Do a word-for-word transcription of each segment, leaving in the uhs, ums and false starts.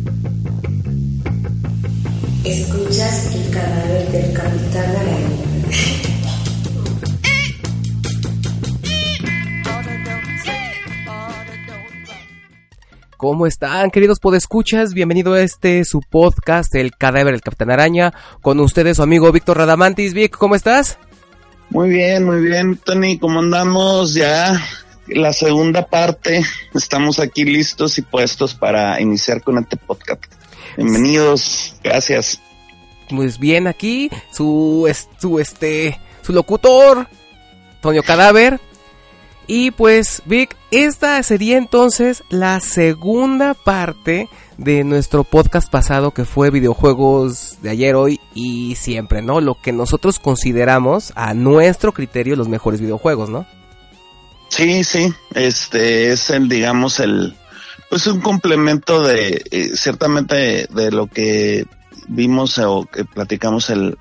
Escuchas el cadáver del Capitán Araña. ¿Cómo están, queridos podescuchas? Bienvenido a este su podcast, El Cadáver del Capitán Araña. Con ustedes su amigo Víctor Radamantis. Vic, ¿cómo estás? Muy bien, muy bien, Tony. ¿Cómo andamos? Ya la segunda parte. Estamos aquí listos y puestos para iniciar con este podcast. Bienvenidos, gracias. Pues bien, aquí su, su este, su locutor, Tonio Cadáver. Y pues, Vic, esta sería entonces la segunda parte de nuestro podcast pasado, que fue videojuegos de ayer, hoy y siempre, ¿no? Lo que nosotros consideramos, a nuestro criterio, los mejores videojuegos, ¿no? Sí, sí, este es el, digamos, el, pues un complemento de, eh, ciertamente, de, de lo que vimos o que platicamos el,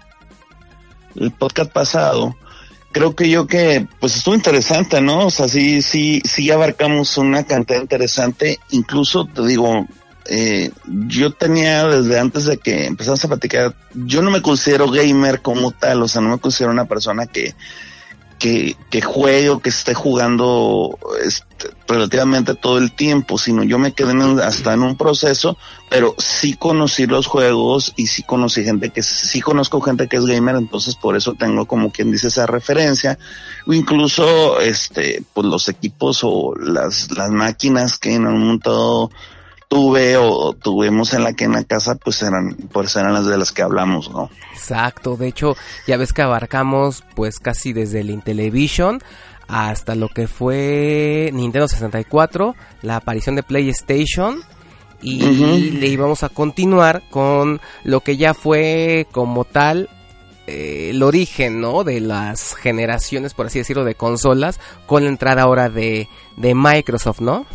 el podcast pasado. Creo que yo que, pues estuvo interesante, ¿no? O sea, sí, sí, sí abarcamos una cantidad interesante. Incluso, te digo, eh, yo tenía desde antes de que empezamos a platicar, yo no me considero gamer como tal, o sea, no me considero una persona que, que, que juegue o que esté jugando este, relativamente todo el tiempo, sino yo me quedé en, hasta en un proceso, pero sí conocí los juegos y sí conocí gente que, sí conozco gente que es gamer, entonces por eso tengo como quien dice esa referencia, o incluso este, pues los equipos o las, las máquinas que en un momento tuve o tuvimos en la que en la casa, pues eran, pues eran las de las que hablamos, ¿no? Exacto, de hecho, ya ves que abarcamos pues casi desde el Intellivision hasta lo que fue Nintendo sesenta y cuatro, la aparición de PlayStation, y uh-huh. le íbamos a continuar con lo que ya fue como tal eh, el origen, ¿no? De las generaciones, por así decirlo, de consolas, con la entrada ahora de, de Microsoft, ¿no?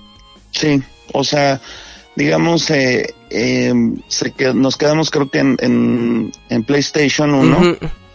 Sí. O sea, digamos, eh, eh, se que nos quedamos creo que en, en, en PlayStation uno, uh-huh.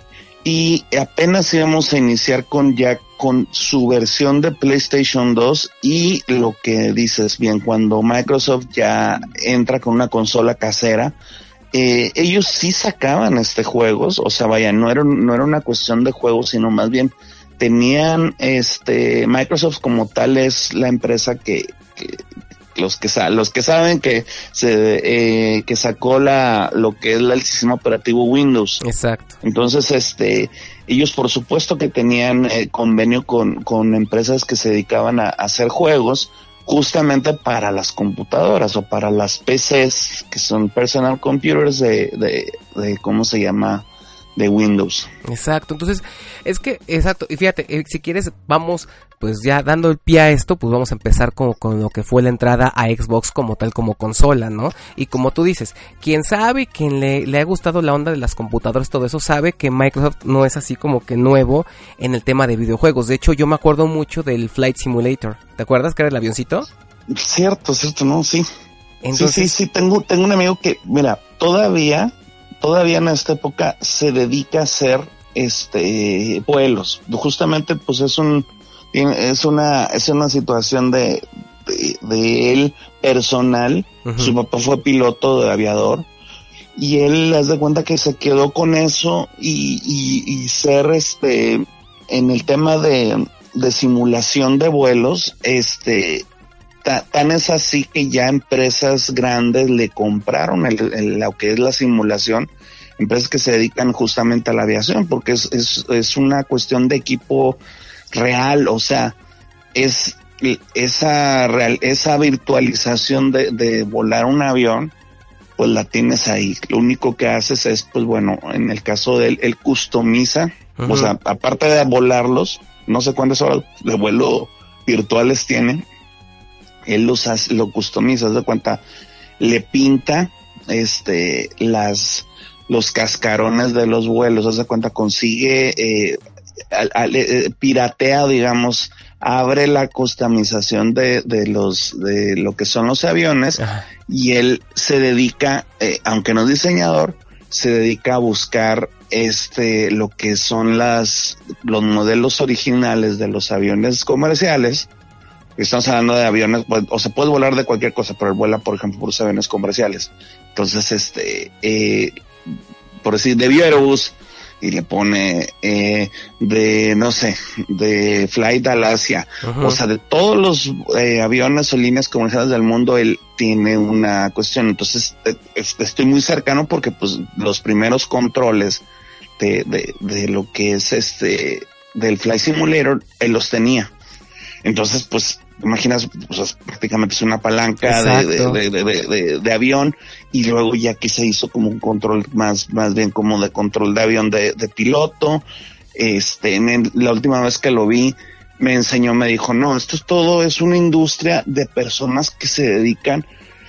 y apenas íbamos a iniciar con ya con su versión de PlayStation dos, y lo que dices bien, cuando Microsoft ya entra con una consola casera, eh, ellos sí sacaban este juegos, o sea, vaya, no era, no era una cuestión de juegos, sino más bien tenían, este, Microsoft como tal es la empresa que, que los que los que saben que se eh, que sacó la lo que es la, el sistema operativo Windows. Exacto. Entonces, este ellos por supuesto que tenían eh, convenio con con empresas que se dedicaban a, a hacer juegos justamente para las computadoras o para las P Cs, que son personal computers de de, de ¿cómo se llama? De Windows. Exacto, entonces, es que, exacto, y fíjate, eh, si quieres, vamos, pues ya dando el pie a esto, pues vamos a empezar con, con lo que fue la entrada a Xbox como tal, como consola, ¿no? Y como tú dices, quien sabe, quien le, le ha gustado la onda de las computadoras, todo eso, sabe que Microsoft no es así como que nuevo en el tema de videojuegos. De hecho, yo me acuerdo mucho del Flight Simulator. ¿Te acuerdas que era el avioncito? Cierto, cierto, no, sí. Entonces, sí, sí, sí, tengo, tengo un amigo que, mira, todavía... todavía en esta época se dedica a hacer este vuelos. Justamente pues es un es una es una situación de de, de él personal. Uh-huh. Su papá fue piloto de aviador y él haz de cuenta que se quedó con eso y y, y ser este en el tema de de simulación de vuelos, este tan es así que ya empresas grandes le compraron el, el, lo que es la simulación, empresas que se dedican justamente a la aviación, porque es, es, es una cuestión de equipo real, o sea, es esa real, esa virtualización de, de volar un avión, pues la tienes ahí. Lo único que haces es, pues bueno, en el caso de él, él customiza, uh-huh. o sea, aparte de volarlos, no sé cuántas horas de vuelo virtuales tienen, él los hace, lo customiza, de cuenta, le pinta este las los cascarones de los vuelos, haz de cuenta, consigue eh, al, al, eh, piratea, digamos, abre la customización de de los de lo que son los aviones. Ajá. Y él se dedica, eh, aunque no es diseñador, se dedica a buscar este lo que son las los modelos originales de los aviones comerciales Estamos hablando de aviones, pues, o se puede volar de cualquier cosa, pero él vuela, por ejemplo, por los aviones comerciales. Entonces, este, eh, por decir, de Airbus, y le pone eh, de, no sé, de Flight Alasia, uh-huh. O sea, de todos los eh, aviones o líneas comerciales del mundo, él tiene una cuestión. Entonces, eh, estoy muy cercano porque, pues, los primeros controles de, de, de lo que es este, del Flight Simulator, él los tenía. Entonces, pues, imaginas, pues, prácticamente es una palanca de de, de, de, de, de avión, y luego ya que se hizo como un control más, más bien como de control de avión de, de piloto. Este, en la última vez que lo vi, me enseñó, me dijo, no, esto es todo, es una industria de personas que se dedican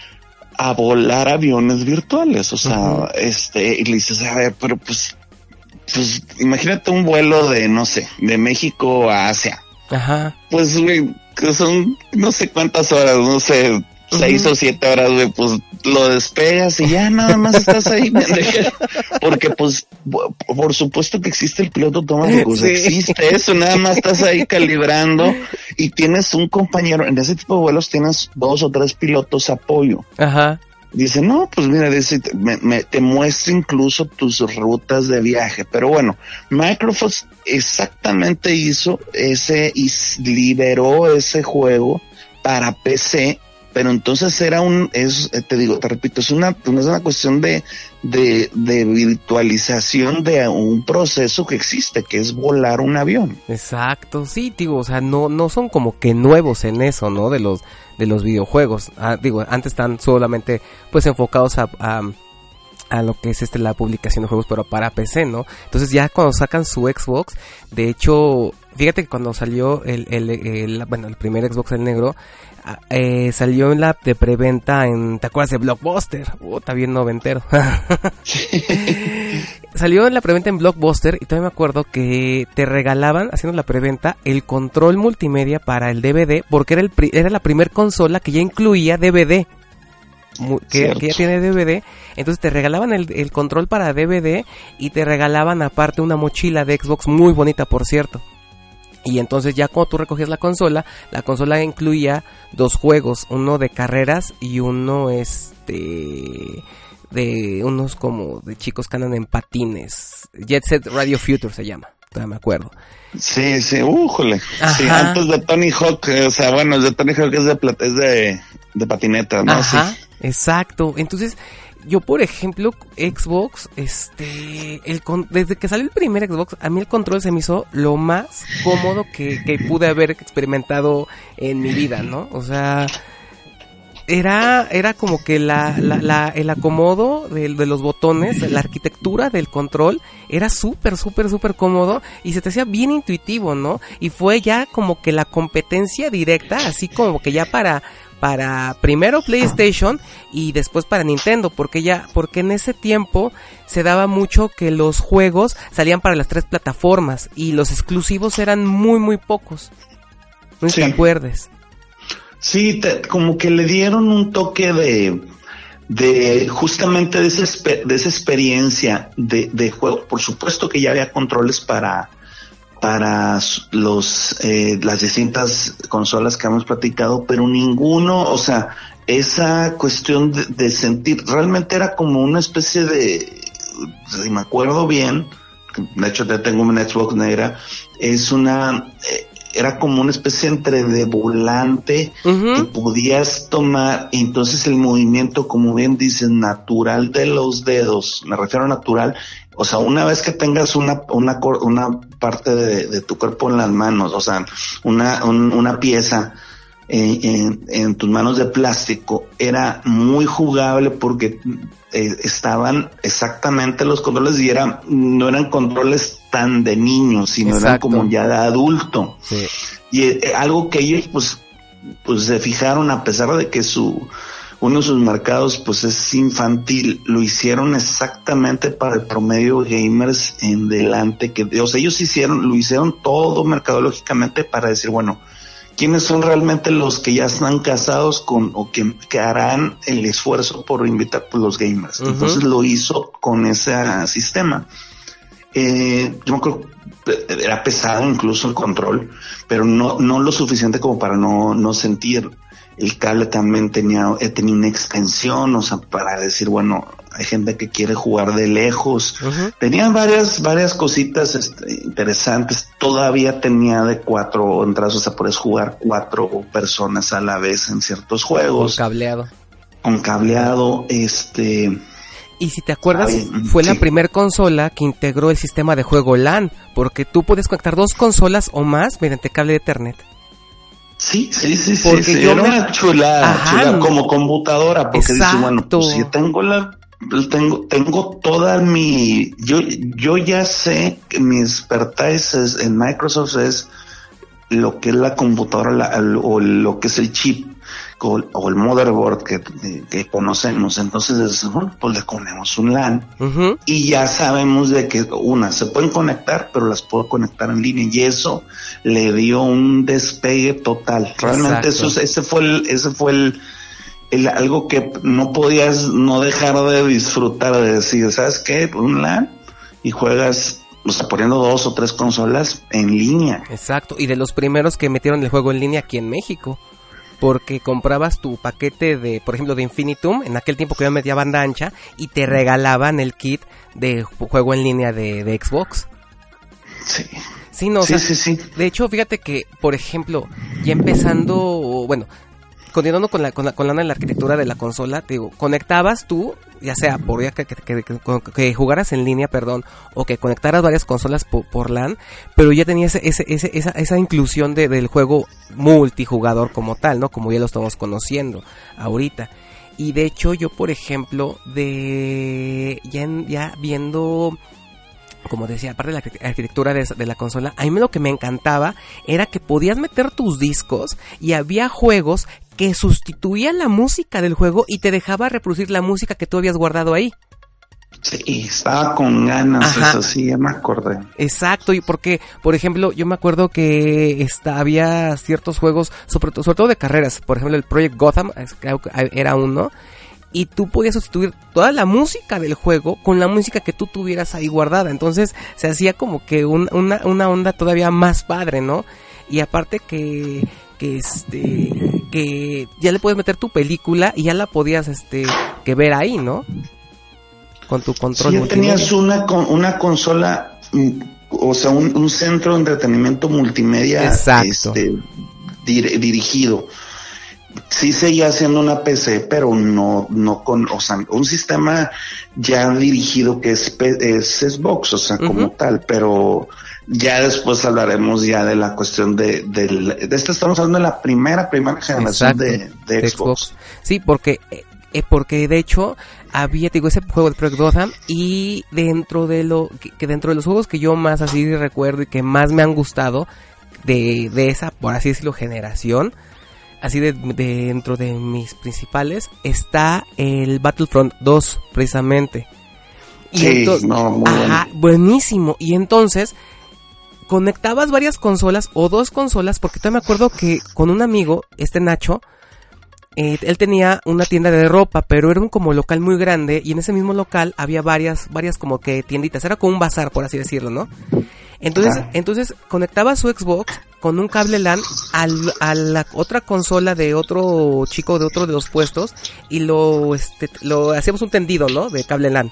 a volar aviones virtuales. O sea, uh-huh. este, y le dices, a ver, pero pues, pues, imagínate un vuelo de, no sé, de México a Asia. Ajá. Pues, güey, que son no sé cuántas horas, no sé, uh-huh. seis o siete horas, güey, pues lo despegas y ya nada más estás ahí. Porque, pues, por supuesto que existe el piloto automático, sí. Existe eso, nada más estás ahí calibrando y tienes un compañero, en ese tipo de vuelos tienes dos o tres pilotos apoyo. Ajá. Dice, no, pues mira, dice, me, me, te muestra incluso tus rutas de viaje. Pero bueno, Microsoft exactamente hizo ese y liberó ese juego para P C, pero entonces era un, es, te digo, te repito, es una, es una cuestión de, de, de virtualización de un proceso que existe, que es volar un avión. Exacto, sí, digo, o sea, no, no son como que nuevos en eso, ¿no? De los, de los videojuegos. Ah, digo, antes están solamente, pues, enfocados a, a, a lo que es este, la publicación de juegos, pero para P C, ¿no? Entonces ya cuando sacan su Xbox, de hecho, fíjate que cuando salió el, el, el, el bueno, el primer Xbox, el negro, Eh, salió en la de preventa en, ¿te acuerdas de Blockbuster? Oh, está bien noventero. Salió en la preventa en Blockbuster y todavía me acuerdo que te regalaban, haciendo la preventa, el control multimedia para el D V D, porque era el pri- era la primer consola que ya incluía D V D. Que, que ya tiene D V D. Entonces te regalaban el, el control para D V D y te regalaban aparte una mochila de Xbox muy bonita, por cierto. Y entonces ya cuando tú recogías la consola, la consola incluía dos juegos, uno de carreras y uno este de unos como de chicos que andan en patines. Jet Set Radio Future se llama, todavía me acuerdo. Sí, sí, újole. Sí, antes de Tony Hawk, o sea, bueno, el de Tony Hawk es de es de, de patineta, ¿no? Ajá, sí. Exacto. Entonces, yo, por ejemplo, Xbox, este, el con, desde que salió el primer Xbox, a mí el control se me hizo lo más cómodo que, que pude haber experimentado en mi vida, ¿no? O sea, era, era como que la, la, la, el acomodo de, de los botones, la arquitectura del control, era súper, súper, súper cómodo y se te hacía bien intuitivo, ¿no? Y fue ya como que la competencia directa, así como que ya para... para primero PlayStation y después para Nintendo, porque ya, porque en ese tiempo se daba mucho que los juegos salían para las tres plataformas y los exclusivos eran muy muy pocos. No sé si te acuerdes. Sí, te, como que le dieron un toque de de justamente de esa, de esa experiencia de, de juego. Por supuesto que ya había controles para para los eh, las distintas consolas que hemos platicado, pero ninguno, o sea, esa cuestión de, de sentir, realmente era como una especie de, si me acuerdo bien, de hecho ya tengo una Xbox negra, es una, eh, era como una especie entre de volante uh-huh. que podías tomar, y entonces el movimiento, como bien dices, natural de los dedos, me refiero a natural. O sea, una vez que tengas una una una parte de, de tu cuerpo en las manos, o sea, una un, una pieza en, en, en tus manos de plástico, era muy jugable porque eh, estaban exactamente los controles y eran no eran controles tan de niños, sino Exacto. eran como ya de adulto. Sí. Y eh, algo que ellos pues pues se fijaron, a pesar de que su uno de sus mercados pues es infantil, lo hicieron exactamente para el promedio gamers en delante, que, o sea, ellos hicieron, lo hicieron todo mercadológicamente para decir, bueno, ¿quiénes son realmente los que ya están casados con, o que, que harán el esfuerzo por invitar pues los gamers? Uh-huh. Entonces lo hizo con ese sistema. Eh, yo me acuerdo, era pesado incluso el control, pero no, no lo suficiente como para no, no sentir. El cable también tenía, eh, tenía una extensión, o sea, para decir, bueno, hay gente que quiere jugar de lejos. Uh-huh. Tenía varias, varias cositas este, interesantes. Todavía tenía de cuatro entradas, o sea, puedes jugar cuatro personas a la vez en ciertos juegos. Con cableado. Con cableado, este... Y si te acuerdas, Ay, fue sí. la primer consola que integró el sistema de juego LAN, porque tú puedes conectar dos consolas o más mediante cable de Ethernet. Sí, sí, sí, sí, sí. Yo era me... una chulada, Ajá, chulada como computadora, porque dices, bueno, pues si tengo la, tengo, tengo toda mi, yo, yo ya sé que mi expertise en Microsoft es lo que es la computadora la, o lo que es el chip o, o el motherboard que, que conocemos. Entonces, bueno, pues le ponemos un LAN uh-huh. y ya sabemos de que una, se pueden conectar, pero las puedo conectar en línea, y eso le dio un despegue total. Realmente Exacto. eso, ese fue el, ese fue el, el, algo que no podías no dejar de disfrutar, de decir, ¿sabes qué? Un LAN y juegas, o sea, poniendo dos o tres consolas en línea. Exacto, y de los primeros que metieron el juego en línea aquí en México. Porque comprabas tu paquete de, por ejemplo, de Infinitum, en aquel tiempo que yo metía banda ancha, y te regalaban el kit de juego en línea de, de Xbox. Sí. Sí, no, sí, o sea, sí, sí. De hecho, fíjate que, por ejemplo, ya empezando, bueno, continuando con la, con la, con la, la arquitectura de la consola, te digo, conectabas tú, ya sea por ya que, que, que, que, que jugaras en línea, perdón, o que conectaras varias consolas por, por LAN, pero ya tenías ese, ese, esa, esa inclusión de, del juego multijugador como tal, ¿no? Como ya lo estamos conociendo ahorita. Y de hecho yo, por ejemplo, de ya, en, ya viendo, como decía, aparte de la arquitectura de, de la consola, a mí lo que me encantaba era que podías meter tus discos y había juegos que sustituían la música del juego y te dejaba reproducir la música que tú habías guardado ahí. Sí, estaba con ganas, Ajá. eso sí, ya me acordé. Exacto, y porque, por ejemplo, yo me acuerdo que esta, había ciertos juegos, sobre, sobre todo de carreras, por ejemplo el Project Gotham, creo que era uno, y tú podías sustituir toda la música del juego con la música que tú tuvieras ahí guardada, entonces se hacía como que un, una, una onda todavía más padre, ¿no? Y aparte que... que este que ya le puedes meter tu película y ya la podías este que ver ahí, ¿no? Con tu control. Si sí, tenías una una consola, o sea, un, un centro de entretenimiento multimedia Exacto. este dir, dirigido. Sí seguía siendo una P C, pero no no con, o sea, un sistema ya dirigido que es es Xbox, o sea, uh-huh. como tal, pero ya después hablaremos ya de la cuestión de, de, de esto estamos hablando de la primera, primera generación de, de, de Xbox. Xbox. Sí, porque, eh, porque de hecho había, te digo, ese juego de Project Gotham, y dentro de lo, que, que dentro de los juegos que yo más así recuerdo y que más me han gustado de, de esa, por así decirlo, generación, así de, de dentro de mis principales, está el Battlefront dos, precisamente. Y sí, entonces, no, muy ajá, bueno. buenísimo, y entonces conectabas varias consolas o dos consolas, porque yo me acuerdo que con un amigo, este Nacho, eh, él tenía una tienda de ropa, pero era un como local muy grande, y en ese mismo local había varias, varias como que tienditas, era como un bazar, por así decirlo, ¿no? Entonces, ah. entonces conectaba su Xbox con un cable LAN al, a la otra consola de otro chico de otro de los puestos, y lo, este, lo hacíamos un tendido, ¿no? De cable LAN.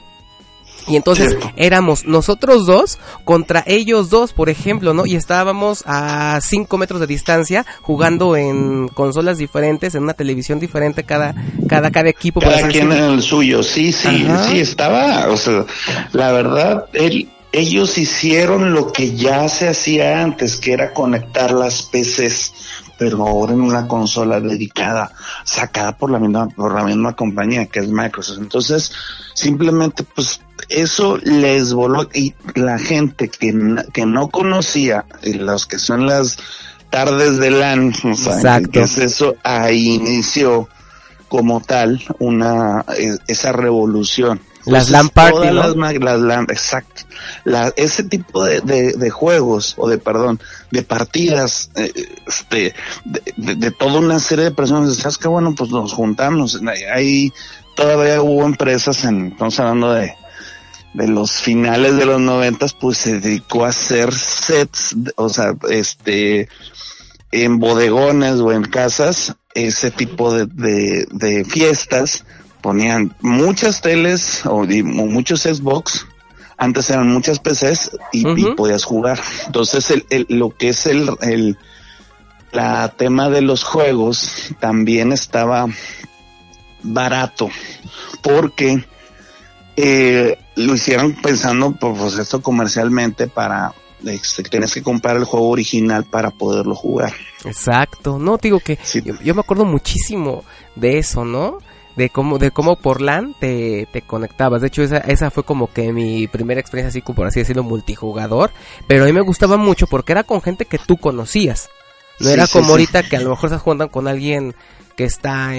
Y entonces éramos nosotros dos contra ellos dos, por ejemplo, ¿no? Y estábamos a cinco metros de distancia jugando en consolas diferentes, en una televisión diferente cada cada cada equipo. Cada quien en el suyo, sí, sí, Ajá. sí, estaba, o sea, la verdad, él, ellos hicieron lo que ya se hacía antes, que era conectar las P Cs, pero ahora en una consola dedicada, sacada por la misma, por la misma compañía que es Microsoft. Entonces, simplemente, pues, eso les voló, y la gente que, que no conocía, y los que son las tardes de LAN, o sea, Exacto. ¿qué es eso? Ahí inició como tal una, esa revolución. Las LAN party, ¿no? Las, las LAN, exacto. La, ese tipo de, de, de juegos, o de, perdón, de partidas, eh, este, de, de, de toda una serie de personas, ¿sabes qué? Bueno, pues nos juntamos. Ahí todavía hubo empresas en, estamos hablando de de los finales de los noventas, pues se dedicó a hacer sets, o sea, este, en bodegones o en casas, ese tipo de, de, de fiestas, ponían muchas teles o, y, o muchos Xbox, antes eran muchas P Cs y, uh-huh. y podías jugar. Entonces, el, el, lo que es el, el, la tema de los juegos también estaba barato, porque eh, lo hicieron pensando, pues esto comercialmente para, este, tienes que comprar el juego original para poderlo jugar. Exacto, no, digo que sí. yo, yo me acuerdo muchísimo de eso, ¿no? De cómo, de cómo por LAN te, te conectabas. De hecho, esa, esa fue como que mi primera experiencia así, como por así decirlo, multijugador. Pero a mí me gustaba mucho porque era con gente que tú conocías. No sí, era como sí, ahorita sí. que a lo mejor estás jugando con alguien que está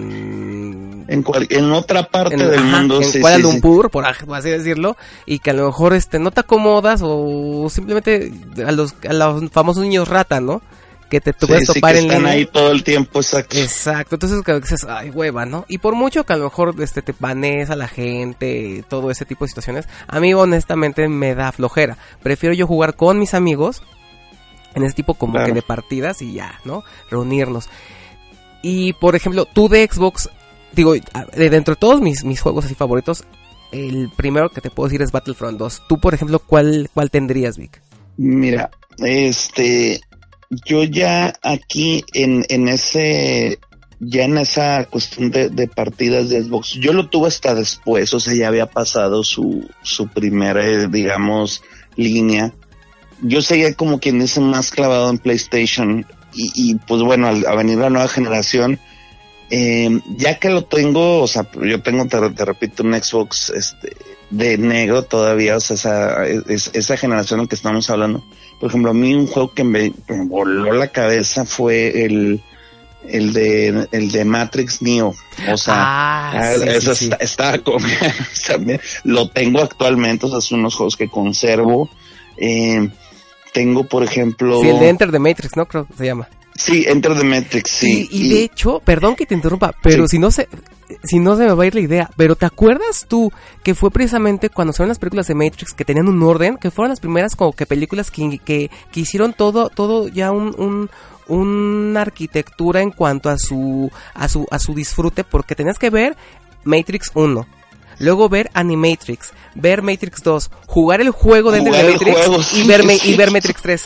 en en, cual, en otra parte en, del ajá, mundo, en sí, Kuala sí, Lumpur, sí. por así decirlo, y que a lo mejor este no te acomodas o simplemente a los a los famosos niños rata, ¿no? Que te tú puedes sí, topar sí, que en están línea. Ahí todo el tiempo, exacto. Exacto, entonces que dices, ay, hueva, ¿no? Y por mucho que a lo mejor este te banees a la gente, todo ese tipo de situaciones, a mí honestamente me da flojera. Prefiero yo jugar con mis amigos en ese tipo como claro. que de partidas y ya, ¿no? Reunirnos. Y por ejemplo, tú de Xbox, digo, de dentro de todos mis, mis juegos así favoritos, el primero que te puedo decir es Battlefront dos. Tú, por ejemplo, ¿cuál, cuál tendrías, Vic? Mira, este, yo ya aquí en, en ese, ya en esa cuestión de, de partidas de Xbox, yo lo tuve hasta después, o sea, ya había pasado su, su primera, eh, digamos, línea. Yo seguía como quien dice más clavado en PlayStation y, y pues bueno, al a venir la nueva generación, eh, ya que lo tengo, o sea, yo tengo, te, te repito, un Xbox este de negro todavía, o sea, esa, es, esa generación en la que estamos hablando. Por ejemplo, a mí un juego que me, me voló la cabeza fue el el de el de Matrix Neo, o sea, ah, sí, eso sí, está, sí. está como, también lo tengo actualmente, o sea, son unos juegos que conservo. Eh, tengo, por ejemplo, sí, el de Enter the Matrix, ¿no? Creo que se llama. Sí, Enter the Matrix, sí. Y, y, y de hecho, perdón que te interrumpa, pero sí. si no se si no se me va a ir la idea, pero ¿te acuerdas tú que fue precisamente cuando salieron las películas de Matrix que tenían un orden, que fueron las primeras como que películas que, que, que hicieron todo todo ya un, un una arquitectura en cuanto a su a su a su disfrute, porque tenías que ver Matrix uno, luego ver Animatrix, ver Matrix dos, jugar el juego de jugar Matrix juego, y sí, ver sí. y ver Matrix tres.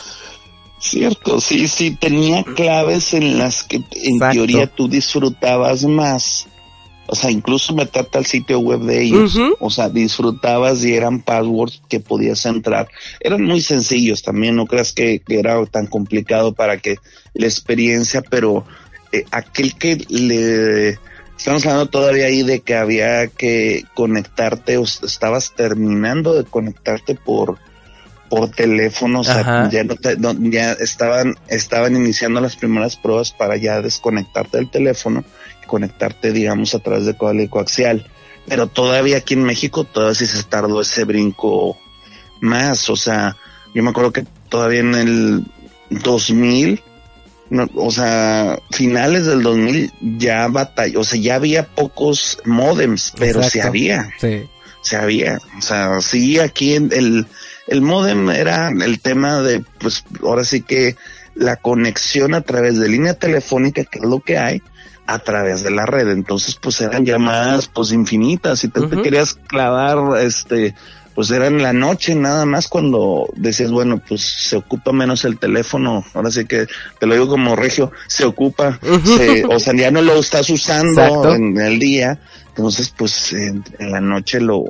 Cierto, sí, sí, tenía claves en las que en Exacto. teoría tú disfrutabas más, o sea, incluso meterte al sitio web de ellos, uh-huh. o sea, disfrutabas y eran passwords que podías entrar, eran muy sencillos también, no creas que, que era tan complicado para que la experiencia, pero eh, aquel que le... Estamos hablando todavía ahí de que había que conectarte, o estabas terminando de conectarte por... por teléfono, o sea, ya, no te, no, ya estaban estaban iniciando las primeras pruebas para ya desconectarte del teléfono y conectarte, digamos, a través de cable coaxial. Pero todavía aquí en México todavía sí se tardó ese brinco más, o sea, yo me acuerdo que todavía en el dos mil, no, o sea, finales del dos mil ya batalló, o sea, ya había pocos módems, pero Exacto. sí había. Sí. Se había, o sea, sí, aquí en el el módem era el tema de, pues, ahora sí que la conexión a través de línea telefónica, que es lo que hay, a través de la red. Entonces, pues, eran llamadas, pues, infinitas. Si te, uh-huh. te querías clavar, este, pues, era en la noche nada más cuando decías, bueno, pues, se ocupa menos el teléfono. Ahora sí que, te lo digo como regio, se ocupa, uh-huh. se, o sea, ya no lo estás usando Exacto. en el día. Entonces, pues, en, en la noche lo,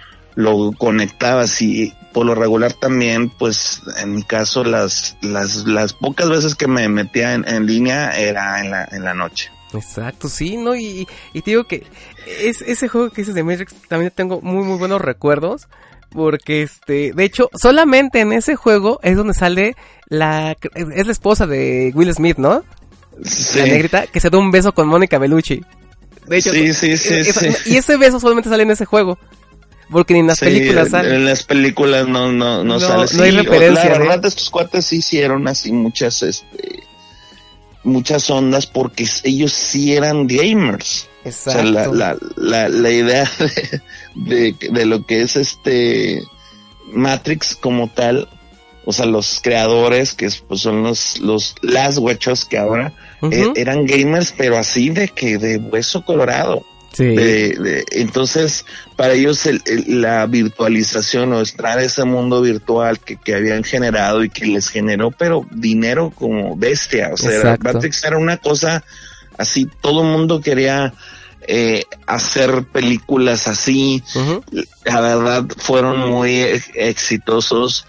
lo conectabas y por lo regular también, pues, en mi caso, las, las, las pocas veces que me metía en, en línea era en la, en la noche. Exacto, sí, ¿no? Y, y te digo que es, ese juego que dices de Matrix también tengo muy, muy buenos recuerdos. Porque, este, de hecho, solamente en ese juego es donde sale la, es la esposa de Will Smith, ¿no? Sí. La negrita que se da un beso con Mónica Bellucci. De hecho, sí, sí, sí, es, sí. Y ese beso solamente sale en ese juego. Porque ni en las sí, películas sale. En las películas no, no, no, no sale. No hay sí, referencia. La verdad, ¿eh? estos cuates sí hicieron así muchas, este, muchas ondas porque ellos sí eran gamers. Exacto. O sea, la, la, la, la idea de, de, de lo que es este Matrix como tal, o sea, los creadores, que pues son los, los, las huechos que ahora uh-huh. eh, eran gamers, pero así de que de hueso colorado. Sí. De, de, entonces, para ellos el, el, la virtualización o entrar a ese mundo virtual que, que habían generado y que les generó, pero dinero como bestia. O sea, era, Matrix era una cosa así, todo el mundo quería eh, hacer películas así. Uh-huh. La verdad, fueron muy exitosos.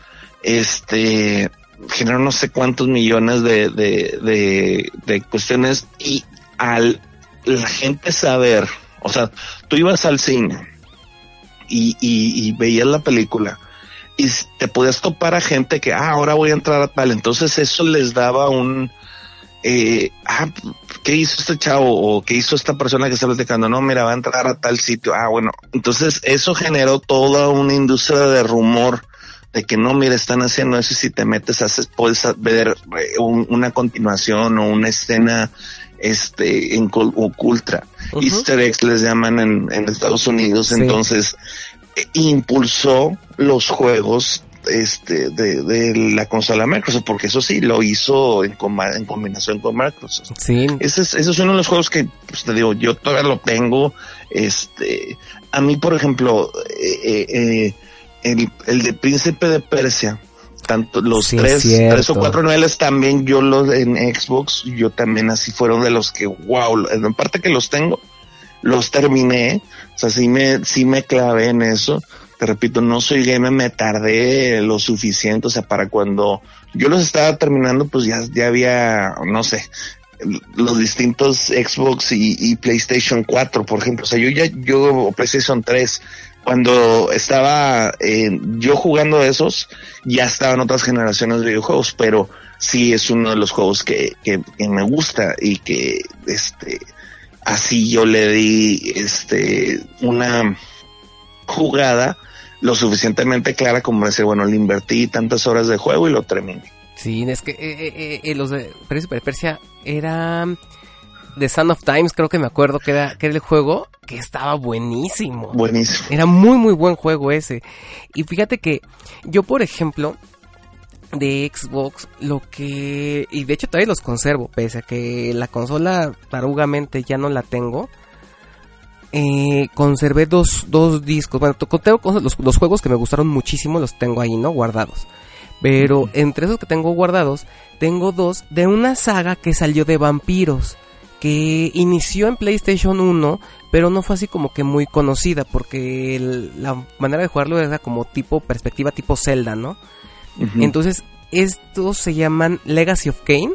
Este, generaron no sé cuántos millones de, de, de, de cuestiones, y al la gente saber, o sea, tú ibas al cine y, y, y veías la película y te podías topar a gente que, ah, ahora voy a entrar a tal, entonces eso les daba un, eh, ah, ¿qué hizo este chavo? O ¿qué hizo esta persona que está platicando? No, mira, va a entrar a tal sitio, ah, bueno, entonces eso generó toda una industria de rumor de que no, mira, están haciendo eso, y si te metes, haces, puedes ver un, una continuación o una escena este en oculta. Uh-huh. Easter eggs les llaman en, en Estados Unidos. Sí. Entonces eh, impulsó los juegos este de, de la consola Microsoft, porque eso sí lo hizo en, en combinación con Microsoft. Sí. Ese es, ese es uno de los juegos que, pues, te digo, yo todavía lo tengo. Este, a mí, por ejemplo, eh, eh, el, el de Príncipe de Persia, tanto los sí, tres, tres o cuatro niveles también, yo los en Xbox, yo también así fueron de los que, wow, en parte que los tengo, los terminé, o sea, sí me, sí me clavé en eso. Te repito, no soy gamer, me tardé lo suficiente, o sea, para cuando yo los estaba terminando, pues ya, ya había, no sé, los distintos Xbox y, y PlayStation cuatro, por ejemplo, o sea, yo ya, yo, PlayStation tres, cuando estaba eh, yo jugando esos, ya estaban otras generaciones de videojuegos, pero sí es uno de los juegos que, que, que me gusta, y que este así yo le di este una jugada lo suficientemente clara como decir, bueno, le invertí tantas horas de juego y lo terminé. Sí, es que eh, eh, eh, los de Príncipe de Persia era The Son of Times, creo que me acuerdo que era, que era el juego que estaba buenísimo. Buenísimo. Era muy, muy buen juego ese. Y fíjate que yo, por ejemplo, de Xbox, lo que... Y de hecho todavía los conservo, pese a que la consola tarugamente ya no la tengo. Eh, conservé dos, dos discos. Bueno, tengo los, los juegos que me gustaron muchísimo, los tengo ahí, ¿no? Guardados. Pero uh-huh. entre esos que tengo guardados, tengo dos de una saga que salió de vampiros, que inició en PlayStation uno, pero no fue así como que muy conocida, porque el, la manera de jugarlo era como tipo perspectiva tipo Zelda, ¿no? Uh-huh. Entonces, estos se llaman Legacy of Kain.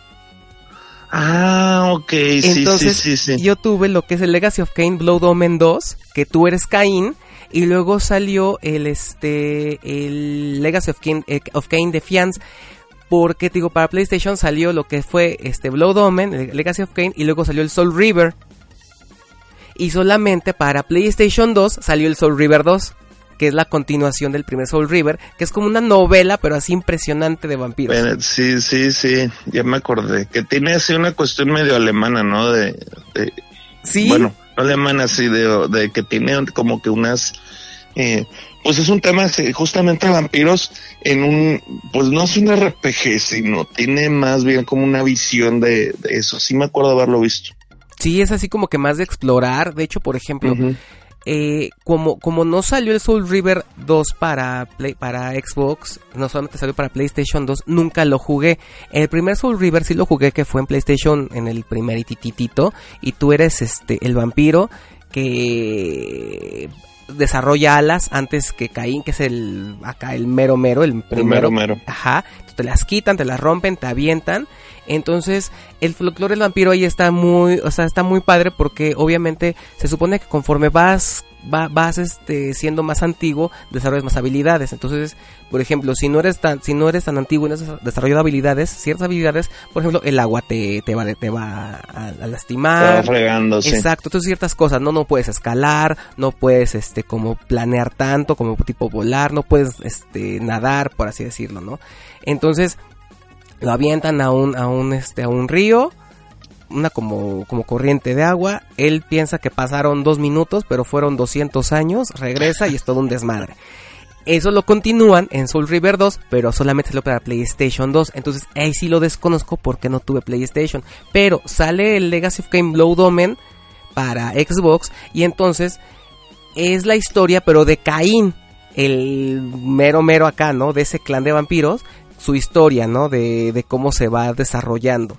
Ah, ok, sí, Entonces, sí, sí, sí. yo tuve lo que es el Legacy of Kain Blood Omen dos, que tú eres Caín, y luego salió el este el Legacy of Kain, eh, of Kain Defiance. Porque, digo, para PlayStation salió lo que fue este Blood Omen, Legacy of Kain, y luego salió el Soul River. Y solamente para PlayStation dos salió el Soul River dos, que es la continuación del primer Soul River, que es como una novela, pero así impresionante de vampiros. Bueno, sí, sí, sí, ya me acordé. Que tiene así una cuestión medio alemana, ¿no? De, de sí. Bueno, no alemana, sí, de, de que tiene como que unas... Eh, pues es un tema justamente de vampiros en un, pues no es un R P G, sino tiene más bien como una visión de, de eso. Sí me acuerdo de haberlo visto. Sí, es así como que más de explorar. De hecho, por ejemplo, uh-huh. eh, como, como no salió el Soul River dos para Play, para Xbox, no solamente salió para PlayStation dos, nunca lo jugué. El primer Soul River sí lo jugué, que fue en PlayStation, en el primer itititito, y tú eres este el vampiro que desarrolla alas antes que Caín, que es el acá el mero mero, el primero. El mero mero. Ajá. Entonces te las quitan, te las rompen, te avientan. Entonces, el folclore del vampiro ahí está muy, o sea, está muy padre, porque obviamente se supone que conforme vas va, vas este siendo más antiguo, desarrollas más habilidades. Entonces, por ejemplo, si no eres tan si no eres tan antiguo y no has desarrollado habilidades, ciertas habilidades, por ejemplo, el agua te te va te va a, a lastimar. Te va fregando, sí. Exacto, entonces ciertas cosas, no no puedes escalar, no puedes este como planear tanto, como tipo volar, no puedes este nadar, por así decirlo, ¿no? Entonces lo avientan a un a un este a un río una como, como corriente de agua, él piensa que pasaron dos minutos, pero fueron doscientos años, regresa y es todo un desmadre. Eso lo continúan en Soul River dos, pero solamente salió para PlayStation dos, entonces ahí sí lo desconozco porque no tuve PlayStation, pero sale el Legacy of Kain Blood Omen para Xbox, y entonces es la historia, pero de Caín, el mero mero acá, ¿no? De ese clan de vampiros, su historia, ¿no? De, de cómo se va desarrollando.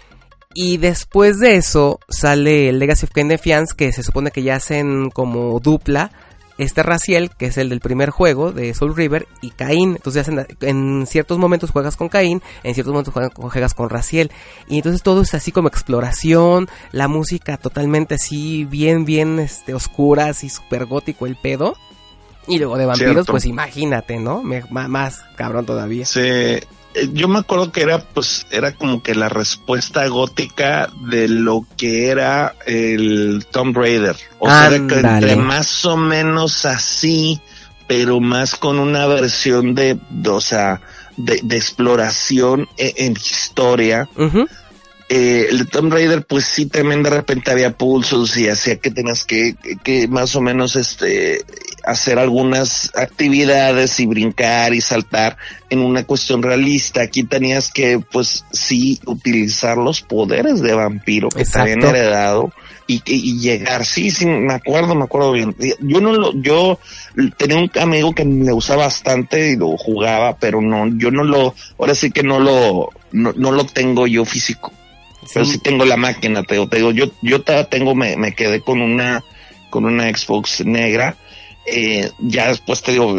Y después de eso sale el Legacy of Kain Defiance, que se supone que ya hacen como dupla, este Raziel, que es el del primer juego de Soul River, y Caín. Entonces hacen, en ciertos momentos juegas con Caín, en ciertos momentos juegas, juegas con Raziel, y entonces todo es así como exploración, la música totalmente así bien bien este oscura, así súper gótico el pedo. Y luego de vampiros, cierto, pues imagínate, ¿no? Me, más, más cabrón todavía. Sí, yo me acuerdo que era, pues, era como que la respuesta gótica de lo que era el Tomb Raider. O sea, era que entre más o menos así, pero más con una versión de, de o sea, de, de exploración en, en historia. Uh-huh. Eh, el Tomb Raider, pues sí, también de repente había pulsos y hacía que tenías que, que, que más o menos este hacer algunas actividades y brincar y saltar en una cuestión realista. Aquí tenías que, pues sí, utilizar los poderes de vampiro que Exacto. te habían heredado y, y, y llegar. Sí, sí, me acuerdo, me acuerdo bien. Yo no lo, yo tenía un amigo que le usaba bastante y lo jugaba, pero no, yo no lo, ahora sí que no lo, no, no lo tengo yo físico. Sí. Pero sí tengo la máquina, te digo, te digo yo, yo tengo, me, me quedé con una, con una Xbox negra. Eh, ya después te digo,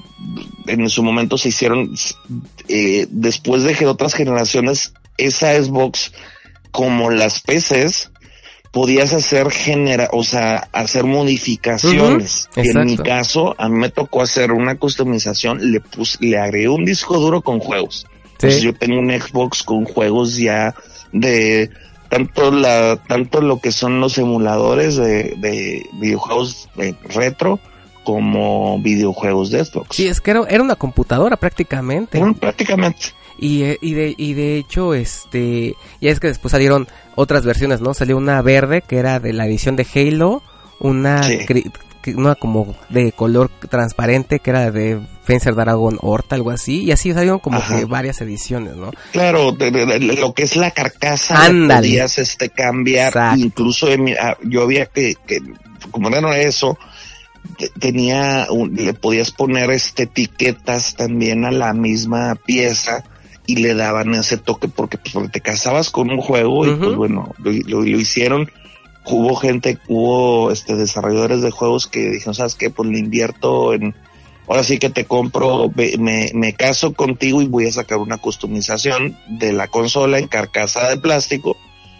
en su momento se hicieron, eh, después de que otras generaciones, esa Xbox, como las P Cs, podías hacer genera, o sea, hacer modificaciones. Uh-huh. Y en mi caso, a mí me tocó hacer una customización, le puse, le agregué un disco duro con juegos. Sí. Entonces yo tengo un Xbox con juegos ya de tanto la, tanto lo que son los emuladores de, de videojuegos de retro, como videojuegos de Xbox. Sí, es que era, era una computadora prácticamente. Bueno, prácticamente. Y, y de y de hecho, este, ya es que después salieron otras versiones, ¿no? Salió una verde que era de la edición de Halo, una sí. cri, una como de color transparente que era de Panzer Dragoon Horta, algo así, y así salieron como Ajá. que varias ediciones, ¿no? Claro, de, de, de, lo que es la carcasa podías este cambiar. Exacto. Incluso en, yo había que, que como no era eso, tenía un, le podías poner este etiquetas también a la misma pieza y le daban ese toque porque pues porque te casabas con un juego. Uh-huh. Y pues bueno, lo, lo, lo hicieron. Hubo gente, hubo este desarrolladores de juegos que dijeron, ¿sabes qué? Pues le invierto en, ahora sí que te compro, me, me caso contigo y voy a sacar una customización de la consola en carcasa de plástico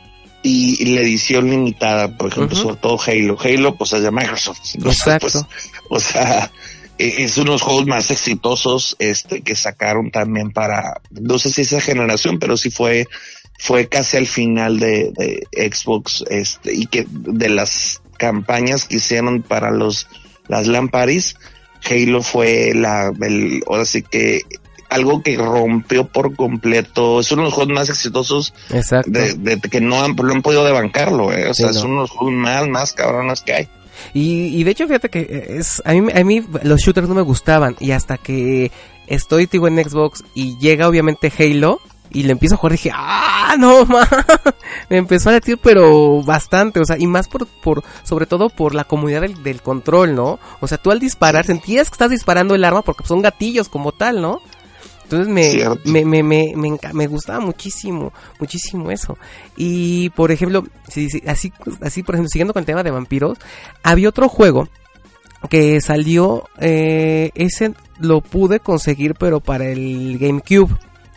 y, y la edición limitada, por ejemplo, uh-huh. sobre todo Halo. Halo, pues es de Microsoft. Exacto. Pues, o sea, es uno de los juegos más exitosos este que sacaron también para, no sé si esa generación, pero sí fue fue casi al final de, de Xbox, este, y que de las campañas que hicieron para los las LAN parties, Halo fue la, el, ahora sí que algo que rompió por completo. Es uno de los juegos más exitosos de, de, de que no han, no han podido debancarlo, eh. O sea, sí, no. Es uno de los juegos más, más cabrones que hay. Y, y de hecho, fíjate que es, a mí, a mí los shooters no me gustaban, y hasta que estoy, digo, en Xbox y llega obviamente Halo, y le empiezo a jugar, dije, ¡ah, no, ma! Me empezó a latir, pero bastante, o sea, y más por, por, sobre todo por la comodidad del, del control, ¿no? O sea, tú al disparar sentías que estás disparando el arma porque son gatillos como tal, ¿no? Entonces me, me, me, me, me, me gustaba muchísimo, muchísimo eso. Y, por ejemplo, si, si, así, así, por ejemplo, siguiendo con el tema de vampiros, había otro juego que salió, eh, ese lo pude conseguir, pero para el GameCube.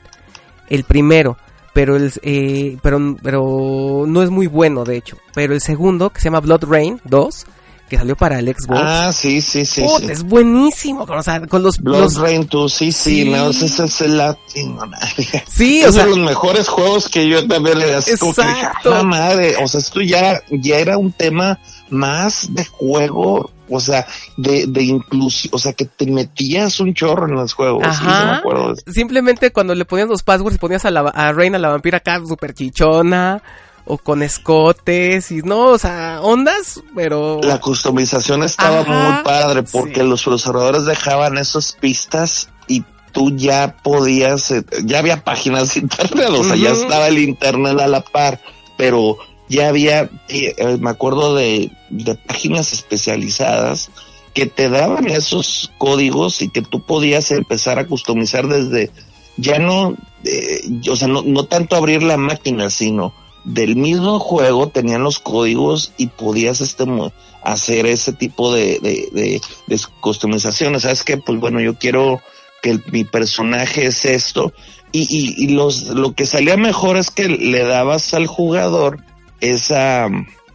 El primero, pero el eh, pero pero no es muy bueno, de hecho. Pero el segundo, que se llama Blood Rain dos, que salió para el Xbox. Ah, sí, sí, sí. Oh, sí. Es buenísimo, o sea, con los Blood los... Rain dos, sí, sí, sí, no, ese es el latino. Sí, es o sea, de los mejores juegos que yo también le das. Exacto. La madre, o sea, esto ya ya era un tema más de juego, o sea, de, de inclusión, o sea, que te metías un chorro en los juegos. Ajá. Sí, no me acuerdo. Simplemente cuando le ponías los passwords y ponías a la a Reina, la vampira acá súper chichona, o con escotes y no, o sea, ondas, pero... La customización estaba Ajá, muy padre porque sí. los procesadores dejaban esas pistas y tú ya podías, ya había páginas de internet, o sea, uh-huh. ya estaba el internet a la par, pero ya había, eh, me acuerdo de, de páginas especializadas que te daban esos códigos y que tú podías empezar a customizar desde, ya no, eh, o sea, no, no tanto abrir la máquina, sino del mismo juego tenían los códigos y podías este hacer ese tipo de, de, de, de customizaciones. ¿Sabes qué? Pues bueno, yo quiero que el, mi personaje es esto, y, y, y los, lo que salía mejor es que le dabas al jugador esa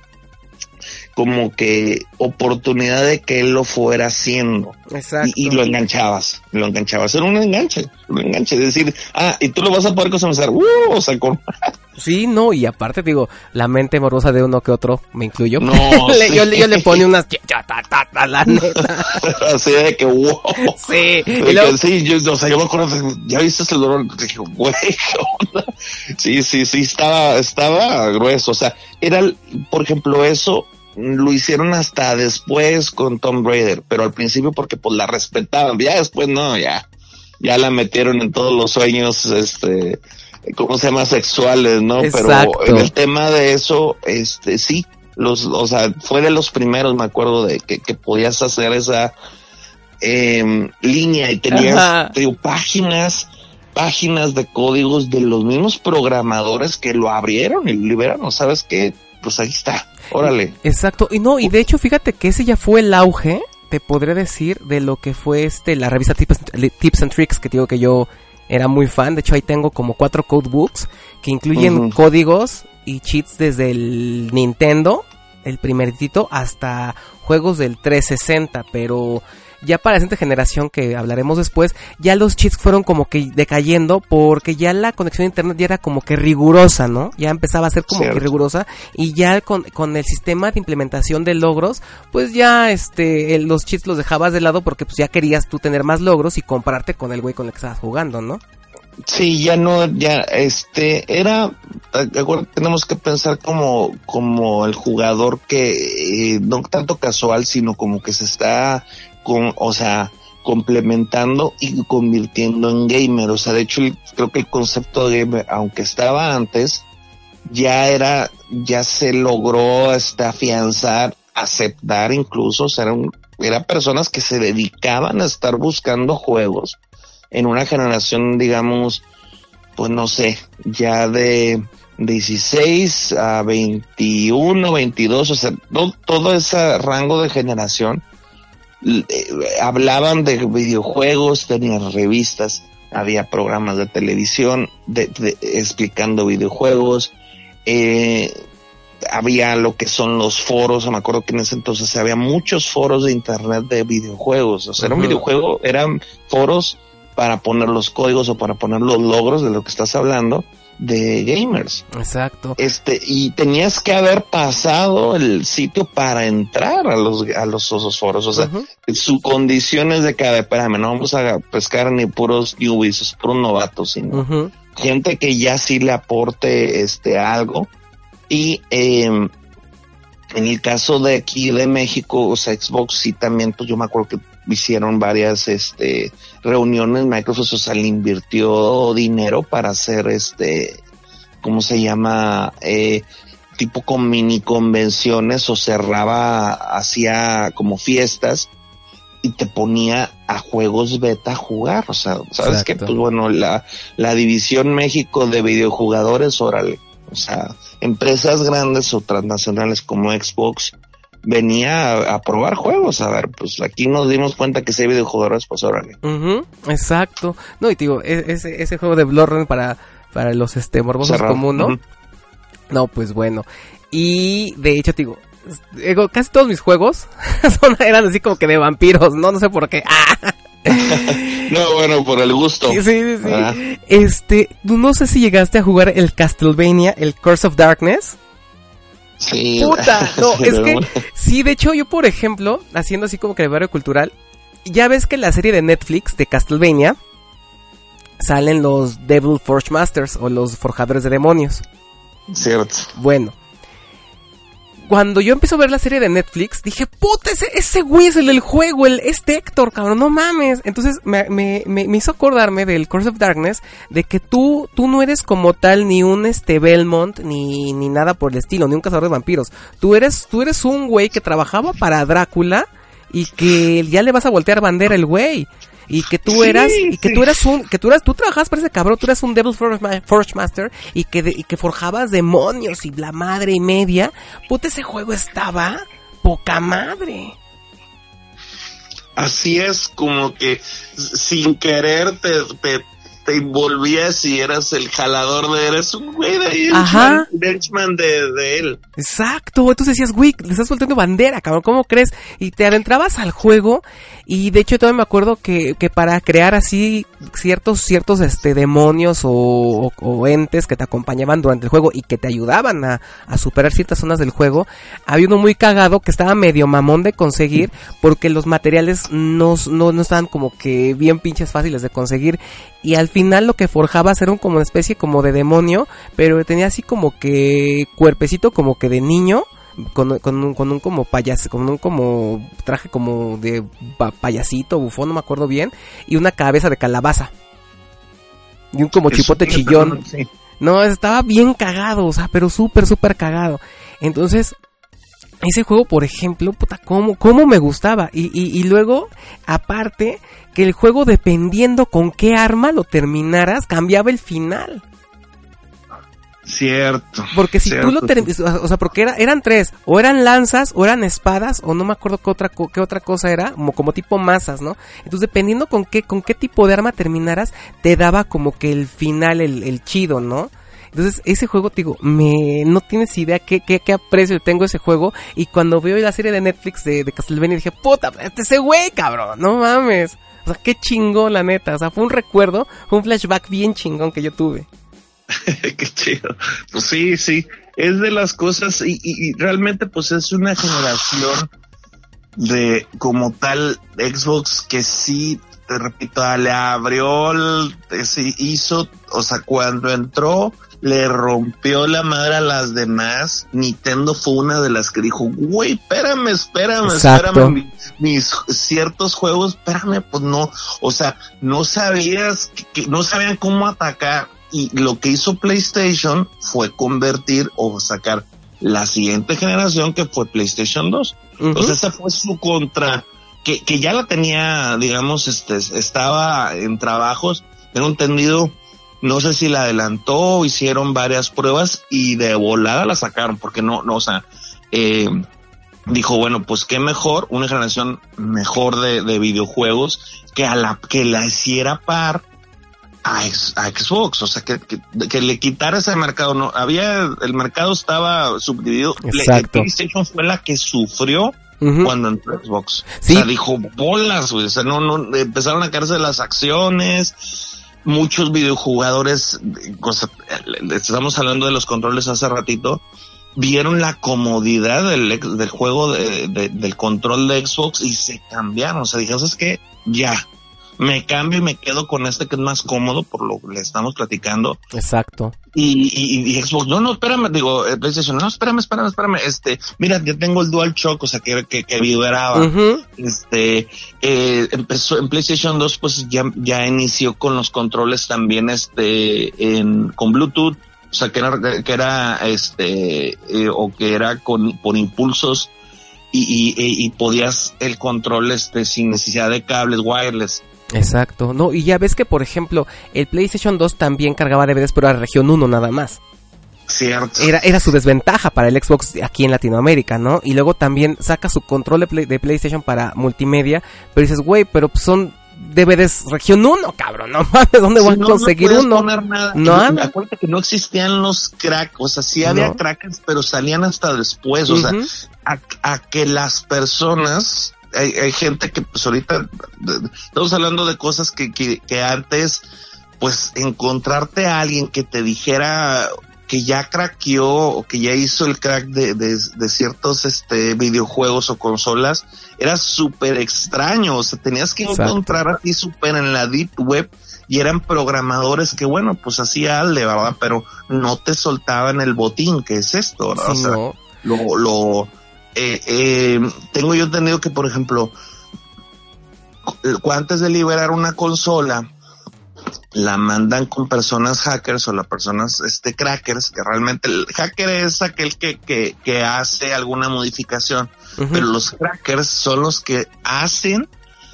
como que oportunidad de que él lo fuera haciendo. Exacto. Y, y lo enganchabas, lo enganchabas, era un enganche, un enganche, es decir, ah, y tú lo vas a poder customizar, uh, o sea, con... Sí, no, y aparte digo, la mente morbosa de uno que otro, me incluyo. No, le, sí. yo, yo le ponía unas, ta, ta, ta, ta, la neta. Así de que, wow. Sí. De luego... que, sí, yo, o sea, yo me acuerdo, ya viste el dolor, dije, güey, ¿qué onda? Sí, sí, sí, estaba, estaba grueso, o sea, era, por ejemplo, eso, lo hicieron hasta después con Tomb Raider, pero al principio porque pues la respetaban, ya después no, ya, ya la metieron en todos los sueños, este, ¿cómo se llama? Sexuales, ¿no? Exacto. Pero en el tema de eso, este, sí, los, o sea, fue de los primeros, me acuerdo de que, que podías hacer esa, eh, línea y tenías, te digo, páginas, páginas de códigos de los mismos programadores que lo abrieron y lo liberaron, ¿sabes qué? Pues ahí está, órale. Exacto, y no, y de hecho fíjate que ese ya fue el auge, te podré decir, de lo que fue este la revista Tips, Tips and Tricks, que te digo que yo era muy fan. De hecho ahí tengo como cuatro codebooks que incluyen uh-huh. códigos y cheats desde el Nintendo, el primeritito, hasta juegos del trescientos sesenta, pero ya para la siguiente generación, que hablaremos después, ya los cheats fueron como que decayendo, porque ya la conexión a internet ya era como que rigurosa, ¿no? Ya empezaba a ser como Cierto. que rigurosa, y ya con, con el sistema de implementación de logros, pues ya este el, los cheats los dejabas de lado, porque pues ya querías tú tener más logros y compararte con el güey con el que estabas jugando, ¿no? Sí, ya no, ya, este, era, tenemos que pensar como, como el jugador que, eh, no tanto casual, sino como que se está, con, o sea, complementando y convirtiendo en gamer. O sea, de hecho, el, creo que el concepto de gamer, aunque estaba antes, ya era, ya se logró, este, afianzar, aceptar incluso, o sea, era, un, era personas que se dedicaban a estar buscando juegos en una generación, digamos, pues no sé, ya de dieciséis a veintiuno, veintidós, o sea, todo, todo ese rango de generación, eh, hablaban de videojuegos, tenían revistas, había programas de televisión de, de, explicando videojuegos, eh, había lo que son los foros. Me acuerdo que en ese entonces había muchos foros de internet de videojuegos, o sea, uh-huh. era un videojuego, eran foros para poner los códigos o para poner los logros de lo que estás hablando de gamers. Exacto. Este, y tenías que haber pasado el sitio para entrar a los a los esos foros, o sea, uh-huh. su condición es de que, a ver, espérame, no vamos a pescar ni puros newbies, puros novatos, sino uh-huh. gente que ya sí le aporte este algo. Y eh, en el caso de aquí de México, o sea, Xbox sí también, pues yo me acuerdo que hicieron varias este reuniones. Microsoft, o sea, le invirtió dinero para hacer este, ¿cómo se llama? Eh, tipo con mini convenciones, o cerraba, hacía como fiestas y te ponía a juegos beta a jugar. O sea, ¿sabes qué? Pues bueno, la, la división México de videojugadores, órale. O sea, empresas grandes o transnacionales como Xbox venía a, a probar juegos. A ver, pues aquí nos dimos cuenta que si hay videojugadores, pues órale. Uh-huh, exacto. No, y te digo, ese, ese juego de Bloodrun para, para los este morbosos Cerrado. Como uno. Uh-huh. No, pues bueno. Y de hecho, te digo, digo, casi todos mis juegos son, eran así como que de vampiros, no, no sé por qué. ¡Ah! No, bueno, por el gusto. Sí, sí, sí. Ah. Este, no sé si llegaste a jugar el Castlevania, el Curse of Darkness. Sí. Puta, no, es que, sí, de hecho, yo, por ejemplo, haciendo así como que el barrio cultural, ya ves que en la serie de Netflix de Castlevania salen los Devil Forge Masters o los forjadores de demonios. Cierto. Bueno, cuando yo empecé a ver la serie de Netflix, dije, puta, ese, ese güey es el del juego, el, este Héctor, cabrón, no mames. Entonces me, me, me, me hizo acordarme del Curse of Darkness, de que tú, tú no eres como tal ni un este Belmont, ni, ni nada por el estilo, ni un cazador de vampiros. Tú eres, tú eres un güey que trabajaba para Drácula y que ya le vas a voltear bandera el güey. Y que tú eras, sí, y que sí. tú eras un, que tú eras, tú trabajabas para ese cabrón, tú eras un Devil Forge, Forge Master, y que, de, y que forjabas demonios y la madre y media. Puta, ese juego estaba poca madre. Así es, como que sin querer te, te, te envolvías y eras el jalador de, eres un güey de ahí, Ajá. el benchman de, de él. Exacto, entonces decías, güey, le estás soltando bandera, cabrón, ¿cómo crees? Y te adentrabas al juego, y de hecho todavía me acuerdo que, que para crear así ciertos, ciertos este demonios o, o, o entes que te acompañaban durante el juego y que te ayudaban a, a superar ciertas zonas del juego, había uno muy cagado que estaba medio mamón de conseguir, porque los materiales no, no, no estaban como que bien pinches fáciles de conseguir, y al final lo que forjabas era un, como una especie como de demonio, pero tenía así como que cuerpecito como que de niño, con, con, un, con un como payas, con un como traje como de pa, payasito, bufón, no me acuerdo bien, y una cabeza de calabaza y un como chipote Eso, chillón. sí. No, estaba bien cagado, o sea, pero súper súper cagado. Entonces ese juego, por ejemplo, puta, cómo, cómo me gustaba. Y, y, y luego, aparte, que el juego, dependiendo con qué arma lo terminaras, cambiaba el final. Cierto. Porque si cierto, tú lo terminas, o sea, porque era, eran tres, o eran lanzas, o eran espadas, o no me acuerdo qué otra, qué otra cosa era, como, como tipo masas, ¿no? Entonces, dependiendo con qué, con qué tipo de arma terminaras, te daba como que el final, el, el chido, ¿no? Entonces, ese juego, te digo, me, no tienes idea qué, qué, qué aprecio tengo ese juego. Y cuando veo la serie de Netflix de, de Castlevania, dije, puta, este ese güey, cabrón, no mames. O sea, qué chingón, la neta. O sea, fue un recuerdo, fue un flashback bien chingón que yo tuve. Qué chido. Pues sí, sí. Es de las cosas, y, y, y realmente, pues es una generación de, como tal, Xbox que sí, te repito, le abrió, el, se hizo, o sea, cuando entró, le rompió la madre a las demás. Nintendo fue una de las que dijo, güey, espérame, espérame, Exacto. espérame, mis, mis ciertos juegos, espérame, pues no, o sea, no sabías, que, que no sabían cómo atacar, y lo que hizo PlayStation fue convertir o sacar la siguiente generación, que fue PlayStation dos. Uh-huh. Entonces esa fue su contra, que, que ya la tenía, digamos, este, estaba en trabajos, tengo entendido. No sé si la adelantó, hicieron varias pruebas y de volada la sacaron, porque no, no, o sea, eh, dijo, bueno, pues qué mejor, una generación mejor de, de videojuegos que a la, que la hiciera par a, a Xbox, o sea, que, que, que le quitara ese mercado, no, había, el mercado estaba subdividido. Exacto. PlayStation fue la que sufrió uh-huh. cuando entró Xbox. ¿Sí? O sea, dijo, bolas, güey, o sea, no, no, empezaron a caerse las acciones. Muchos videojugadores, cosa, estamos hablando de los controles hace ratito, vieron la comodidad del, del juego de, de, del control de Xbox y se cambiaron. O sea, dijeron, ¿sabes qué? Ya, me cambio y me quedo con este que es más cómodo, por lo que le estamos platicando. Exacto. Y, y, y Xbox, no, no, espérame, digo, PlayStation, no, espérame, espérame, espérame, este, mira, ya tengo el DualShock, o sea, que, que, que vibraba, uh-huh. este, eh, empezó en PlayStation dos, pues ya, ya inició con los controles también, este, en, con Bluetooth, o sea, que era, que era, este, eh, o que era con, por impulsos, y, y, y, y podías el control, este, sin necesidad de cables wireless. Exacto, no, y ya ves que, por ejemplo, el PlayStation dos también cargaba D V Ds, pero era región uno nada más. Cierto. Era, era su desventaja para el Xbox aquí en Latinoamérica, ¿no? Y luego también saca su control de, play, de PlayStation para multimedia, pero dices, güey, pero son D V Ds región uno, cabrón, no mames, ¿dónde voy sí, a no, conseguir no uno? Poner nada. No, me acuerdo que no existían los cracks, o sea, sí había no. cracks, pero salían hasta después, o uh-huh. sea, a, a que las personas... Hay, hay gente que pues ahorita estamos hablando de cosas que, que, que antes, pues encontrarte a alguien que te dijera que ya craqueó o que ya hizo el crack de, de, de ciertos este videojuegos o consolas era súper extraño, o sea, tenías que Exacto. encontrar a ti súper en la deep web y eran programadores que, bueno, pues hacía alde, ¿verdad? Pero no te soltaban el botín, que es esto, ¿verdad? Sí, o sea, no. lo, lo, eh, eh, tengo yo entendido que, por ejemplo, antes de liberar una consola, la mandan con personas hackers o las personas este crackers, que realmente el hacker es aquel que, que, que hace alguna modificación, uh-huh. pero los crackers son los que hacen,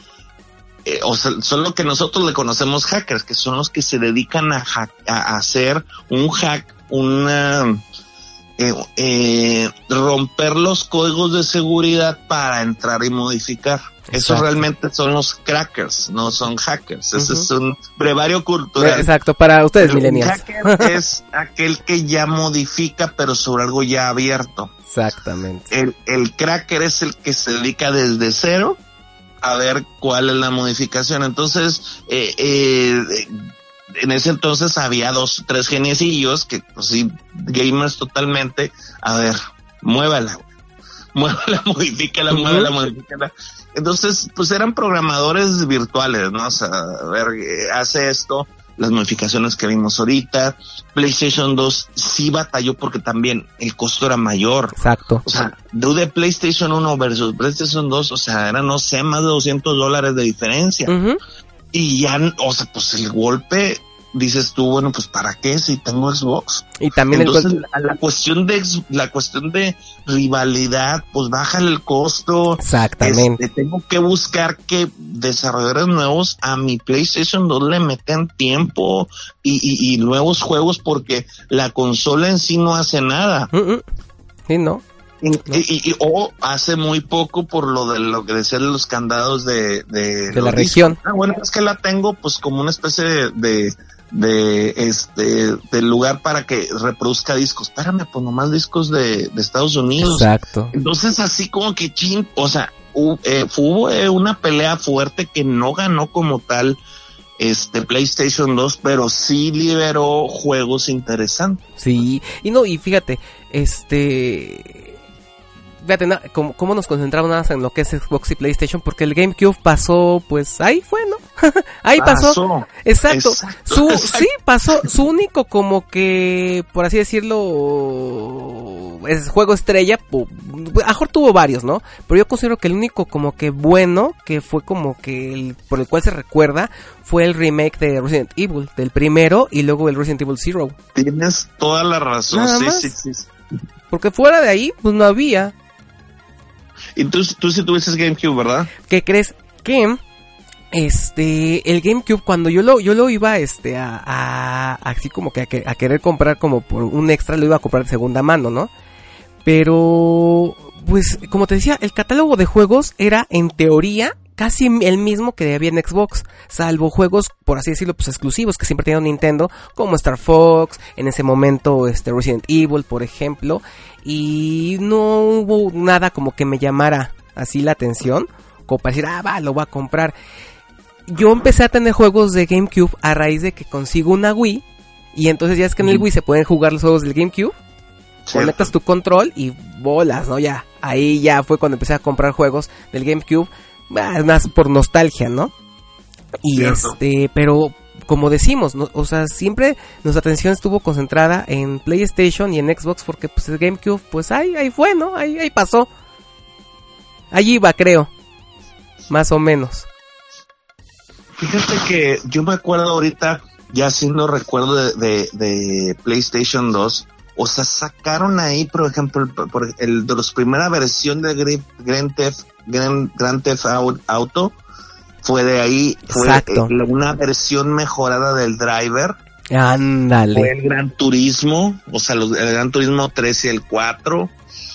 eh, o sea, son lo que nosotros le conocemos hackers, que son los que se dedican a, hack, a hacer un hack, una... Eh, eh, romper los códigos de seguridad para entrar y modificar. Exacto. Esos realmente son los crackers, no son hackers. Uh-huh. Ese es un brevario cultural. Exacto, para ustedes, millennials. Un hacker es aquel que ya modifica, pero sobre algo ya abierto. Exactamente. El, el cracker es el que se dedica desde cero a ver cuál es la modificación. Entonces, eh, eh, en ese entonces había dos, tres geniecillos que, pues sí, gamers totalmente, a ver, muévala, muévala, modifícala, uh-huh. muévala, modifícala. Entonces, pues eran programadores virtuales, ¿no? O sea, a ver, hace esto, las modificaciones que vimos ahorita. PlayStation dos sí batalló porque también el costo era mayor. Exacto. O sea, de PlayStation uno versus PlayStation dos, o sea, eran, no sé, más de doscientos dólares de diferencia. Uh-huh. Y ya, o sea, pues el golpe, dices tú, bueno, pues ¿para qué si tengo Xbox? Y también entonces el... la, la cuestión de la cuestión de rivalidad, pues bájale el costo. Exactamente. Este, tengo que buscar que desarrolladores nuevos a mi PlayStation dos le metan tiempo y, y, y nuevos juegos, porque la consola en sí no hace nada. Uh-uh. Sí, no. Y, ¿no? y, y, o hace muy poco por lo de lo que decían los candados de de, de la región. Ah, bueno, es que la tengo pues como una especie de, de de este de lugar para que reproduzca discos. Espérame, pues nomás discos de, de Estados Unidos. Exacto. Entonces así como que chin, o sea, hubo, eh, hubo eh, una pelea fuerte que no ganó como tal este PlayStation dos, pero sí liberó juegos interesantes. Sí, y no, y fíjate, este fíjate, no, ¿cómo, cómo nos concentramos nada más en lo que es Xbox y PlayStation? Porque el GameCube pasó, pues ahí fue, ¿no? Ahí pasó. pasó. Exacto. Exacto. Su, Exacto. Sí, pasó. Su único como que, por así decirlo, es juego estrella. A mejor tuvo varios, ¿no? Pero yo considero que el único como que bueno, que fue como que el, por el cual se recuerda, fue el remake de Resident Evil, del primero, y luego el Resident Evil Zero. Tienes toda la razón. Nada sí, más. sí, sí, sí. Porque fuera de ahí, pues no había. Y tú, tú sí tuviste GameCube, ¿verdad? ¿Qué crees? Que este el GameCube, cuando yo lo yo lo iba este a, a así como que a, a querer comprar como por un extra, lo iba a comprar de segunda mano, ¿no? Pero pues como te decía, el catálogo de juegos era en teoría casi el mismo que había en Xbox, salvo juegos, por así decirlo, pues exclusivos que siempre tenía Nintendo, como Star Fox, en ese momento este Resident Evil, por ejemplo, y no hubo nada como que me llamara así la atención, como para decir, ah, va, lo voy a comprar. Yo empecé a tener juegos de GameCube a raíz de que consigo una Wii, y entonces ya es que en el Wii se pueden jugar los juegos del GameCube, sí. Conectas tu control y bolas, ¿no? Ya, ahí ya fue cuando empecé a comprar juegos del GameCube, más por nostalgia, ¿no? Y Cierto. este, pero como decimos, ¿no? O sea, siempre nuestra atención estuvo concentrada en PlayStation y en Xbox, porque pues el GameCube, pues ahí, ahí fue, ¿no? Ahí, ahí pasó. Allí iba, creo. Más o menos. Fíjate que yo me acuerdo ahorita, ya haciendo recuerdo de, de, de PlayStation dos, o sea, sacaron ahí, por ejemplo, por el de los primera versión de Grand Theft, Grand, Grand Theft Auto, fue de ahí, fue Exacto. una versión mejorada del driver. Ándale. Fue el Gran Turismo, o sea, los, el Gran Turismo tres y el cuatro,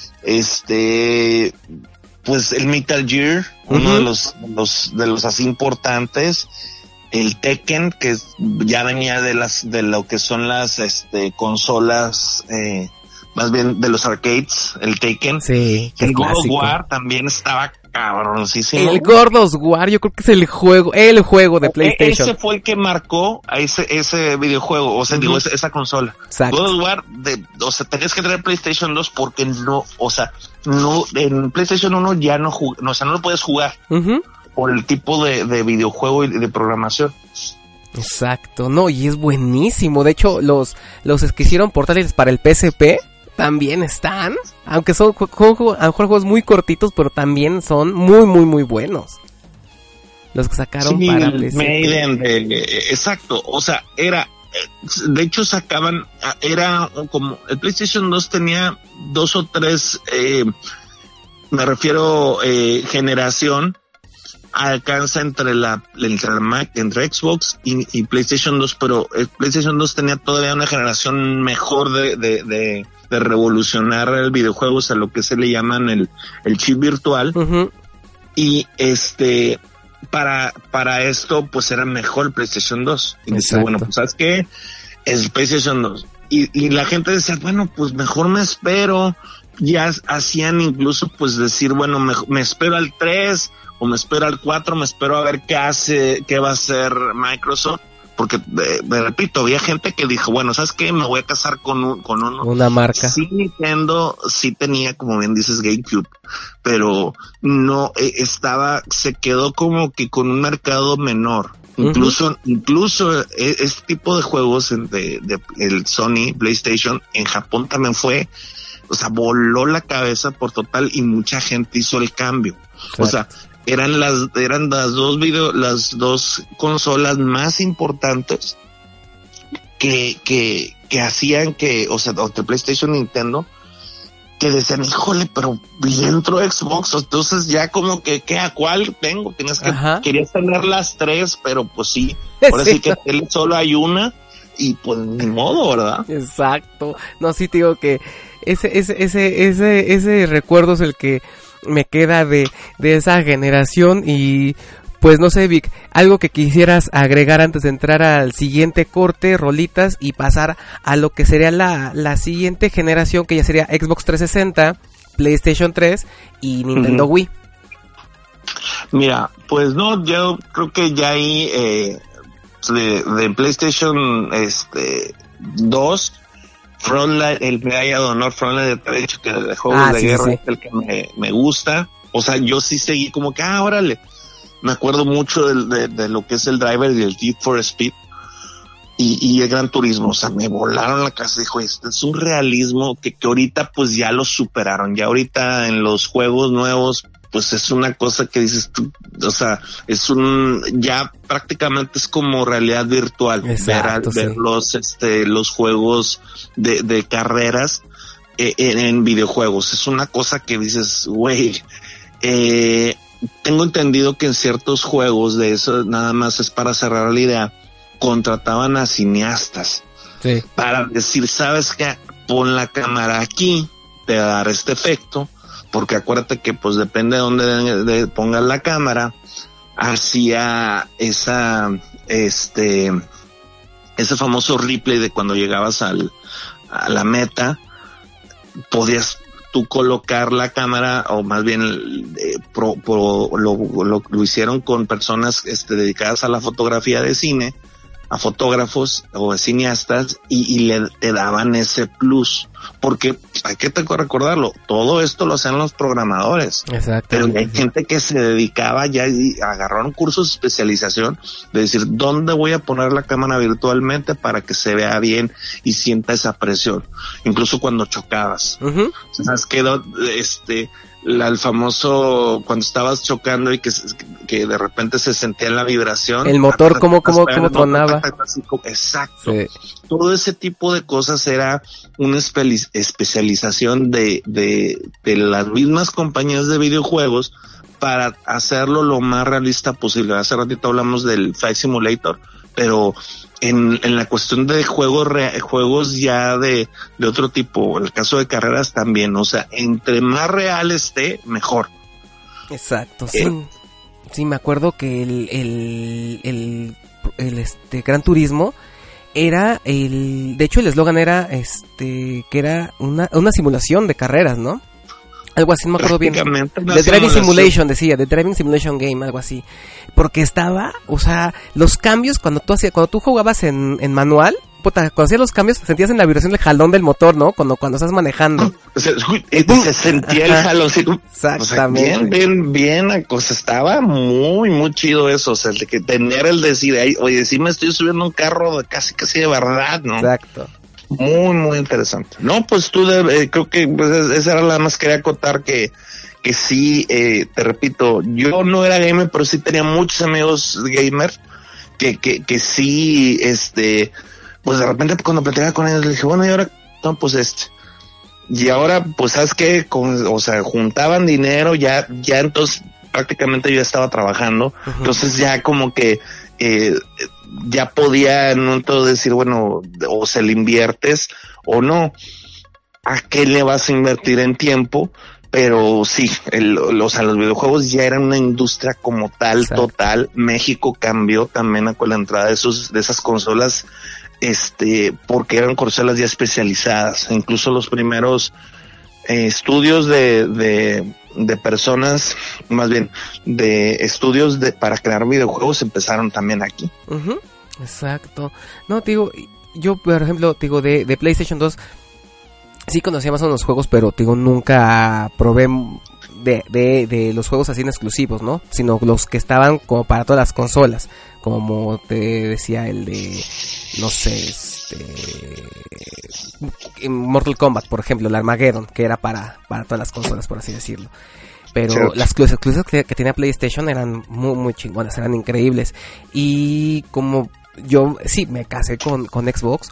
este, pues el Metal Gear, uh-huh. uno de los, los, de los así importantes, el Tekken, que ya venía de las, de lo que son las, este, consolas, eh, más bien de los arcades, el Tekken. Sí. El God of War también estaba cabroncísimo. El God of War, yo creo que es el juego, el juego de PlayStation. Ese fue el que marcó a ese, ese videojuego, o sea, uh-huh. digo, esa, esa consola. Exacto. God of War, de, o sea, tenías que tener PlayStation dos porque no, o sea, no, en PlayStation uno ya no jug, no, o sea, no lo puedes jugar. Uh-huh. Por el tipo de, de videojuego y de programación. Exacto, no, y es buenísimo. De hecho, los los que hicieron portátiles para el P S P también están, aunque son ju- ju- a lo mejor juegos muy cortitos, pero también son muy, muy, muy buenos. Los que sacaron sí, para el P S P. Maiden, de, exacto, o sea, era, de hecho sacaban, era como, el PlayStation dos tenía dos o tres, eh, me refiero, eh, generación, alcanza entre la, entre la Mac, entre Xbox y, y PlayStation dos, pero el PlayStation dos tenía todavía una generación mejor de, de, de, de revolucionar el videojuego, a lo que se le llaman el, el chip virtual. Uh-huh. Y este, para, para esto, pues era mejor el PlayStation dos. Y dice, bueno, pues ¿sabes qué? Es el PlayStation dos. Y, y la gente decía, bueno, pues mejor me espero. Ya hacían incluso, pues decir, bueno, me, me espero al tres, o me espero al cuatro, me espero a ver qué hace, qué va a hacer Microsoft. Porque, eh, me repito, había gente que dijo, bueno, ¿sabes qué? Me voy a casar con un, con uno. Una marca. Sí, Nintendo sí tenía, como bien dices, GameCube, pero no, eh, estaba, se quedó como que con un mercado menor. Incluso, uh-huh. incluso eh, este tipo de juegos de, de el Sony PlayStation en Japón también fue, o sea, voló la cabeza por total y mucha gente hizo el cambio. Exacto. O sea, eran las, eran las dos video, las dos consolas más importantes que, que, que hacían que, o sea, entre PlayStation y Nintendo, que decían, híjole, pero dentro de Xbox, entonces ya como que, ¿qué a cuál tengo? Tienes que, Ajá. querías tener las tres, pero pues sí, ahora sí, sí que solo hay una, y pues ni modo, ¿verdad? Exacto. No, sí te digo que ese, ese, ese, ese, ese recuerdo es el que me queda de, de esa generación. Y pues no sé, Vic, algo que quisieras agregar antes de entrar al siguiente corte, rolitas, y pasar a lo que sería la, la siguiente generación, que ya sería Xbox trescientos sesenta, PlayStation tres y Nintendo uh-huh. Wii. Mira, pues no, yo creo que ya ahí eh, de, de PlayStation este dos, Frontline, el medalla de honor Frontline de hecho que de juegos ah, de sí, guerra sí. es el que me, me gusta. O sea, yo sí seguí como que, ah, órale. Me acuerdo mucho de, de, de lo que es el Driver y el Need for Speed y, y el Gran Turismo. O sea, me volaron la casa. Dijo, este es un realismo que, que ahorita pues ya lo superaron. Ya ahorita en los juegos nuevos pues es una cosa que dices tú, o sea, es un, ya prácticamente es como realidad virtual. Exacto, ver, sí. ver los, este, los juegos de, de carreras eh, en, en videojuegos. Es una cosa que dices, güey, eh, tengo entendido que en ciertos juegos de eso, nada más es para cerrar la idea, contrataban a cineastas sí. para decir, ¿sabes qué? Pon la cámara aquí, te va a dar este efecto, porque acuérdate que pues depende de dónde de, de pongas la cámara, hacía esa, este, ese famoso replay de cuando llegabas al, a la meta, podías tú colocar la cámara, o más bien eh, pro, pro, lo, lo, lo hicieron con personas este, dedicadas a la fotografía de cine, a fotógrafos o a cineastas, y, y le te daban ese plus, porque hay que te recordarlo, todo esto lo hacían los programadores. Exacto. Pero hay gente que se dedicaba ya y agarraron cursos de especialización de decir dónde voy a poner la cámara virtualmente para que se vea bien y sienta esa presión, incluso cuando chocabas. Uh-huh. ¿Sabes qué? Este, la, el famoso cuando estabas chocando y que, que de repente se sentía la vibración, el motor como como como tronaba. Exacto. Sí. Todo ese tipo de cosas era una espe- especialización de, de, de las mismas compañías de videojuegos para hacerlo lo más realista posible. Hace ratito hablamos del Flight Simulator, pero en, en la cuestión de juegos re, juegos ya de, de otro tipo, en el caso de carreras también, o sea, entre más real esté, mejor. Exacto, sí. Eh, sí, me acuerdo que el, el, el, el este Gran Turismo era el, de hecho el eslogan era este, que era una, una simulación de carreras, ¿no? Algo así, no me acuerdo bien. The Driving Simulation, decía, The Driving Simulation Game, algo así. Porque estaba, o sea, los cambios cuando tú hacías, cuando tú jugabas en, en manual, puta, cuando hacías los cambios sentías en la vibración del jalón del motor, ¿no? Cuando cuando estás manejando. Se, se sentía el jalón, sí. Exactamente. O sea, bien, bien, bien, pues estaba muy, muy chido eso, o sea, de que tener el decir, ahí, oye, sí me estoy subiendo un carro de casi, casi de verdad, ¿no? Exacto. Muy, muy interesante. No, pues tú, de, eh, creo que pues, esa era la más que quería acotar que, que sí, eh, te repito, yo no era gamer, pero sí tenía muchos amigos gamer que, que, que sí, este, pues de repente cuando platicaba con ellos, le dije, bueno, y ahora, no, pues este, y ahora, pues, ¿sabes qué? Con, o sea, juntaban dinero, ya, ya entonces prácticamente yo ya estaba trabajando, uh-huh. Entonces ya como que, eh, ya podía no todo decir, bueno, o se le inviertes o no, ¿a qué le vas a invertir en tiempo? Pero sí, el, o sea, los videojuegos ya eran una industria como tal, exacto. Total. México cambió también con la entrada de esos, de esas consolas, este, porque eran consolas ya especializadas. Incluso los primeros eh, estudios de, de, de personas, más bien, de estudios de, para crear videojuegos empezaron también aquí. Uh-huh. Exacto. No, te digo, yo, por ejemplo, te digo, de, de PlayStation dos, sí conocía más o menos los juegos, pero te digo, nunca probé de, de, de los juegos así en exclusivos, ¿no? Sino los que estaban como para todas las consolas. Como te decía el de, no sé, este... Mortal Kombat, por ejemplo, el Armageddon, que era para, para todas las consolas, por así decirlo. Pero sí. Las exclusivas que, que tenía PlayStation eran muy, muy chingonas, eran increíbles. Y como yo, sí, me casé con, con Xbox,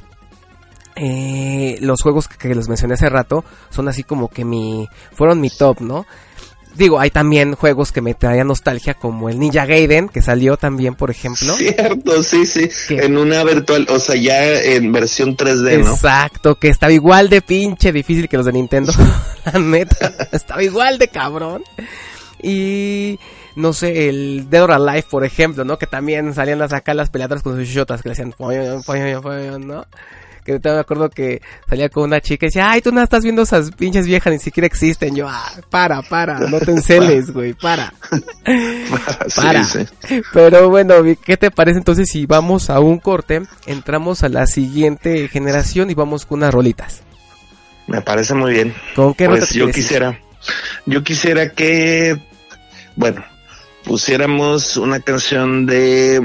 Eh, los juegos que, que les mencioné hace rato son así como que mi fueron mi top, ¿no? Digo, hay también juegos que me traían nostalgia, como el Ninja Gaiden, que salió también, por ejemplo. Cierto, sí, sí, que, en una virtual, o sea, ya en versión tres D, ¿no? Exacto, que estaba igual de pinche difícil que los de Nintendo, la neta, estaba igual de cabrón. Y... no sé, el Dead or Alive, por ejemplo, ¿no? Que también salían a sacar las peleadoras con sus shotas, que le hacían pollo, pollo, pollo, ¿no? Que me acuerdo que salía con una chica y decía, ay, tú no estás viendo esas pinches viejas, ni siquiera existen. Yo, ah, para, para, no te enceles, güey, para. Para. Sí, sí. Pero bueno, ¿qué te parece entonces si vamos a un corte, entramos a la siguiente generación y vamos con unas rolitas? Me parece muy bien. ¿Con qué pues yo quisiera, decir? yo quisiera que, bueno, pusiéramos una canción de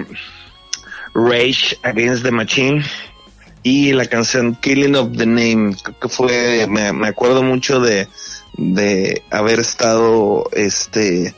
Rage Against the Machine. Y la canción Killing of the Name, creo que fue, me, me acuerdo mucho de, de haber estado, este,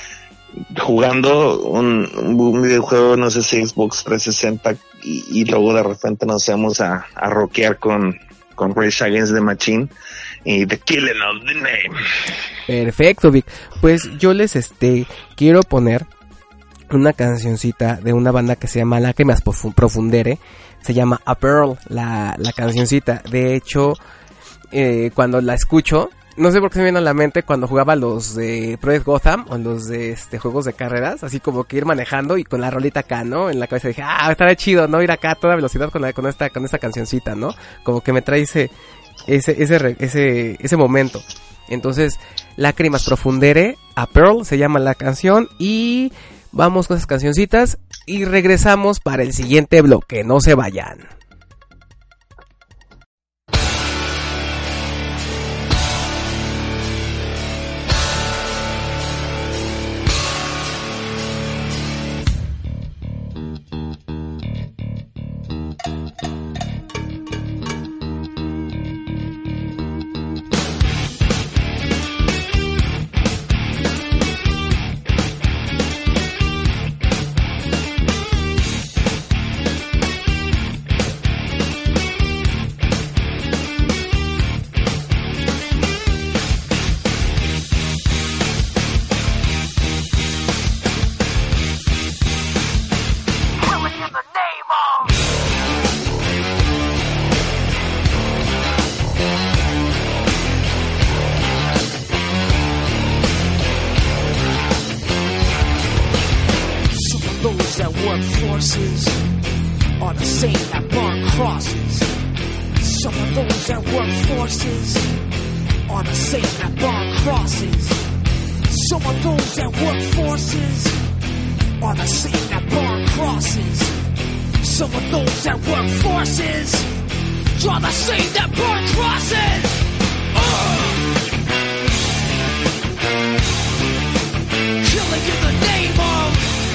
jugando un, un videojuego, no sé si Xbox trescientos sesenta, y, y luego de repente nos íbamos a, a rockear con, con Rage Against the Machine y The Killing of the Name. Perfecto, Vic. Pues yo les, este, quiero poner una cancioncita de una banda que se llama Lágrimas Profundere. Se llama A Pearl, la, la cancioncita. De hecho, eh, cuando la escucho, no sé por qué se me viene a la mente cuando jugaba los de Project Gotham o los de este juegos de carreras, así como que ir manejando y con la rolita acá, ¿no? En la cabeza dije, ah, estará chido, ¿no? Ir acá a toda velocidad con, la, con esta con esta cancioncita, ¿no? Como que me trae ese ese ese ese, ese momento. Entonces, Lágrimas Profundere, A Pearl se llama la canción, y vamos con esas cancioncitas y regresamos para el siguiente bloque. No se vayan. forces are the same that burn crosses. Some of those that work forces are the same that burn crosses. Some of those that work forces are the same that burn crosses. Some of those that work forces draw the same that burn crosses. Uh. Killing in the name of.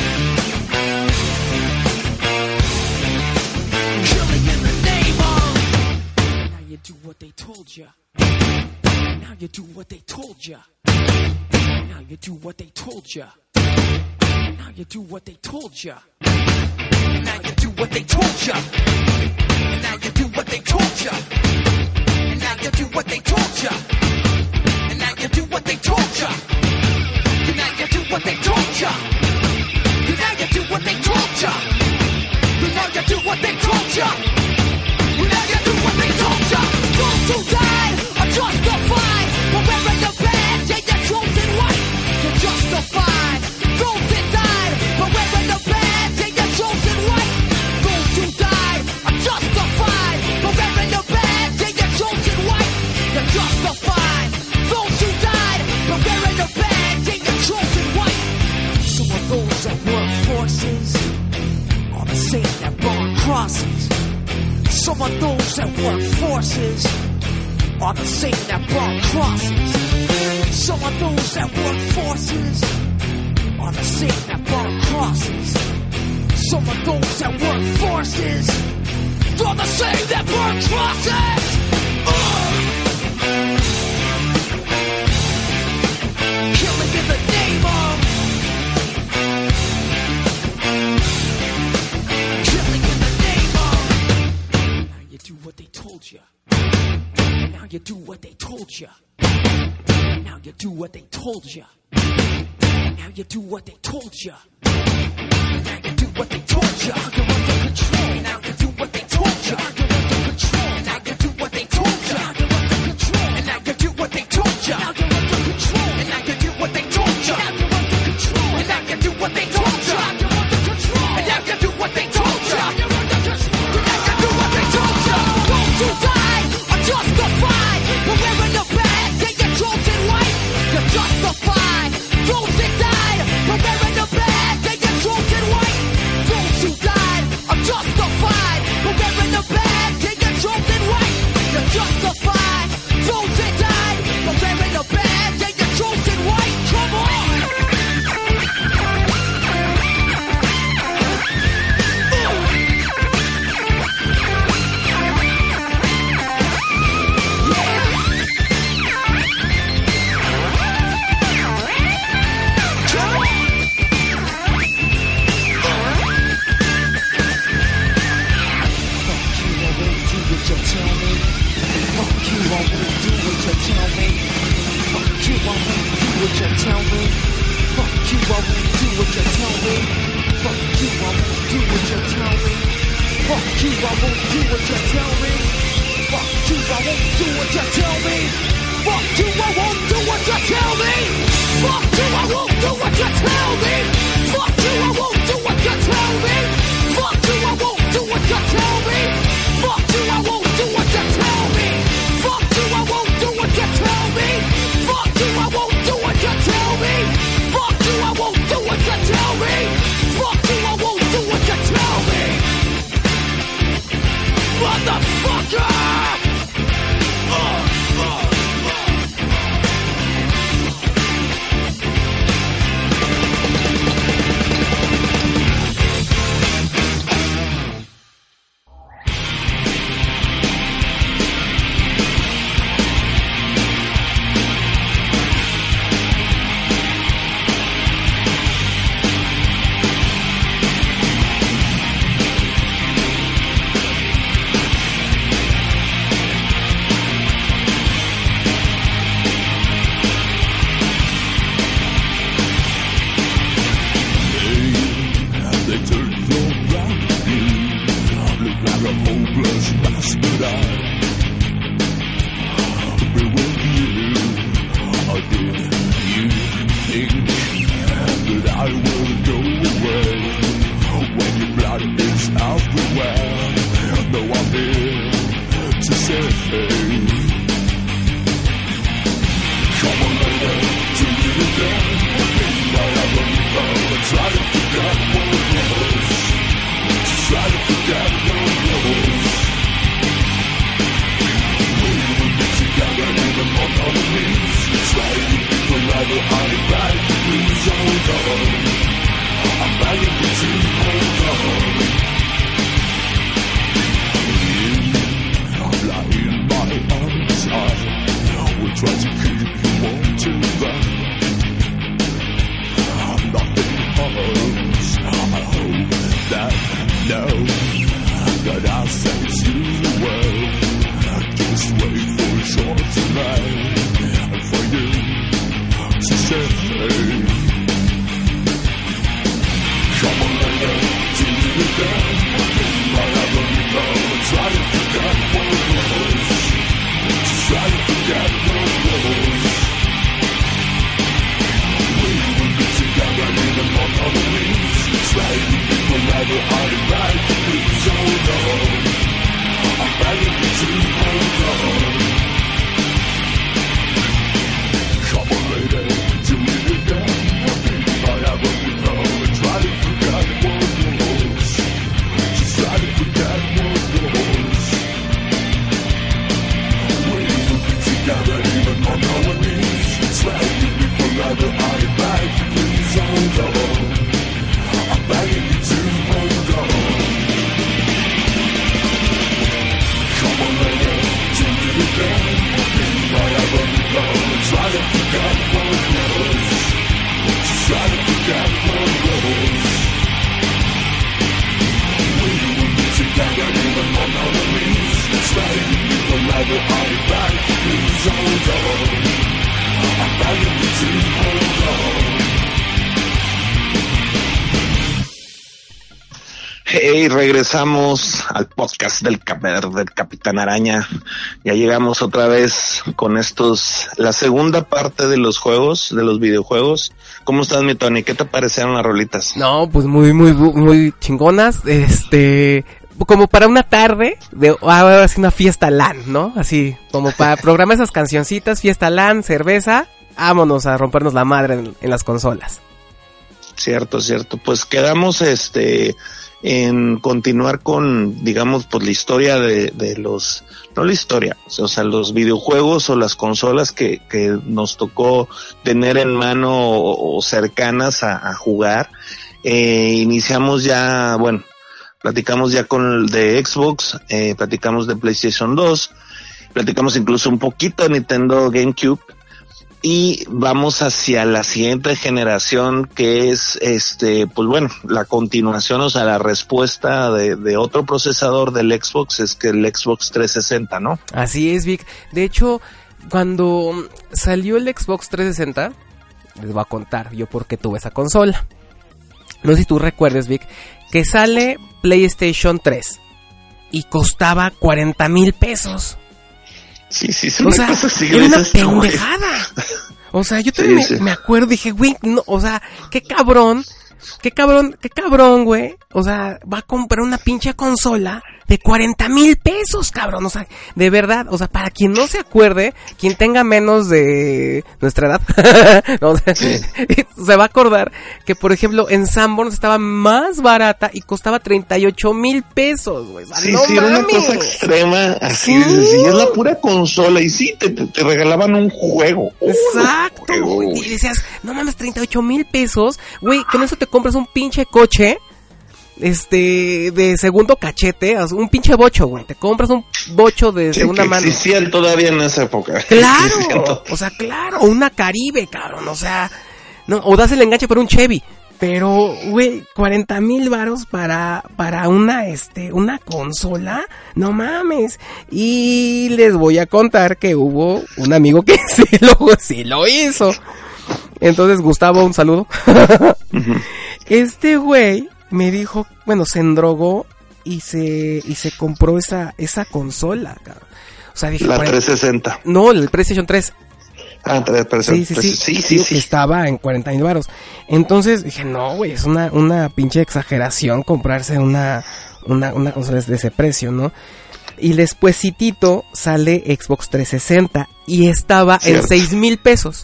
Killing in the name of. Now you do what they told you. Now you do what they told you. Now you do what they told you. Now you do what they told you. Now you do what they told you. Now you do what they told you. And now you do what they told you. And now you do what they told you. And now you do what they told you. And now you do what they told you. And now you do what they told you. And now you do what they told you. Those who died are justified for wearing the badge and your chosen white. You're justified. Those that died for wearing the badge and your chosen white. Those who died are justified for wearing the badge and your chosen white. You're justified. Those who died for wearing the badge and your chosen white. Some of those that work forces are the same that burn crosses. Some of those that work forces are the same that burn crosses. Some of those that work forces are the same that burn crosses. Some of those that work forces are the same that burn crosses. Uh. Killing in the name of. Killing in the name of. Now you do what they told you. Now you do what they told you. Now you do what they told you. Now you do what they told you. Now you do what they told you. You're under control. Now you do what they told you. You're under control. Now you do what they told you. You're under control. And now you do what they told you. Now you're under control. And now you do what they told you. Now you're under control. And now you do what they told you. You're under control. And now you do what they told you. You're under control. And now you do what they told you. Those who died are justified for wearing the badge and your chosen white. You're justified. Those that died for wearing the badge and your chosen white. Those who died are justified for wearing the badge and your chosen white. You're justified. Those that died for wearing the badge and your chosen white. Come on. Try to forget what it was. Try to forget. Hey, regresamos al podcast del, Cap- del Capitán Araña. Ya llegamos otra vez con estos, la segunda parte de los juegos, de los videojuegos. ¿Cómo estás, mi Tony? ¿Qué te parecieron las rolitas? No, pues muy, muy, muy chingonas. Este, como para una tarde de, ahora sí, una fiesta LAN, ¿no? Así, como para programar esas cancioncitas, fiesta LAN, cerveza, vámonos a rompernos la madre en, en las consolas. Cierto, cierto. Pues quedamos, este, en continuar con, digamos, pues la historia de, de los, no la historia, o sea, los videojuegos o las consolas que, que nos tocó tener en mano o, o cercanas a, a jugar. Eh, iniciamos ya, bueno, platicamos ya con el de Xbox, eh, platicamos de PlayStation dos, platicamos incluso un poquito de Nintendo GameCube. Y vamos hacia la siguiente generación, que es, este, pues bueno, la continuación, o sea, la respuesta de, de otro procesador del Xbox, es que el Xbox trescientos sesenta, ¿no? Así es, Vic. De hecho, cuando salió el Xbox trescientos sesenta, les voy a contar yo por qué tuve esa consola. No sé si tú recuerdes, Vic, que sale PlayStation tres y costaba cuarenta mil pesos. Sí, sí, sí. O sea, era una pendejada. O sea, yo también sí, me, sí. me acuerdo, dije, güey, no, o sea, qué cabrón, qué cabrón, qué cabrón, güey. O sea, va a comprar una pinche consola de cuarenta mil pesos, cabrón. O sea, de verdad, o sea, para quien no se acuerde, quien tenga menos de nuestra edad, no, o sea, sí. se va a acordar que, por ejemplo, en Sanborns estaba más barata y costaba treinta y ocho mil pesos, güey. O sea, sí, no sí, mames. Era una cosa extrema, así, sí. sí, sí, es la pura consola, y sí, te, te, te regalaban un juego. Exacto, güey. Y decías, no mames, treinta y ocho mil pesos, güey, con eso te compras un pinche coche, este, de segundo cachete, o sea, un pinche bocho, güey, te compras un bocho de sí, segunda que mano. Existían todavía en esa época. Claro, o sea, claro, una Caribe, cabrón, o sea, no, o das el enganche por un Chevy. Pero, güey, cuarenta mil varos para, para una, este, una consola, no mames. Y les voy a contar que hubo un amigo que sí lo, sí lo hizo. Entonces, Gustavo, un saludo. Uh-huh. Este güey me dijo, bueno, se endrogó y se, y se compró esa, esa consola, cabrón. O sea, dije, la trescientos sesenta. No, el PlayStation tres. Ah, pero sí, sí, sí, sí, sí, sí. Estaba en cuarenta mil varos. Entonces dije, no, güey, es una, una pinche exageración comprarse una, una, una consola de ese precio, ¿no? Y despuesitito sale Xbox trescientos sesenta y estaba Cierto. en seis mil pesos.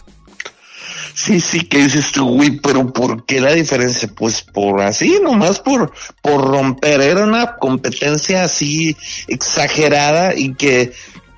Sí, sí, que dices tú, güey, pero ¿por qué la diferencia? Pues por así, nomás por, por romper. Era una competencia así exagerada y que,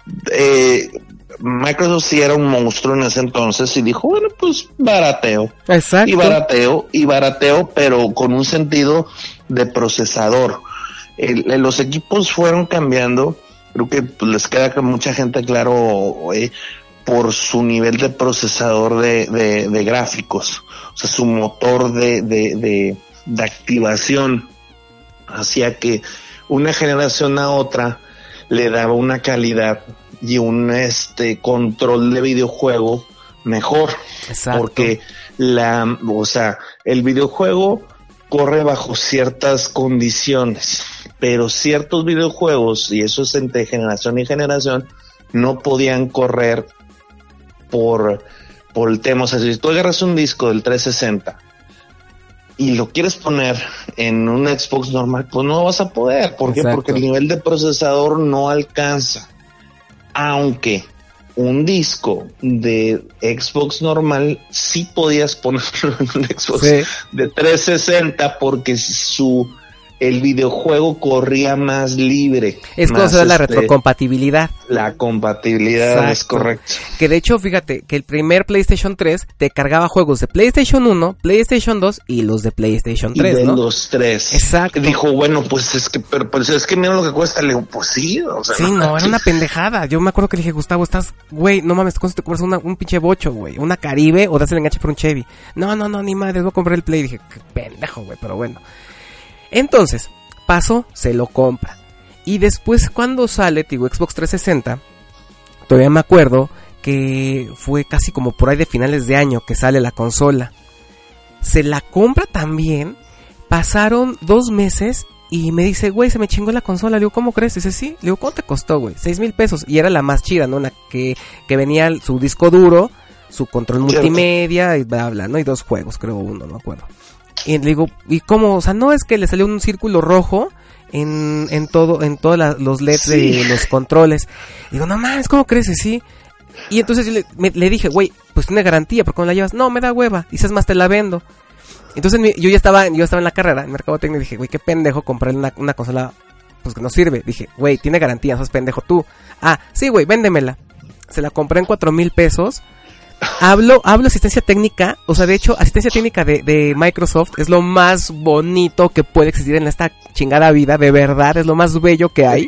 eh, Microsoft sí era un monstruo en ese entonces y dijo, bueno, pues barateo. Exacto. Y barateo, y barateo, pero con un sentido de procesador. El, el, los equipos fueron cambiando, creo que pues, les queda que mucha gente claro, eh, por su nivel de procesador de, de, de gráficos, o sea, su motor de, de, de, de activación hacía que una generación a otra le daba una calidad y un este control de videojuego mejor. Exacto. Porque la, o sea, el videojuego corre bajo ciertas condiciones, pero ciertos videojuegos, y eso es entre generación y generación, no podían correr por, por el tema. O sea, si tú agarras un disco del trescientos sesenta y lo quieres poner en un Xbox normal, pues no vas a poder. ¿Por qué? Porque el nivel de procesador no alcanza. Aunque un disco de Xbox normal sí podías ponerlo en un Xbox sí. de trescientos sesenta porque su el videojuego corría más libre. Es cuando se da la este, retrocompatibilidad. La compatibilidad. Exacto. Es correcto. Que de hecho, fíjate, que el primer PlayStation tres te cargaba juegos de PlayStation uno, PlayStation dos y los de PlayStation tres, y de ¿no? los tres. Exacto. Dijo, bueno, pues es que, pero, pues es que mira lo que cuesta. Le digo, pues sí. O sea, sí, no, no, era una pendejada. Yo me acuerdo que le dije, Gustavo, estás, güey, no mames, ¿cuánto te compras una, un pinche bocho, güey? Una Caribe o das el enganche por un Chevy. No, no, no, ni madre, voy a comprar el Play. Dije, qué pendejo, güey, pero bueno. Entonces, pasó, se lo compra. Y después cuando sale, digo, Xbox trescientos sesenta, todavía me acuerdo que fue casi como por ahí de finales de año que sale la consola. Se la compra también, pasaron dos meses y me dice, güey, se me chingó la consola. Le digo, ¿cómo crees? Dice, sí. Le digo, ¿cuánto te costó, güey? Seis mil pesos. Y era la más chida, ¿no? La que, que venía su disco duro, su control multimedia y bla, bla, ¿no? Y dos juegos, creo uno, no me acuerdo. Y le digo, ¿y cómo? O sea, no es que le salió un círculo rojo en, en todo, en todos la, los L E Ds sí. de los controles. Y digo, no mames, ¿cómo crees? Y sí. Y entonces yo le, me, le dije, güey, pues tiene garantía, ¿por qué no la llevas? No, me da hueva. Dices, más te la vendo. Entonces mi, yo ya estaba, yo estaba en la carrera, en mercadotecnia, y dije, güey, qué pendejo comprarle una, una consola, pues que no sirve. Dije, güey, tiene garantía, sos pendejo tú. Ah, sí, güey, véndemela. Se la compré en cuatro mil pesos. Hablo, hablo asistencia técnica, o sea, de hecho, asistencia técnica de, de Microsoft es lo más bonito que puede existir en esta chingada vida, de verdad, es lo más bello que hay,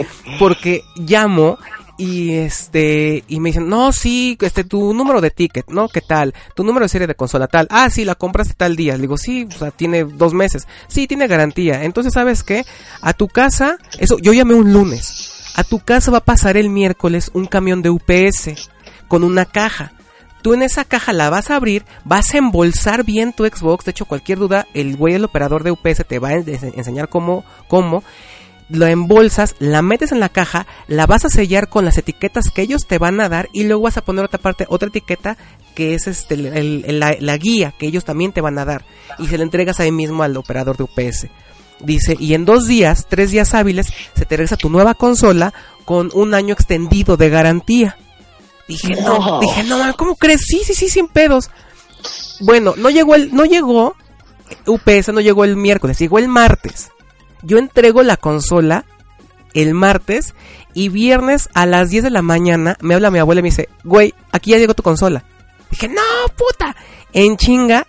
porque llamo y este, y me dicen, no, sí, este, tu número de ticket, ¿no? ¿Qué tal? Tu número de serie de consola tal, ah, sí, la compraste tal día, le digo, sí, o sea, tiene dos meses, sí, tiene garantía, entonces, ¿sabes qué? A tu casa, eso, yo llamé un lunes, a tu casa va a pasar el miércoles un camión de U P S con una caja. Tú en esa caja la vas a abrir, vas a embolsar bien tu Xbox. De hecho, cualquier duda, el güey, el operador de U P S te va a enseñar cómo, cómo. Lo embolsas, la metes en la caja, la vas a sellar con las etiquetas que ellos te van a dar y luego vas a poner otra parte, otra etiqueta que es este el, el, la, la guía que ellos también te van a dar y se la entregas ahí mismo al operador de U P S. Dice, y en dos días, tres días hábiles, se te regresa tu nueva consola con un año extendido de garantía. Dije, no, no, dije, no, ¿cómo crees? Sí, sí, sí, sin pedos. Bueno, no llegó el, no llegó, U P S no llegó el miércoles, llegó el martes. Yo entrego la consola el martes y viernes a las diez de la mañana me habla mi abuela y me dice, güey, aquí ya llegó tu consola. Dije, no, puta. En chinga,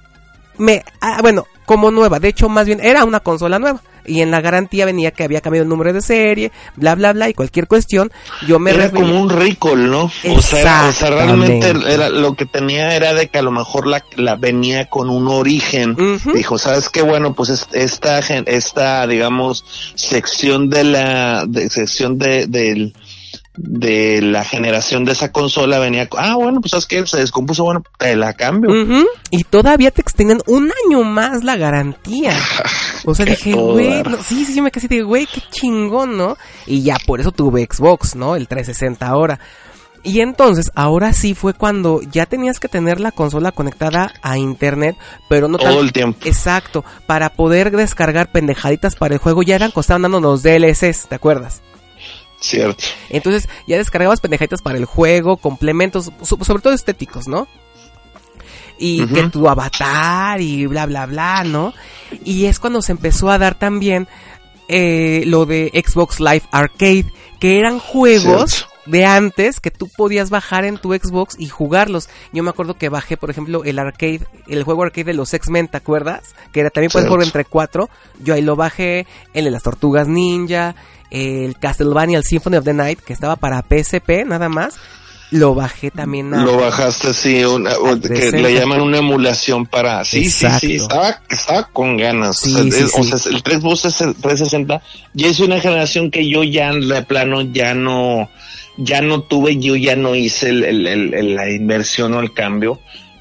me, ah, bueno, como nueva, de hecho más bien era una consola nueva. Y en la garantía venía que había cambiado el número de serie, bla, bla, bla, y cualquier cuestión, yo me... Era como un recall, ¿no? O sea, o sea, realmente era, lo que tenía era de que a lo mejor la, la venía con un origen. Uh-huh. Dijo, ¿sabes qué? Bueno, pues esta, esta, digamos, sección de la, de, sección de, del... de la generación de esa consola venía, ah, bueno, pues sabes que se descompuso, bueno, te la cambio. Uh-huh. Y todavía te extienden un año más la garantía. O sea, dije, güey, no, sí, sí, yo me casi dije, güey, qué chingón, ¿no? Y ya por eso tuve Xbox, ¿no? El trescientos sesenta ahora. Y entonces, ahora sí fue cuando ya tenías que tener la consola conectada a internet, pero no todo tan... el tiempo. Exacto, para poder descargar pendejaditas para el juego, ya eran, costaban dando los D L Cs, ¿te acuerdas? Cierto. Entonces ya descargabas pendejaditas para el juego, complementos, sobre todo estéticos, ¿no? Y uh-huh. que tu avatar y bla bla bla, ¿no? Y es cuando se empezó a dar también eh, lo de Xbox Live Arcade, que eran juegos Cierto. de antes que tú podías bajar en tu Xbox y jugarlos. Yo me acuerdo que bajé, por ejemplo, el arcade, el juego arcade de los X-Men, ¿te acuerdas? Que era también puedes jugar entre cuatro. Yo ahí lo bajé, el de las Tortugas Ninja, el Castlevania, el Symphony of the Night, que estaba para P S P nada más. Lo bajé también a... Lo bajaste, sí, una, que le llaman una emulación para... Sí, Exacto. sí, sí, estaba, estaba con ganas. Sí, o sea, sí, es, sí. o sea el Xbox trescientos sesenta ya es una generación que yo ya de plano ya no... Ya no tuve, yo ya no hice el, el, el, el, la inversión o el cambio.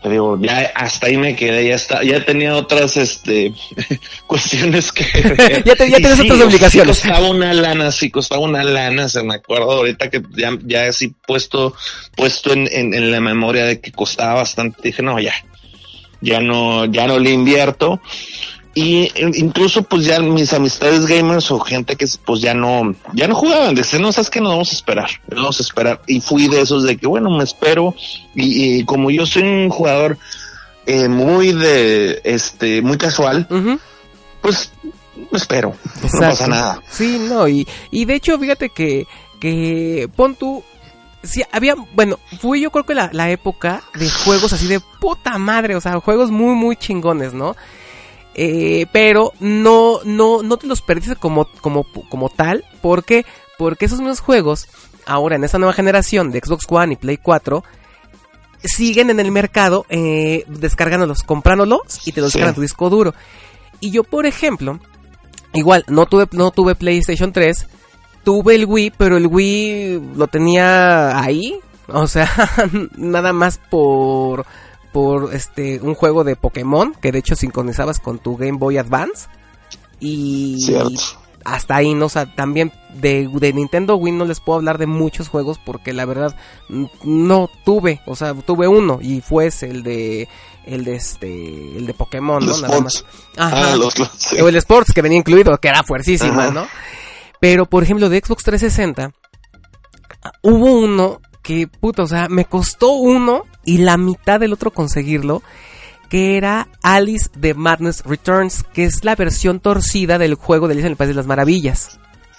te digo, ya hasta ahí me quedé, ya está, ya tenía otras este cuestiones que ya te, ya tienes sí, otras obligaciones. Sí costaba una lana, sí costaba una lana, se me acuerdo ahorita que ya, ya así puesto, puesto en, en, en la memoria de que costaba bastante, dije, no, ya, ya no, ya no le invierto. Y incluso pues ya mis amistades gamers o gente que pues ya no, ya no jugaban, decían, no, sabes que nos vamos a esperar, nos vamos a esperar. Y fui de esos de que bueno, me espero. Y, y como yo soy un jugador eh, muy de, este, muy casual, uh-huh. pues me espero, Exacto. no pasa nada. Sí, no, y, y de hecho fíjate que, que pon tú, sí, había, bueno, fue yo creo que la, la época de juegos así de puta madre, o sea, juegos muy, muy chingones, ¿no? Eh, pero no, no, no te los perdiste como, como, como tal. ¿Por qué? Porque esos mismos juegos, ahora en esta nueva generación de Xbox One y Play cuatro, siguen en el mercado, eh, descargándolos, comprándolos y te los sí. descargan tu disco duro. Y yo, por ejemplo, igual, no tuve, no tuve PlayStation tres, tuve el Wii, pero el Wii lo tenía ahí, o sea, nada más por... por este un juego de Pokémon que de hecho sincronizabas con tu Game Boy Advance y Cierto. hasta ahí, no, o sea, también de, de Nintendo Wii no les puedo hablar de muchos juegos porque la verdad no tuve, o sea, tuve uno y fue ese, el de el de este el de Pokémon, ¿no? Nada más. Ajá. Ah, los, sí. O el Sports que venía incluido, que era fuertísima, ¿no? Pero por ejemplo de Xbox trescientos sesenta hubo uno que puta, o sea, me costó uno y la mitad del otro conseguirlo, que era Alice the Madness Returns, que es la versión torcida del juego de Alice en el País de las Maravillas.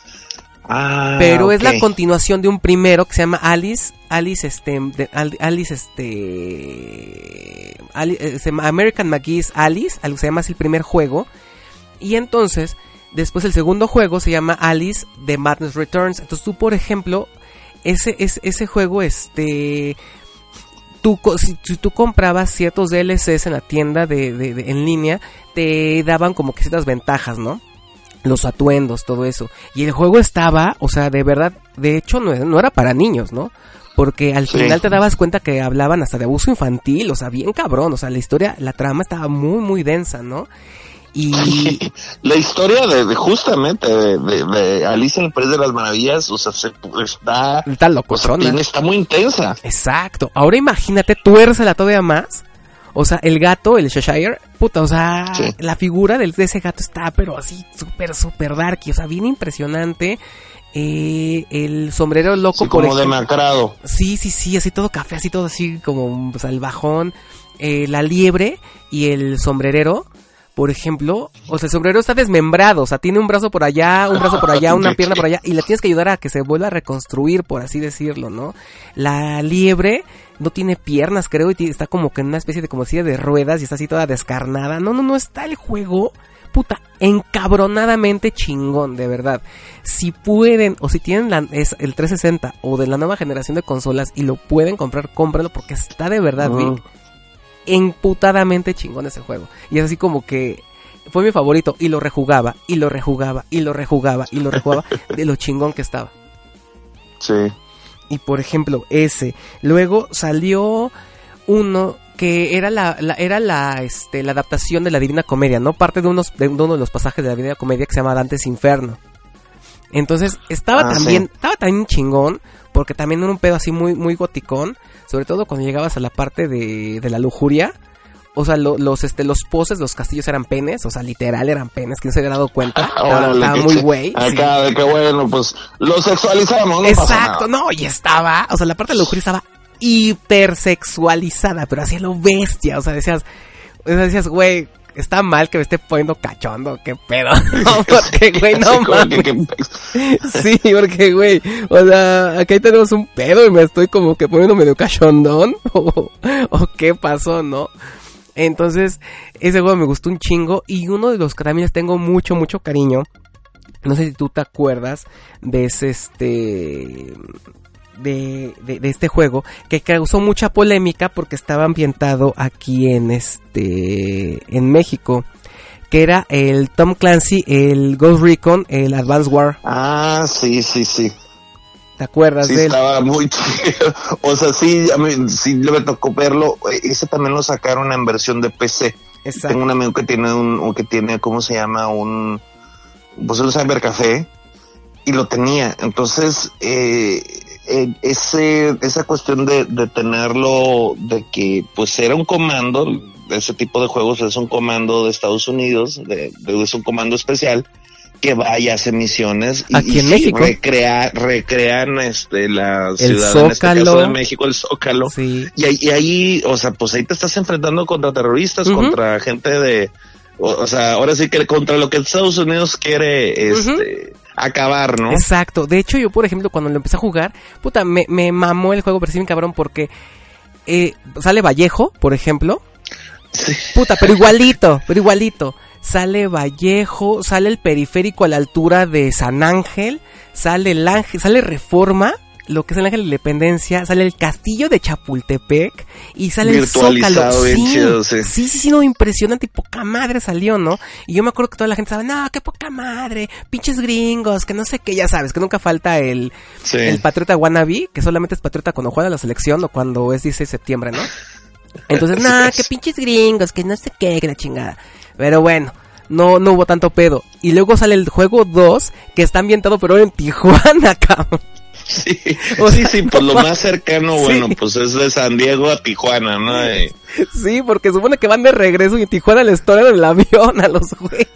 Ah, pero okay. es la continuación de un primero que se llama Alice, Alice este, de, Alice este, Alice, American McGee's Alice, algo se llama así el primer juego, y entonces después el segundo juego se llama Alice the Madness Returns. Entonces tú, por ejemplo, ese, ese, ese juego, este, tú, si, si tú comprabas ciertos D L Cs en la tienda de, de, de, en línea, te daban como que ciertas ventajas, ¿no? Los atuendos, todo eso. Y el juego estaba, o sea, de verdad, de hecho no, no era para niños, ¿no? Porque al sí. final te dabas cuenta que hablaban hasta de abuso infantil, o sea, bien cabrón, o sea, la historia, la trama estaba muy, muy densa, ¿no? Y la historia de, de justamente de, de, de Alicia en el País de las Maravillas, o sea, se, está está locotrona, o sea, está muy intensa. Exacto. Ahora imagínate, tuércela todavía más. O sea, el gato, el Cheshire, puta, o sea, sí. la figura de, de ese gato está, pero así, súper, súper darky, o sea, bien impresionante. Eh, el sombrero loco, sí, por como ejemplo. demacrado. Sí, sí, sí, así todo café, así todo así como salvajón. Eh, la liebre y el sombrerero, por ejemplo, o sea, el sombrero está desmembrado, o sea, tiene un brazo por allá, un brazo por allá, una pierna por allá, y la tienes que ayudar a que se vuelva a reconstruir, por así decirlo, ¿no? La liebre no tiene piernas, creo, y está como que en una especie de como silla de ruedas, y está así toda descarnada. No, no, no, está el juego, puta, encabronadamente chingón, de verdad. Si pueden, o si tienen la, es el trescientos sesenta, o de la nueva generación de consolas, y lo pueden comprar, cómpralo, porque está de verdad, mm. Vic, emputadamente chingón ese juego. Y es así como que fue mi favorito, y lo rejugaba, y lo rejugaba, y lo rejugaba, y lo rejugaba, de lo chingón que estaba. Sí. Y por ejemplo, ese. Luego salió uno que era la, la era la este la adaptación de la Divina Comedia, ¿no? Parte de unos de uno de los pasajes de la Divina Comedia que se llama Dante's Inferno. Entonces, estaba ah, también, sí. estaba también chingón, porque también era un pedo así muy muy goticón, sobre todo cuando llegabas a la parte de, de la lujuria. O sea, lo, los este los poses, los castillos eran penes, o sea, literal eran penes, que no se había dado cuenta. Estaba, estaba muy güey. Acá, sí. de que bueno, pues lo sexualizamos, no Exacto, pasa nada. no, y estaba, o sea, la parte de la lujuria estaba hipersexualizada, pero así a lo bestia, o sea, decías, o sea, decías, güey, está mal que me esté poniendo cachondo, qué pedo, no, porque, güey, no mames. Sí, porque, güey, o sea, aquí tenemos un pedo y me estoy como que poniendo medio cachondón, o, o qué pasó, ¿no? Entonces, ese juego me gustó un chingo. Y uno de los que también les tengo mucho, mucho cariño, no sé si tú te acuerdas de ese, este... De, de, de este juego, que causó mucha polémica porque estaba ambientado aquí en este... en México, que era el Tom Clancy, el Ghost Recon, el Advance War. Ah, sí, sí, sí. ¿Te acuerdas sí, de él? Estaba muy chido. O sea, sí, a mí sí me tocó verlo. Ese también lo sacaron en versión de P C. Exacto. Tengo un amigo que tiene un, que tiene, ¿cómo se llama? Un, pues el Cybercafé, y lo tenía. Entonces, eh, eh, ese, esa cuestión de, de tenerlo, de que, pues era un comando, ese tipo de juegos es un comando de Estados Unidos, de, de es un comando especial, que vaya a hacer misiones y, aquí y en sí, México recrea, recrean este la el ciudad Zócalo, en este caso de México, el Zócalo, sí. y, ahí, y ahí, o sea, pues ahí te estás enfrentando contra terroristas, uh-huh. contra gente de, o, o sea, ahora sí que contra lo que Estados Unidos quiere este uh-huh. acabar, ¿no? Exacto. De hecho, yo por ejemplo cuando lo empecé a jugar, puta, me, me mamó el juego, pero sí, mi cabrón, porque eh, sale Vallejo, por ejemplo. Sí. Puta, pero igualito, pero igualito. Sale Vallejo, sale el periférico a la altura de San Ángel, sale el Ángel, sale Reforma, lo que es el Ángel de Independencia, sale el castillo de Chapultepec y sale el Zócalo. Sí, chido, sí. sí, sí, sí, no, impresionante, y poca madre salió, ¿no? Y yo me acuerdo que toda la gente estaba, no, qué poca madre, pinches gringos, que no sé qué, ya sabes, que nunca falta el, sí. el patriota wannabe, que solamente es patriota cuando juega la selección o cuando es dieciséis de septiembre, ¿no? Entonces, nada, que pinches gringos, que no sé qué, que la chingada. Pero bueno, no no hubo tanto pedo. Y luego sale el juego dos, que está ambientado pero en Tijuana, cabrón. Sí, o sí, sea, sí, pues no, lo más cercano, sí. Bueno, pues es de San Diego a Tijuana, ¿no? Y... Sí, porque supone que van de regreso y en Tijuana les torean el avión a los güeyes.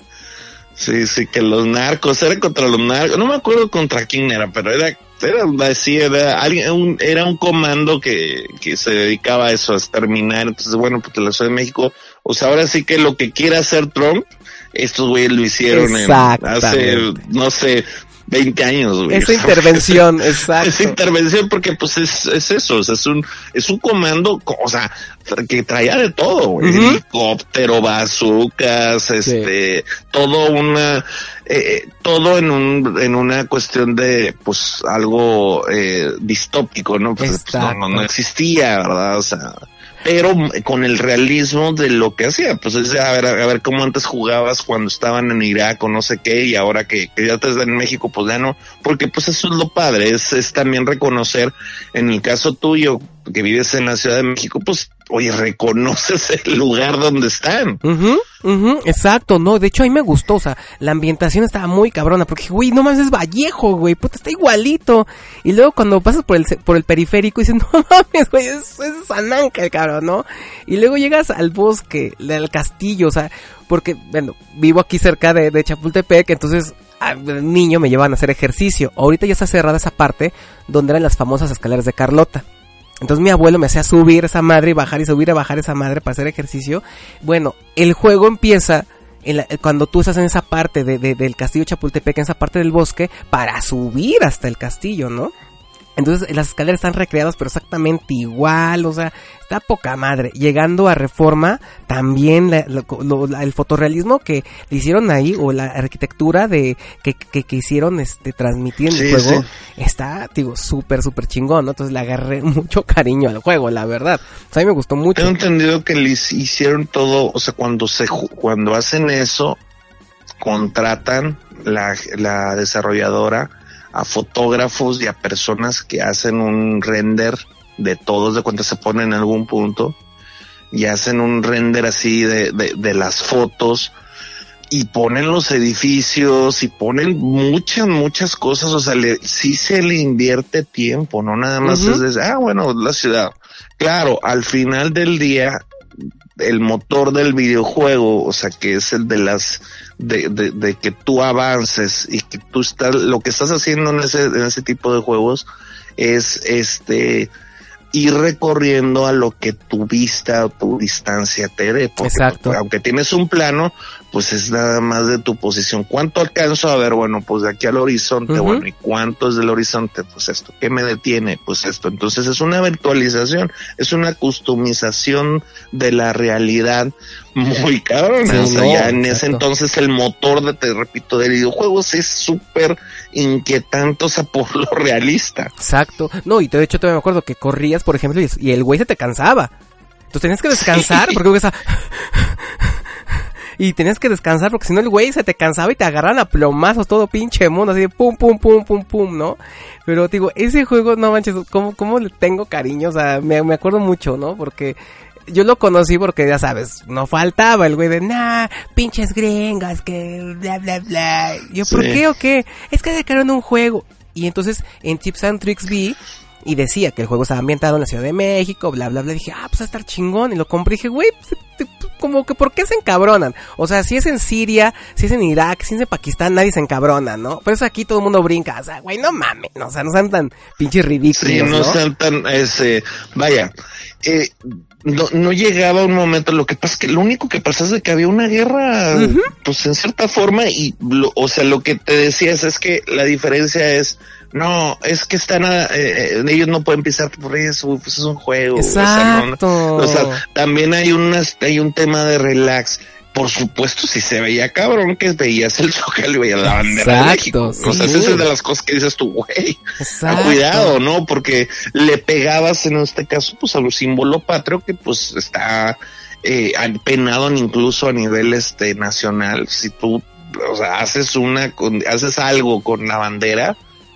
Sí, sí, que los narcos, era contra los narcos, no me acuerdo contra quién era, pero era, era, sí, era, alguien, un, era un comando que, que se dedicaba a eso, a exterminar. Entonces, bueno, pues en la Ciudad de México, o sea, ahora sí que lo que quiera hacer Trump, estos güeyes lo hicieron en, hace, no sé, veinte años, güey. Esa intervención, exacto. Esa intervención porque pues es, es eso, o sea, es un, es un comando, o sea, que traía de todo, güey. Uh-huh. Helicóptero, bazucas, este, sí. todo una, eh, todo en un, en una cuestión de, pues, algo, eh, distópico, ¿no? Pues, pues no, no, no existía, ¿verdad? O sea, pero con el realismo de lo que hacía, pues es a ver, a ver cómo antes jugabas cuando estaban en Irak o no sé qué, y ahora que, que ya estás en México, pues ya no, porque pues eso es lo padre, es, es también reconocer, en el caso tuyo, que vives en la Ciudad de México, pues, oye, reconoces el lugar donde están. Uh-huh, uh-huh, exacto, no, de hecho a mí me gustó, o sea, la ambientación estaba muy cabrona, porque, güey, no mames, es Vallejo, güey, puta, está igualito, y luego cuando pasas por el por el periférico, dices, no mames, güey, es, es San Ángel, cabrón, ¿no? Y luego llegas al bosque, al castillo, o sea, porque, bueno, vivo aquí cerca de, de Chapultepec, entonces, al niño me llevan a hacer ejercicio, ahorita ya está cerrada esa parte, donde eran las famosas escaleras de Carlota. Entonces mi abuelo me hacía subir esa madre y bajar y subir y bajar esa madre para hacer ejercicio. Bueno, el juego empieza en la, cuando tú estás en esa parte de, de, del castillo Chapultepec, en esa parte del bosque, para subir hasta el castillo, ¿no? Entonces las escaleras están recreadas pero exactamente igual, o sea, está poca madre. Llegando a Reforma, también la, la, lo, la, el fotorrealismo que le hicieron ahí, o la arquitectura de que, que, que hicieron este transmitir en sí, el juego, sí. Está, digo, súper, súper chingón, ¿no? Entonces le agarré mucho cariño al juego, la verdad. O sea, a mí me gustó mucho. Tengo entendido que les hicieron todo, o sea, cuando se cuando hacen eso, contratan la, la desarrolladora a fotógrafos y a personas que hacen un render de todos, de cuenta se ponen en algún punto y hacen un render así de, de, de las fotos y ponen los edificios y ponen muchas, muchas cosas, o sea, le, sí se le invierte tiempo, no nada más uh-huh. es de, ah, bueno, la ciudad. Claro, al final del día, el motor del videojuego, o sea, que es el de las, de, de, de que tú avances y que tú estás, lo que estás haciendo en ese, en ese tipo de juegos es, este, ir recorriendo a lo que tu vista o tu distancia te dé. Porque, exacto. Porque, aunque tienes un plano, pues es nada más de tu posición. ¿Cuánto alcanzo a ver? Bueno, pues de aquí al horizonte, uh-huh. bueno, ¿y cuánto es del horizonte? Pues esto. ¿Qué me detiene? Pues esto. Entonces es una virtualización, es una customización de la realidad muy cabrón. Sí, o sea, no, ya en exacto. ese entonces el motor de, te repito, de videojuegos es súper inquietante, o sea, por lo realista. Exacto. No, y de hecho todavía me acuerdo que corrías, por ejemplo, y, y el güey se te cansaba. Entonces tenías que descansar, sí. porque estaba... y tenías que descansar porque si no el güey se te cansaba y te agarraban a plomazos todo pinche mundo, así de pum, pum, pum, pum, pum, ¿no? Pero digo, ese juego, no manches, ¿cómo, cómo le tengo cariño? O sea, me, me acuerdo mucho, ¿no? Porque yo lo conocí porque, ya sabes, no faltaba el güey de, nah, pinches gringos, que bla, bla, bla. Yo, ¿por Sí. qué o qué? Es que sacaron un juego. Y entonces, en Tips and Tricks vi, y decía que el juego estaba ambientado en la Ciudad de México, bla, bla, bla. Dije, ah, pues va a estar chingón. Y lo compré y dije, güey, pues, te- te- como que, ¿por qué se encabronan? O sea, si es en Siria, si es en Irak, si es en Pakistán, nadie se encabrona, ¿no? Por eso aquí todo el mundo brinca. O sea, güey, no mames, no, o sea, no sean tan pinches ridículos, Sí, no, ¿no? sean tan, ese, vaya, eh, no, no llegaba un momento, lo que pasa es que lo único que pasa es de que había una guerra, Ujú. pues en cierta forma, y, lo, o sea, lo que te decías es que la diferencia es, no, es que están, a, eh, ellos no pueden pisar por eso, pues es un juego. Exacto. O sea, no, o sea, también hay unas, hay un tema de relax. Por supuesto, si se veía cabrón que veías el Zócalo y veías la bandera de Exacto, México. O sea, sí. esa es de las cosas que dices tú, güey. Exacto. A cuidado, ¿no? Porque le pegabas en este caso, pues, al símbolo patrio que, pues, está eh, penado incluso a nivel este nacional. Si tú, o sea, haces una, con, haces algo con la bandera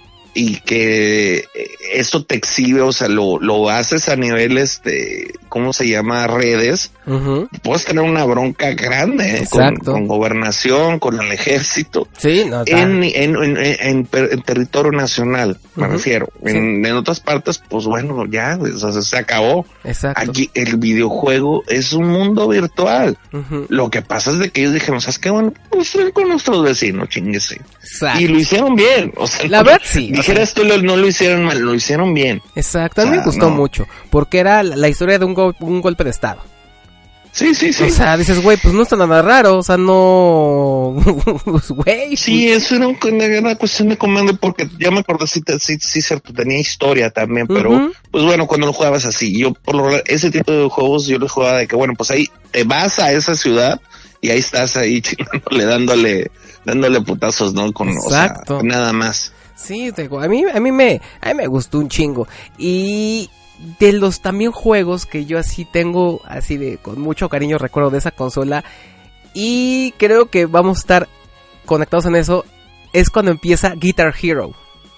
y que esto te exhibe, o sea, lo, lo haces a nivel, este, ¿cómo se llama? Redes. Uh-huh. Puedes tener una bronca grande, ¿eh? con, Exacto. con gobernación, con el ejército. Sí, no, está. En, en, en, en, en territorio nacional, me Ujú. refiero. Sí. En, en otras partes, pues bueno, ya, o sea, se acabó. Exacto. Aquí el videojuego es un mundo virtual. Uh-huh. Lo que pasa es de que ellos dijeron, ¿sabes qué? Bueno, pues ven con nuestros vecinos, chinguese. Exacto. Y lo hicieron bien. O sea, La no, verdad, sí, o dijeras tú, lo, no lo hicieron mal, lo hicieron bien. Exacto, a mí O sea, me gustó no. mucho, porque era la, la historia de un, go- un golpe de estado. Sí, sí, sí. O sea, dices, güey, pues no está nada raro, o sea, no... pues, güey. Sí, eso era un- una, una cuestión de comando, porque ya me acordé, sí, te- sí, sí, cierto, tenía historia también, pero Ujú. pues bueno, cuando lo jugabas así, yo por lo general, ese tipo de juegos yo lo jugaba de que bueno, pues ahí te vas a esa ciudad y ahí estás ahí chingándole, dándole, dándole putazos, ¿no? Con, Exacto. o sea, nada más. Sí, te digo, a mí, a mí me, a mí me gustó un chingo. Y de los también juegos que yo así tengo, así de, con mucho cariño recuerdo de esa consola, y creo que vamos a estar conectados en eso, es cuando empieza Guitar Hero.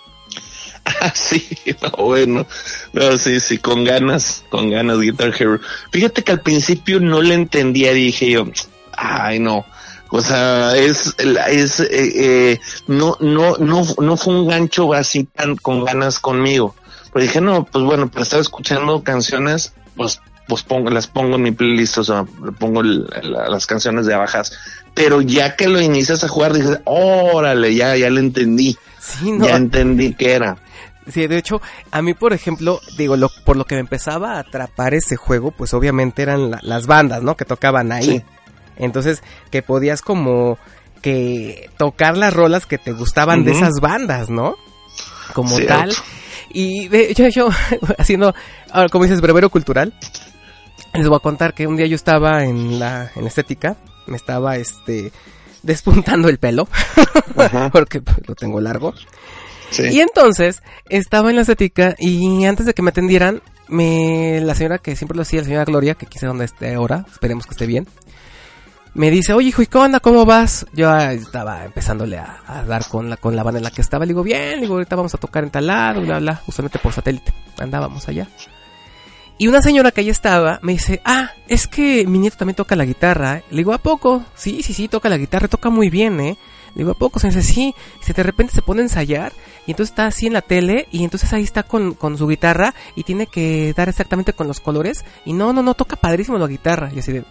Ah, sí, no, bueno, no, sí, sí, con ganas, con ganas, Guitar Hero. Fíjate que al principio no le entendía, dije yo, ay, no. O sea, es, es, eh, eh, no, no, no, no fue un gancho así tan con ganas conmigo. Pero dije, no, pues bueno, pero estaba escuchando canciones, pues, pues pongo, las pongo en mi playlist, o sea, le pongo el, la, las canciones de bajas. Pero ya que lo inicias a jugar, dices, órale, ya, ya lo entendí. Sí, no. Ya entendí qué era. Sí, de hecho, a mí, por ejemplo, digo, lo, por lo que me empezaba a atrapar ese juego, pues obviamente eran la, las bandas, ¿no? Que tocaban ahí. Sí. Entonces, que podías como que tocar las rolas que te gustaban uh-huh. de esas bandas, ¿no? Como Cierto. tal. Y de hecho, yo, haciendo, ahora, como dices, brevero cultural, les voy a contar que un día yo estaba en la, en estética, me estaba, este, despuntando el pelo, uh-huh. porque pues, lo tengo largo. Sí. Y entonces, estaba en la estética y antes de que me atendieran, me, la señora que siempre lo hacía, la señora Gloria, que quise donde esté ahora, esperemos que esté bien, me dice, oye, hijo, ¿y qué onda? ¿Cómo vas? Yo estaba empezándole a, a dar con la, con la banda en la que estaba. Le digo, bien, le digo, ahorita vamos a tocar en tal lado, bla, bla, justamente por satélite. Andábamos allá. Y una señora que allí estaba me dice, ah, es que mi nieto también toca la guitarra. Le digo, ¿a poco? Sí, sí, sí, toca la guitarra, toca muy bien, ¿eh? Le digo, ¿a poco? Se dice, sí. Y de repente se pone a ensayar y entonces está así en la tele y entonces ahí está con, con su guitarra y tiene que dar exactamente con los colores. Y no, no, no, toca padrísimo la guitarra. Y así de...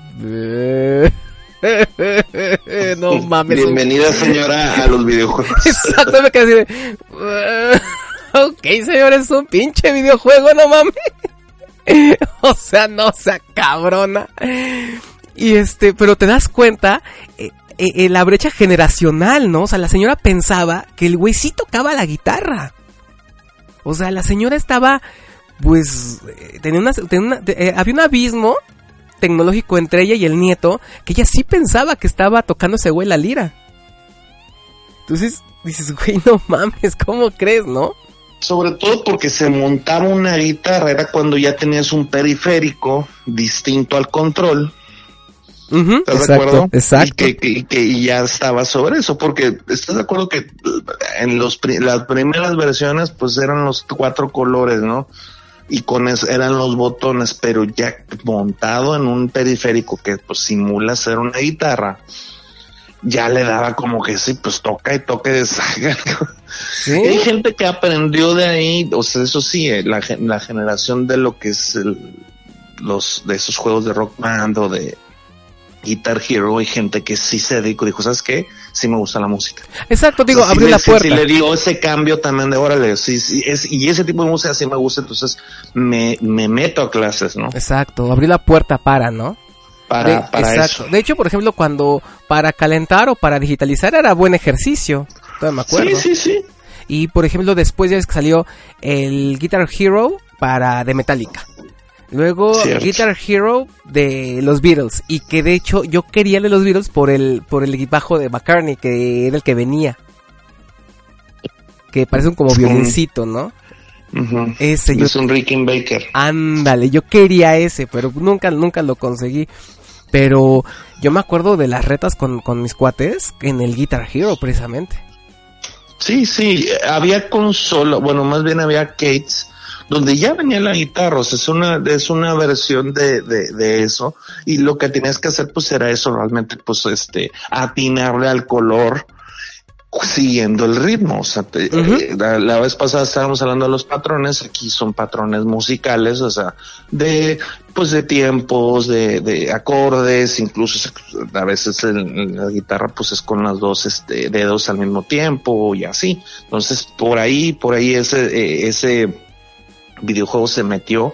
no mames. Bienvenida, señora, a los videojuegos. Exacto, me quedé así de... ok, señor, es un pinche videojuego, no mames. O sea, no sea cabrona. Y este, pero te das cuenta, eh, eh, la brecha generacional, ¿no? O sea, la señora pensaba que el güey sí tocaba la guitarra. O sea, la señora estaba, pues, eh, tenía una, tenía una eh, había un abismo tecnológico entre ella y el nieto, que ella sí pensaba que estaba tocando ese güey la lira. Entonces, dices, güey, no mames, ¿cómo crees, no? Sobre todo porque se montaba una guitarra, era cuando ya tenías un periférico distinto al control, Uh-huh, ¿Estás exacto, de acuerdo? exacto. Y que, que, que y ya estaba sobre eso, porque estás de acuerdo que en los pri- las primeras versiones pues eran los cuatro colores, ¿no? Y con eso eran los botones, pero ya montado en un periférico que pues simula ser una guitarra, ya le daba como que sí, pues toca y toca y deshaga. ¿Sí? Hay gente que aprendió de ahí, o sea, eso sí, eh, la, la generación de lo que es el, los de esos juegos de Rock Band o de Guitar Hero, hay gente que sí se dedicó, dijo, ¿sabes qué? Sí me gusta la música. Exacto, digo, O sea, sí abrió le- la sí- puerta. sí le dio ese cambio también de órale, sí, sí, es, y ese tipo de música sí me gusta, entonces me, me meto a clases, ¿no? Exacto, abrió la puerta para, ¿no? Para, De- para exacto. eso. De hecho, por ejemplo, cuando para calentar o para digitalizar era buen ejercicio. Todavía me acuerdo. Sí, sí, sí. Y por ejemplo, después ya ves que salió el Guitar Hero para de Metallica. Luego Cierto. Guitar Hero de los Beatles. Y que de hecho yo quería el de los Beatles por el, por el bajo de McCartney, que era el que venía. Que parece un como Sí. violincito, ¿no? Ujú. Ese yo Es un Rickenbacker. Ándale, yo quería ese, pero nunca, nunca lo conseguí. Pero yo me acuerdo de las retas con, con mis cuates en el Guitar Hero, precisamente. Sí, sí, había consola, bueno, más bien había arcades donde ya venía la guitarra, o sea, es una, es una versión de, de, de eso, y lo que tenías que hacer pues era eso, realmente pues este, atinarle al color siguiendo el ritmo, o sea, te- Ujú. eh, la, la vez pasada estábamos hablando de los patrones, aquí son patrones musicales, o sea, de, pues de tiempos, de, de acordes, incluso se- a veces el- la guitarra pues es con los dos este, dedos al mismo tiempo y así, entonces por ahí, por ahí ese, eh, ese videojuego se metió.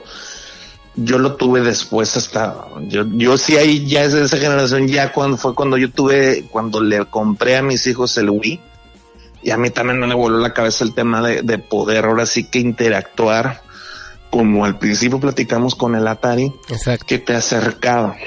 Yo lo tuve después hasta, yo, yo sí ahí ya es de esa generación, ya cuando fue cuando yo tuve, cuando le compré a mis hijos el Wii, y a mí también me voló la cabeza el tema de, de poder ahora sí que interactuar, como al principio platicamos con el Atari, Exacto. que te acercaba.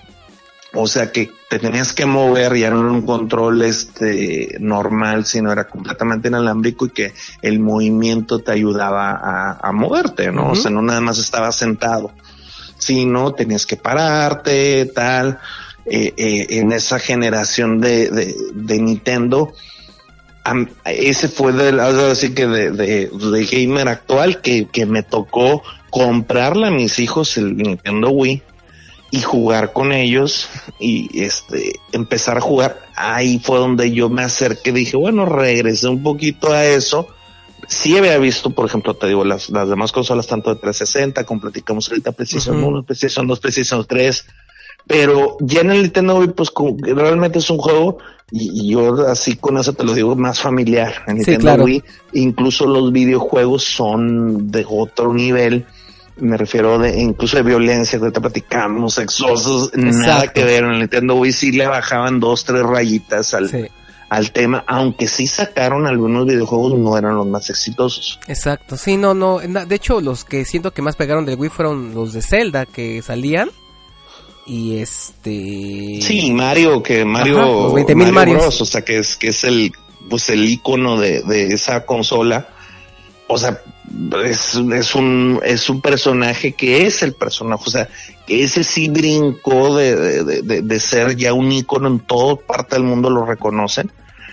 O sea que te tenías que mover, ya no era un control este normal, sino era completamente inalámbrico y que el movimiento te ayudaba a, a moverte, ¿no? Uh-huh. O sea, no nada más estabas sentado, sino tenías que pararte, tal. Eh, eh, en esa generación de, de, de Nintendo, am, ese fue del, así que de, de, de gamer actual que, que me tocó comprarle a mis hijos el Nintendo Wii y jugar con ellos y este empezar a jugar. Ahí fue donde yo me acerqué, dije, bueno, regresé un poquito a eso. Sí había visto, por ejemplo, te digo, las, las demás consolas, tanto de trescientos sesenta, como platicamos ahorita, PlayStation Uh-huh. uno, PlayStation dos, PlayStation tres, pero ya en el Nintendo Wii, pues como que realmente es un juego, y, y yo así con eso te lo digo, más familiar. En Sí, Nintendo claro. Wii, incluso los videojuegos son de otro nivel. Me refiero de incluso de violencia, que ahorita platicamos, sexosos, nada Exacto. que ver. En el Nintendo Wii sí le bajaban dos, tres rayitas al, Sí, al tema, aunque sí sacaron algunos videojuegos, no eran los más exitosos. exacto. Sí, no, no. na- De hecho, los que siento que más pegaron del Wii fueron los de Zelda que salían. Y este... Sí, Mario, que Mario, Ajá, los veinte mil Mario Marios. Bros, o sea, que es, que es el, pues el icono de, de esa consola. O sea, es, es un, es un personaje que es el personaje, o sea, que ese sí brincó de, de, de, de ser ya un icono en toda parte del mundo, lo reconocen.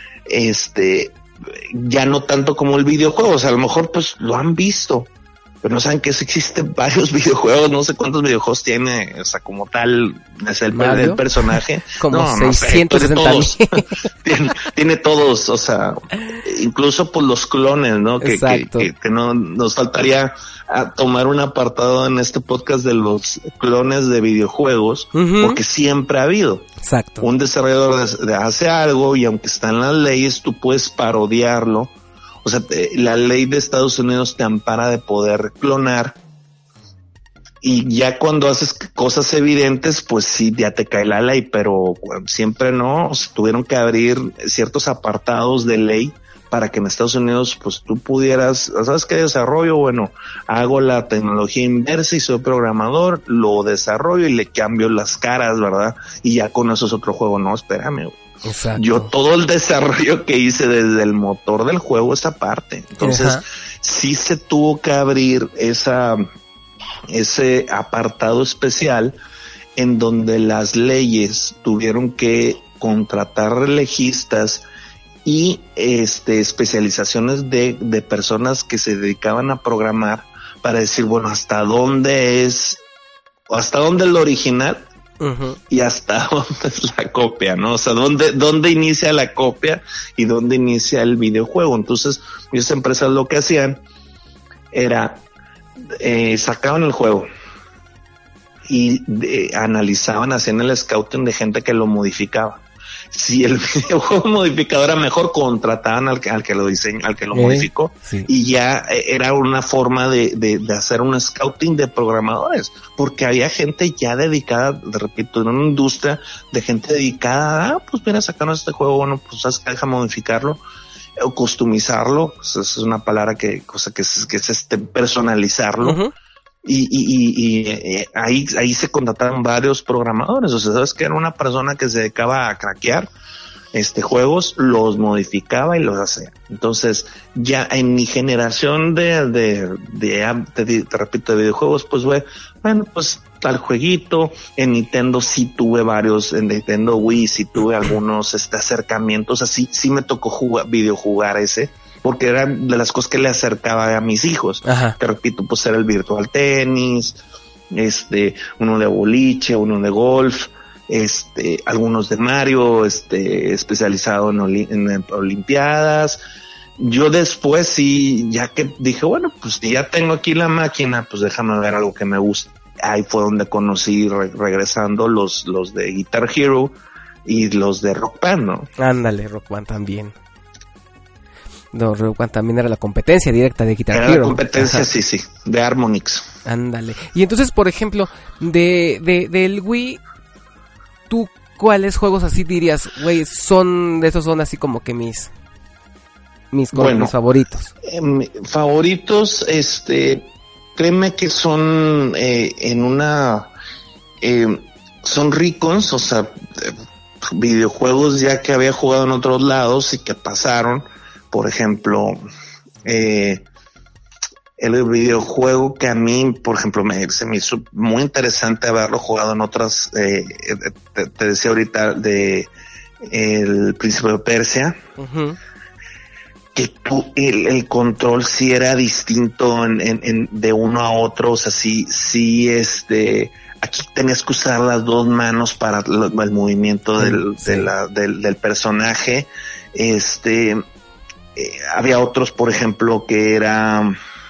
Este, ya no tanto como el videojuego, o sea, a lo mejor pues lo han visto, pero no saben que sí existen varios videojuegos, no sé cuántos videojuegos tiene, o sea, como tal, es el, ¿Mario? el personaje. Como no, no sé, seiscientos tiene sesenta todos, tiene, tiene todos, o sea, incluso pues los clones, ¿no? Que, que, Exacto. que, que no nos faltaría a tomar un apartado en este podcast de los clones de videojuegos, Ujú. porque siempre ha habido. Exacto. Un desarrollador de, de hace algo y aunque está en las leyes, tú puedes parodiarlo. O sea, te, la ley de Estados Unidos te ampara de poder clonar. Y ya cuando haces cosas evidentes, pues sí, ya te cae la ley, pero siempre no. O sea, tuvieron que abrir ciertos apartados de ley para que en Estados Unidos, pues tú pudieras, ¿sabes qué desarrollo? Bueno, hago la tecnología inversa y soy programador, lo desarrollo y le cambio las caras, ¿verdad? Y ya con eso es otro juego. No, espérame, güey. Exacto. Yo todo el desarrollo que hice desde el motor del juego, esa parte. Entonces, Ajá. sí se tuvo que abrir esa, ese apartado especial en donde las leyes tuvieron que contratar relejistas y este especializaciones de, de personas que se dedicaban a programar para decir, bueno, hasta dónde es, hasta dónde es lo original uh-huh. y hasta dónde es la copia, ¿no? O sea, dónde, dónde inicia la copia y dónde inicia el videojuego. Entonces, esas empresas lo que hacían era, eh, sacaban el juego y de, analizaban, hacían el scouting de gente que lo modificaba. Si el videojuego modificado era mejor, contrataban al que, al que lo diseñó, al que lo eh, modificó, sí. y ya era una forma de, de, de hacer un scouting de programadores, porque había gente ya dedicada, de repito, en una industria de gente dedicada, ah, pues mira, sacaron este juego, bueno, pues sabes que deja modificarlo, o customizarlo, pues es una palabra que, cosa que es, que es este, personalizarlo. Uh-huh. Y, y, y, y eh, ahí, ahí se contrataron varios programadores. O sea, sabes que era una persona que se dedicaba a craquear este juegos, los modificaba y los hacía. Entonces, ya en mi generación de, de, de, de, de te repito, de videojuegos, pues güey, bueno, pues tal jueguito. En Nintendo sí tuve varios, en Nintendo Wii sí tuve algunos este acercamientos, así sí me tocó jugar, videojugar ese, porque era de las cosas que le acercaba a mis hijos. Ajá. Te repito, pues era el virtual tenis, este, uno de boliche, uno de golf, este, algunos de Mario, este, especializado en, oli- en olimpiadas. Yo después sí, ya que dije, bueno, pues si ya tengo aquí la máquina, pues déjame ver algo que me guste. Ahí fue donde conocí, re- regresando, los, los de Guitar Hero y los de Rock Band, ¿no? Ándale, Rock Band también. No, Rock Band también era la competencia directa de Guitar Hero. Era la competencia, Ajá. sí, sí, de Harmonix. Ándale. Y entonces, por ejemplo, de, de, del Wii, ¿tú cuáles juegos así dirías, güey, son, de esos son así como que mis, mis, bueno, mis favoritos? Eh, favoritos, este, créeme que son eh, en una, eh, son ricos, o sea, eh, videojuegos ya que había jugado en otros lados y que pasaron. Por ejemplo, eh, el videojuego que a mí, por ejemplo, me, se me hizo muy interesante haberlo jugado en otras, eh, te, te decía ahorita de El Príncipe de Persia, uh-huh. que tú, el, el control sí era distinto en, en, en, de uno a otro, o sea, sí, sí, este, aquí tenías que usar las dos manos para el, el movimiento del, sí. de la, del, del personaje, este... Eh, había otros, por ejemplo, que era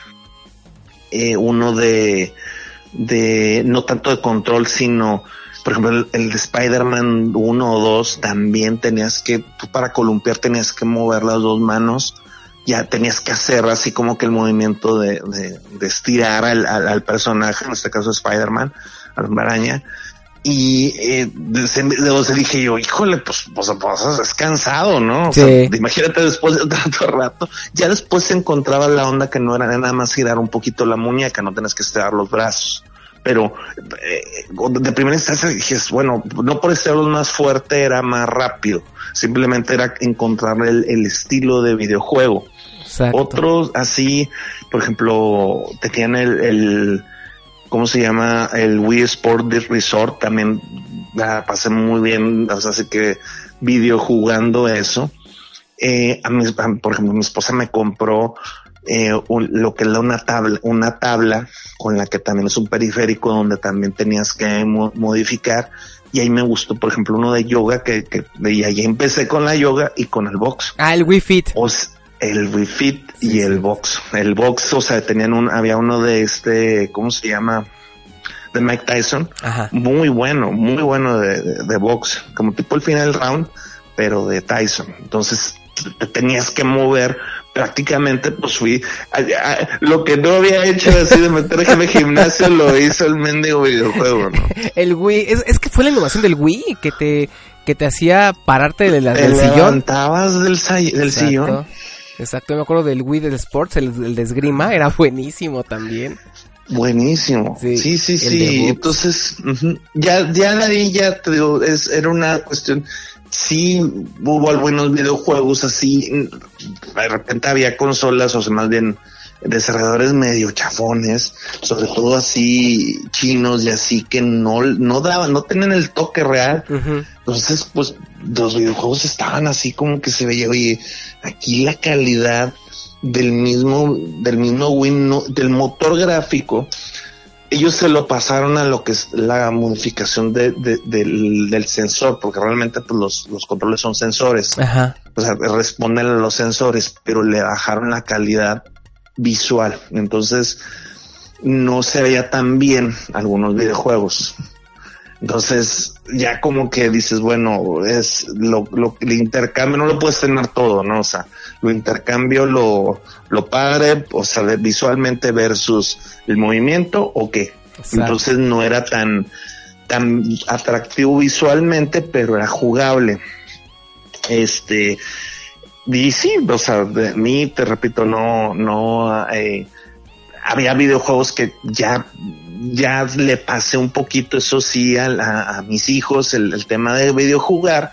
eh, uno de, de, no tanto de control, sino, por ejemplo, el, el de Spider-Man uno o dos, también tenías que, tú para columpiar tenías que mover las dos manos, ya tenías que hacer así como que el movimiento de, de, de estirar al, al, al personaje, en este caso Spider-Man, a la araña. Y eh, de, de, de, dije yo, híjole, pues, pues, pues es cansado, ¿no? O sí. sea, imagínate después de tanto rato. Ya después se encontraba la onda que no era nada más girar un poquito la muñeca, no tenías que estirar los brazos. Pero eh, de primera instancia dije, bueno, no por estirarlos más fuerte era más rápido. Simplemente era encontrar el, el estilo de videojuego. Exacto. Otros así, por ejemplo, tenían el... el ¿cómo se llama? El Wii Sport Resort, también la pasé muy bien, o sea, así que video jugando eso. Eh, a mi, a, por ejemplo, mi esposa me compró eh, un, lo que era una tabla, una tabla con la que también es un periférico donde también tenías que mo- modificar, y ahí me gustó, por ejemplo, uno de yoga que, que y ahí empecé con la yoga y con el box. Ah, el Wii Fit. O sea, el Wii Fit y sí, el sí. box. El box, o sea, tenían un, había uno de este, ¿cómo se llama? De Mike Tyson. Ajá. Muy bueno, muy bueno de, de, de box. Como tipo el final round, pero de Tyson. Entonces, te tenías que mover. Prácticamente, pues fui, a, a, lo que no había hecho así de meterme en el gimnasio, lo hizo el mendigo videojuego, ¿no? El Wii, es, es que fue la innovación del Wii que te, que te hacía pararte de la, te del sillón. Te levantabas del, del sillón. Exacto, me acuerdo del Wii del Sports, el, el de esgrima, era buenísimo también. Buenísimo, sí, sí, sí, sí. Entonces, uh-huh. ya, ya de ahí ya te digo, es, era una cuestión, sí hubo algunos videojuegos así, de repente había consolas, o sea, más bien, desarrolladores medio chafones, sobre todo así chinos y así, que no, no daban, no tenían el toque real. Uh-huh. Entonces, pues, los videojuegos estaban así como que se veía, oye, aquí la calidad del mismo, del mismo Win, no, del motor gráfico, ellos se lo pasaron a lo que es la modificación de, de, del, del sensor, porque realmente pues los, los controles son sensores. Ajá. O sea, responden a los sensores, pero le bajaron la calidad visual. Entonces, no se veía tan bien algunos videojuegos. Entonces, ya como que dices, bueno, es lo, lo, el intercambio, no lo puedes tener todo, ¿no? O sea, lo intercambio, lo, lo padre, o sea, de, visualmente versus el movimiento, ¿o qué? Exacto. Entonces no era tan, tan atractivo visualmente, pero era jugable. Este, y sí, o sea, de mí, te repito, no, no, eh, había videojuegos que ya, ya le pasé un poquito, eso sí, a, a, a mis hijos, el, el tema de videojugar.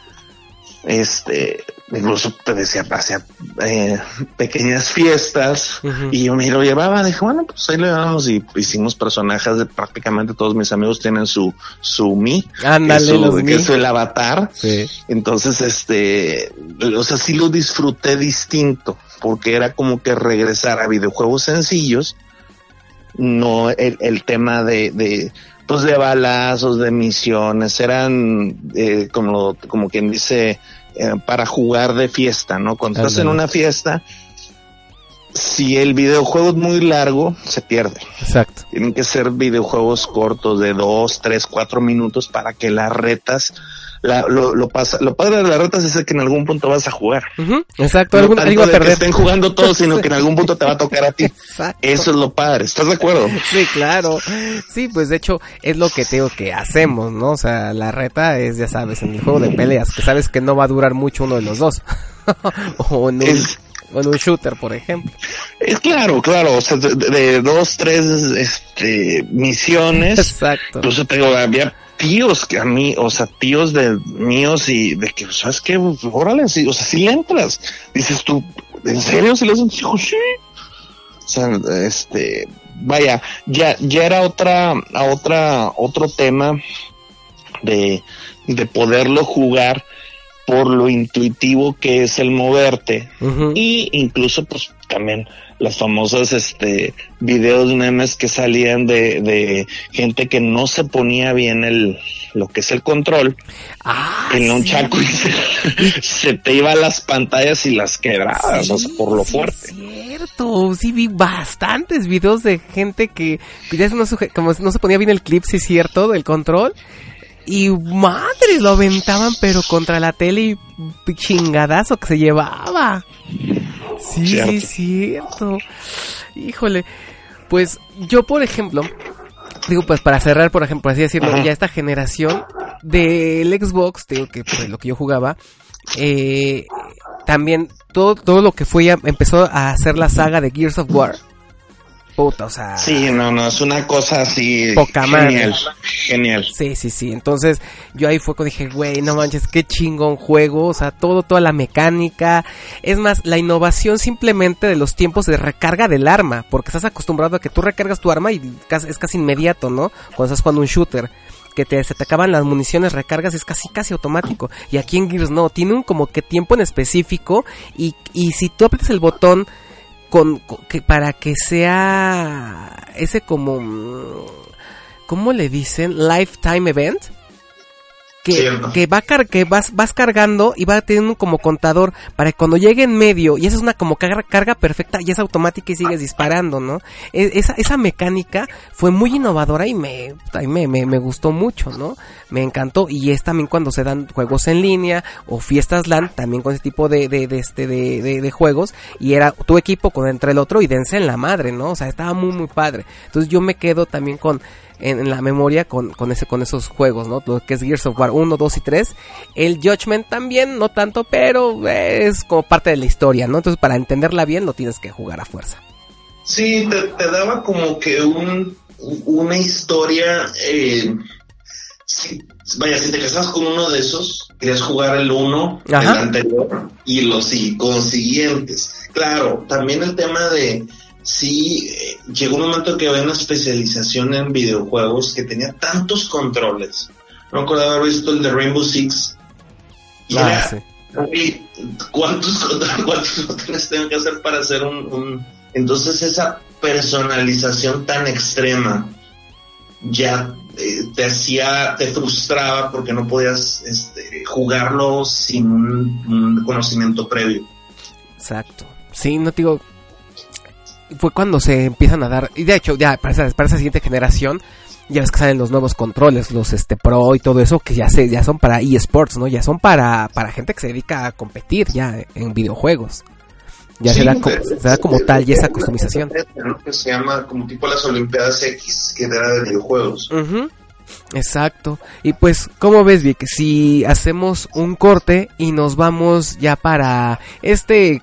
Este, incluso te decía, hacía eh, pequeñas fiestas, uh-huh. y yo me lo llevaba, dije, bueno, pues ahí le vamos, y hicimos personajes de prácticamente todos mis amigos tienen su, su Mi, Ándale, que, los que Mi. es el avatar. Sí. Entonces, este, o sea, sí lo disfruté distinto, porque era como que regresar a videojuegos sencillos, no el, el tema de, de, pues de balazos, de misiones, eran eh, como, como quien dice, eh, para jugar de fiesta, ¿no? Cuando estás en una fiesta, si el videojuego es muy largo, se pierde. Exacto. Tienen que ser videojuegos cortos de dos, tres, cuatro minutos para que las retas, la, lo, lo pasa, lo padre de las retas es que en algún punto vas a jugar. Uh-huh. Exacto. No algún, tanto algo a de perder. que estén jugando todos, sino que en algún punto te va a tocar a ti. Exacto. Eso es lo padre. ¿Estás de acuerdo? Sí, claro. Sí, pues de hecho es lo que te digo que hacemos, ¿no? O sea, la reta es, ya sabes, en el juego de peleas, que sabes que no va a durar mucho uno de los dos. o en un... Es... o en un shooter, por ejemplo. Es claro, claro, o sea, de, de dos, tres, este, misiones. Exacto. Entonces te digo, había tíos que a mí, o sea, tíos de míos y de que, ¿sabes qué? Órale, sí, o sea, si le entras, dices tú, ¿en serio? Si le hacen, hijo, sí. O sea, este, vaya, ya, ya era otra, otra, otro tema de, de poderlo jugar por lo intuitivo que es el moverte. Uh-huh. Y incluso pues también las famosas este videos memes que salían de, de gente que no se ponía bien el lo que es el control ah, en un sí. chaco y se, se te iba a las pantallas y las quebrabas, sí, o sea, por lo sí, fuerte. Es cierto, sí vi bastantes videos de gente que ya no, como no se ponía bien el clip, sí es cierto, del control. Y madre, lo aventaban pero contra la tele y chingadazo que se llevaba. Sí, cierto. sí, cierto. Híjole, pues yo por ejemplo, digo pues para cerrar por ejemplo, así decirlo, uh-huh. ya esta generación del Xbox, digo que pues, lo que yo jugaba, eh, también todo, todo lo que fue ya empezó a hacer la saga de Gears of War. Puta, o sea... Sí, no, no, es una cosa así... Poca genial, madre. Genial. Sí, sí, sí, entonces yo ahí fue cuando dije, güey, no manches, qué chingón juego, o sea, todo, toda la mecánica, es más, la innovación simplemente de los tiempos de recarga del arma, porque estás acostumbrado a que tú recargas tu arma y es casi inmediato, ¿no? Cuando estás jugando un shooter, que te, se te acaban las municiones, recargas, es casi, casi automático, y aquí en Gears no, tiene un como que tiempo en específico, y, y si tú aprietas el botón... Con, con que para que sea ese como ¿cómo le dicen? Lifetime event que, que va car- que vas vas cargando y va teniendo como contador para que cuando llegue en medio y esa es una como carga, carga perfecta y es automática y sigues disparando, ¿no? E- esa esa mecánica fue muy innovadora y me me, me me gustó mucho, ¿no? Me encantó y es también cuando se dan juegos en línea o fiestas LAN también con ese tipo de de, de este de, de de juegos y era tu equipo con entre el otro y dense en la madre, ¿no? O sea, estaba muy muy padre. Entonces yo me quedo también con En, en la memoria con, con ese con esos juegos, ¿no? Lo que es Gears of War uno, dos y tres. El Judgment también, no tanto, pero es como parte de la historia, ¿no? Entonces para entenderla bien lo tienes que jugar a fuerza. Sí, te, te daba como que un una historia, eh, sí, vaya, si te casabas con uno de esos, querías jugar el uno, el anterior, y los consiguientes. Claro, también el tema de sí, eh, llegó un momento que había una especialización en videojuegos que tenía tantos controles. No recuerdo haber visto el de Rainbow Six. Y Ah, era, sí. uy, ¿cuántos controles, cuántos botones tengo que hacer para hacer un, un... Entonces esa personalización tan extrema ya eh, te hacía, te frustraba porque no podías este, jugarlo sin un, un conocimiento previo. Exacto. Sí, no te digo, fue cuando se empiezan a dar, y de hecho ya para esa, para esa siguiente generación ya ves que salen los nuevos controles, los este Pro y todo eso, que ya se ya son para eSports, ¿no? Ya son para para gente que se dedica a competir ya en videojuegos. Ya Sí, se da como, de- se da como de- tal y esa de- customización. ¿no? Que se llama como tipo las Olimpiadas X, que era de videojuegos. Ujú. Exacto. Y pues, ¿cómo ves, Vic? Si hacemos un corte y nos vamos ya para este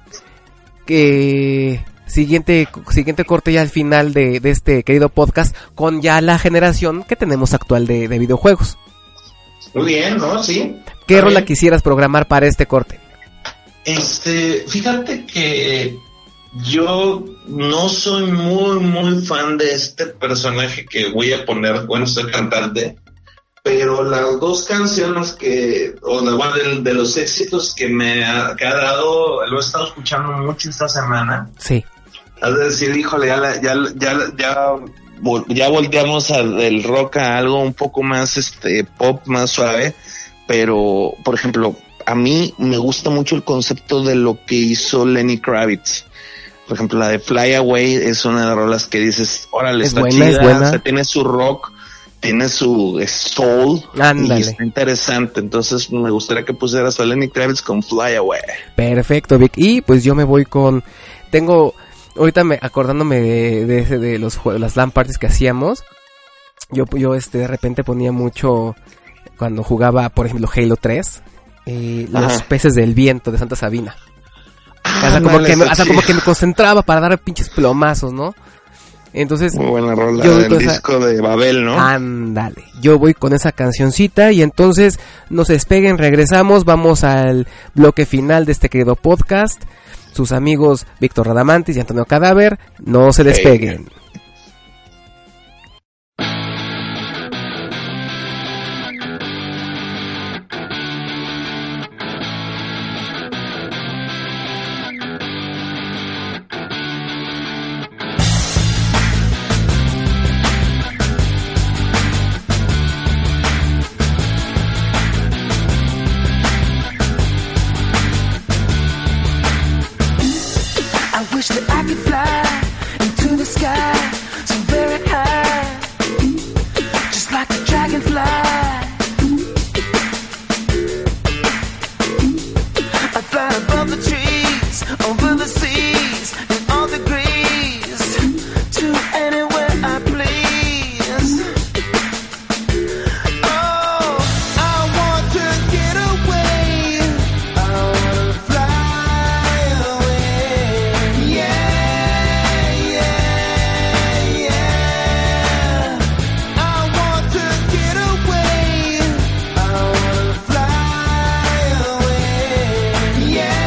que siguiente siguiente corte ya al final de, de este querido podcast con ya la generación que tenemos actual de, de videojuegos. Muy bien, ¿no? Sí. ¿Qué Está rola bien. quisieras programar para este corte? Este, fíjate que yo no soy muy, muy fan de este personaje que voy a poner, bueno, soy cantante, pero las dos canciones que, o la, bueno, de, de los éxitos que me ha, que ha dado, lo he estado escuchando mucho esta semana. Sí. Has de decir, híjole, ya, la- ya, ya, ya, vol- ya volteamos a- del rock a algo un poco más, este, pop, más suave, pero, por ejemplo, a mí me gusta mucho el concepto de lo que hizo Lenny Kravitz. Por ejemplo, la de Fly Away es una de las rolas que dices, órale, Es está buena, chida, es buena. o sea, tiene su rock, tiene su eh, soul, Ándale. y está interesante. Entonces me gustaría que pusieras a Lenny Kravitz con Fly Away. Perfecto, Vic. Y pues yo me voy con... Tengo... Ahorita me, acordándome de, de, ese- de los juegos, las LAN parties que hacíamos. Yo, yo este, de repente ponía mucho... Cuando jugaba, por ejemplo, Halo tres. Eh, los Ajá. peces del viento de Santa Sabina. Hasta, como, Ándale, que me, está hasta chido. como que me concentraba para dar pinches plomazos, ¿no? Entonces... Muy buena rola Yo- del o sea, disco de Babel, ¿no? Ándale, yo voy con esa cancioncita y entonces no se despeguen, regresamos, vamos al bloque final de este querido podcast. Sus amigos Víctor Radamantis y Antonio Cadáver, no se despeguen. I wish that I could fly into the sky so very high, just like a dragonfly. I fly above the trees, over the seas, in all degrees, to anywhere I please. Oh, I want to get away. I wanna fly away. Yeah, yeah, yeah. I want to get away. I wanna fly away. Yeah,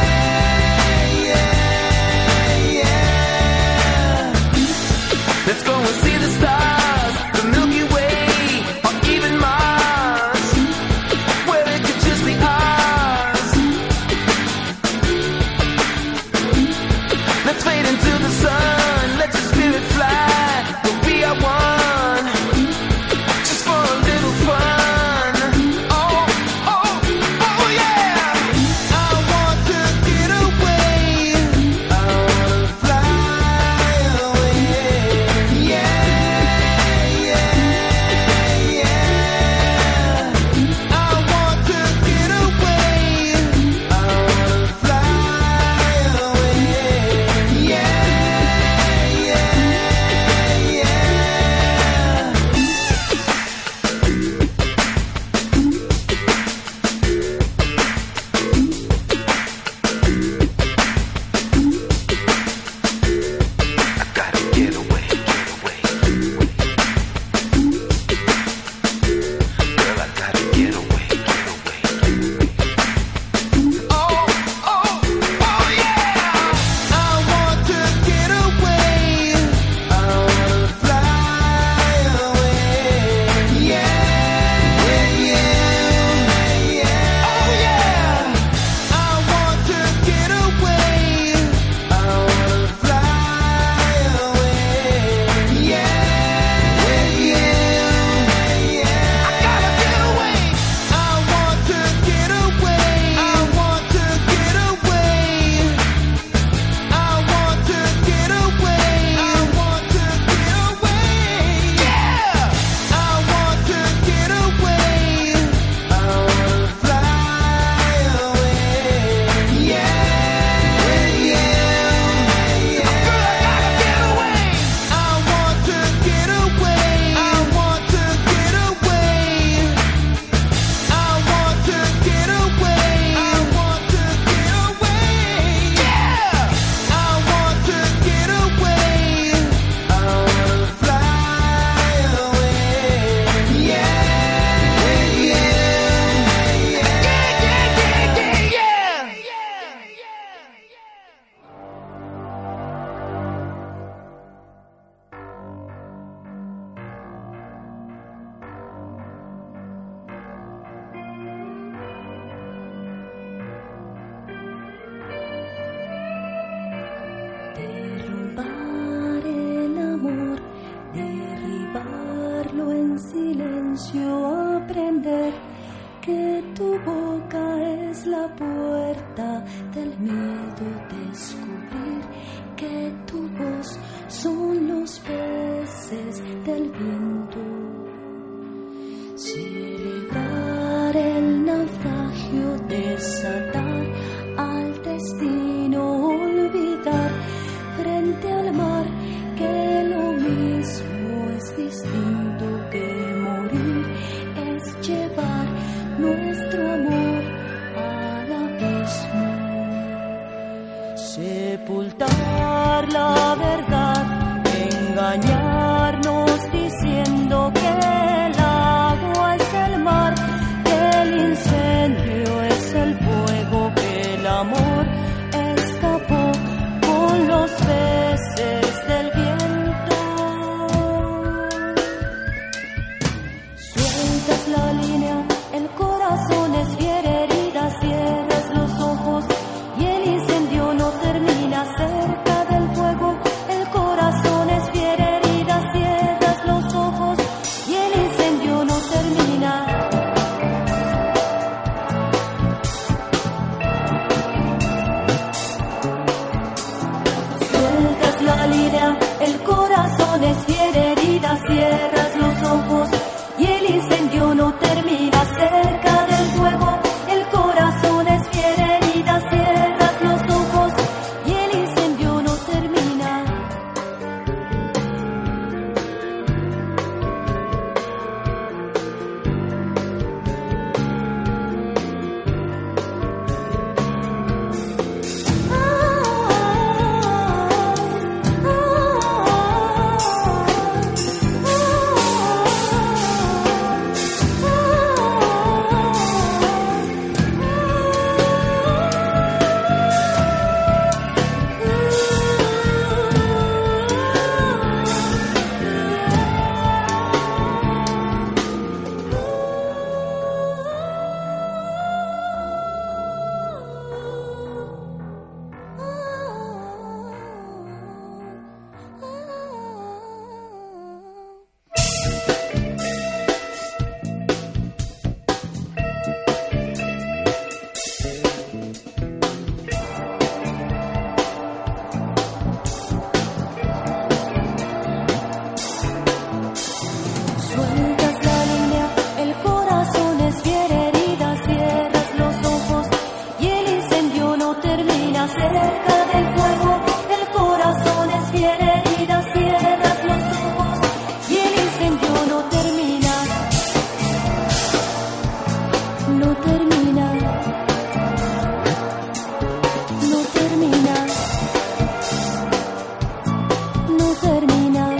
silencio aprender que tu boca es la puerta del miedo, descubrir que tu voz son los peces del viento, celebrar el naufragio, desatar al destino, olvidar frente al mar que lo mismo es distinto que morir, es llevar nuestro amor al abismo, sepultar la verdad, engañarnos diciendo que el agua es el mar, que el incendio es el fuego, que el amor escapó con los peces del viento. Sueltas la línea, el corazón es fiel herida, cierras los ojos y el incendio no termina cerca del fuego. El corazón es fiel herida, cierras los ojos y el incendio no termina. Sueltas la línea, el corazón es fiel herida, cierras los ojos y el incendio no termina cerca del fuego. El corazón es fiel herida, cierras los ojos y el incendio no termina. Sueltas la línea, el corazón es fiel herida, cierras los ojos y el incendio no termina cerca del fuego. El corazón es fiel herida, cierras los ojos y el incendio no termina. No termina. No termina. No termina.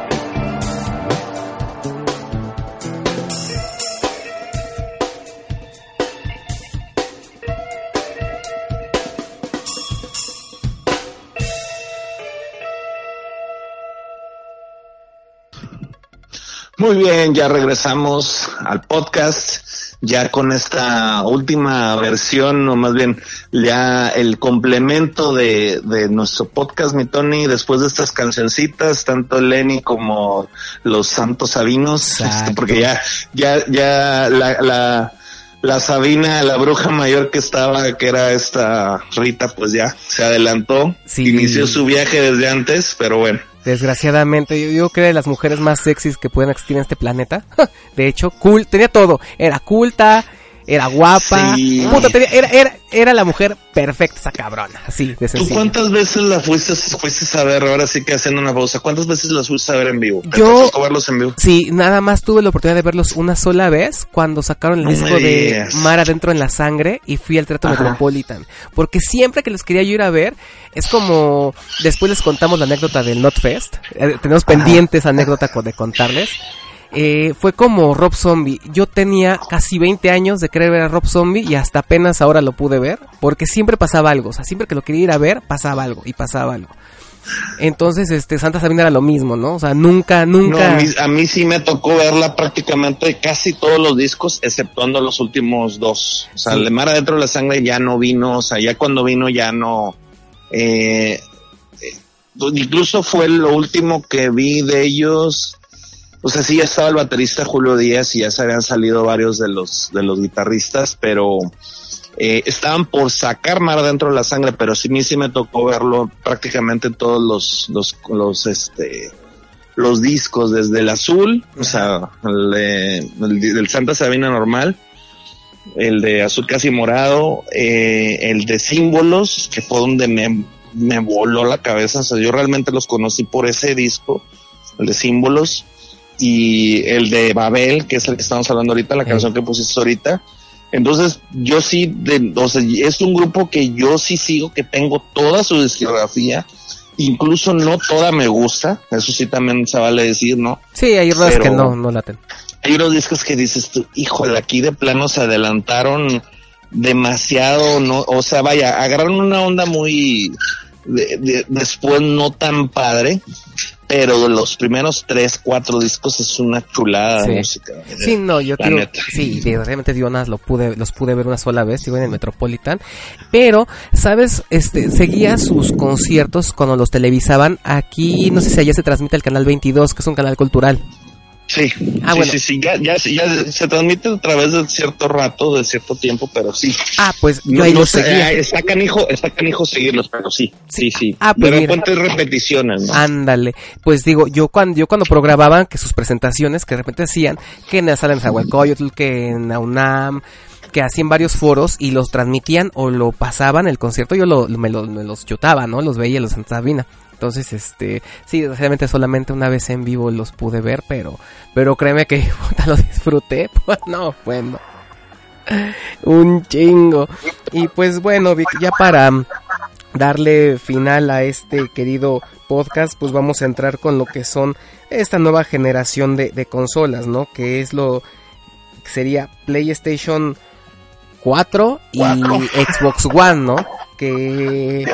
Muy bien, ya regresamos al podcast, ya con esta última versión, o más bien ya el complemento de, de nuestro podcast, mi Tony, después de estas cancioncitas, tanto Lenny como los Santos Sabinos, este, porque ya, ya, ya la, la, la Sabina, la bruja mayor que estaba, que era esta Rita, pues ya se adelantó, Sí. inició su viaje desde antes, pero bueno. Desgraciadamente, yo, yo creo que de las mujeres más sexys que pueden existir en este planeta. De hecho, cool, tenía todo. Era culta, era guapa. Sí. Puta, tenía, era, era, era la mujer perfecta, esa cabrona. Así, de ¿Tú sencillo. cuántas veces la fuiste, fuiste a ver? Ahora sí que haciendo una pausa. ¿Cuántas veces las fuiste a ver en vivo? ¿Te Yo- tocó verlos en vivo? Sí, nada más tuve la oportunidad de verlos una sola vez cuando sacaron el No disco me de digas. Mar Adentro en la Sangre y fui al Teatro Ajá. Metropolitan. Porque siempre que los quería yo ir a ver, es como... Después les contamos la anécdota del Notfest. Eh, tenemos pendientes anécdota co- de contarles. Eh, fue como Rob Zombie. Yo tenía casi veinte años de querer ver a Rob Zombie y hasta apenas ahora lo pude ver. Porque siempre pasaba algo. O sea, siempre que lo quería ir a ver, pasaba algo y pasaba algo. Entonces, este, Santa Sabina era lo mismo, ¿no? O sea, nunca, nunca... No, a mí, a mí sí me tocó verla prácticamente casi todos los discos, exceptuando los últimos dos. O sea, Sí. el de Mar Adentro de la Sangre ya no vino, o sea, ya cuando vino ya no... Eh, eh, incluso fue lo último que vi de ellos, o sea, sí ya estaba el baterista Julio Díaz y ya se habían salido varios de los, de los guitarristas, pero eh, estaban por sacar Mar Adentro de la Sangre, pero sí, a mí sí me tocó verlo prácticamente en todos los, los, los, este, los discos, desde el azul, o sea, el, de, el del Santa Sabina normal, el de azul casi morado, eh, el de Símbolos, que fue donde me, me voló la cabeza. O sea, yo realmente los conocí por ese disco, el de Símbolos, y el de Babel, que es el que estamos hablando ahorita, la sí. canción que pusiste ahorita. Entonces, yo sí, de, o sea, es un grupo que yo sí sigo, que tengo toda su discografía, incluso no toda me gusta, eso sí también se vale decir, ¿no? Sí, hay rolas que no, no laten. Hay unos discos que dices tú, híjole, aquí de plano se adelantaron demasiado, no, o sea, vaya, agarraron una onda muy, de, de, después no tan padre, pero los primeros tres, cuatro discos es una chulada sí. de música. Sí, no, yo digo, sí, realmente digo, nada, lo pude, los pude ver una sola vez, digo, en el Metropolitan, pero, ¿sabes? Este, seguía sus conciertos cuando los televisaban, aquí, no sé si allá se transmite el canal veintidós, que es un canal cultural. Sí, ah, sí, bueno. sí, sí, ya, ya, ya se transmite a través de cierto rato, de cierto tiempo, pero sí. Ah, pues yo no, ahí no lo seguía. Eh, está canijo, está canijo seguirlos, pero sí, sí, sí. sí. Ah, pues de mira. repente repeticiones, ¿no? Ándale, pues digo, yo cuando yo cuando programaban que sus presentaciones que de repente hacían, que en la sala en Zahualcóyotl, que en la UNAM, que hacían varios foros y los transmitían o lo pasaban el concierto, yo lo, me, lo, me los chutaba, ¿no? Los veía en los Santa Sabina. Entonces, este, sí, desgraciadamente solamente una vez en vivo los pude ver, pero, pero créeme que puta, lo disfruté, pues no, bueno, un chingo. Y pues bueno, Vic, ya para darle final a este querido podcast, pues vamos a entrar con lo que son esta nueva generación de, de consolas, ¿no? Que es lo que sería PlayStation cuatro y ¿cuatro? Xbox One, ¿no? Que...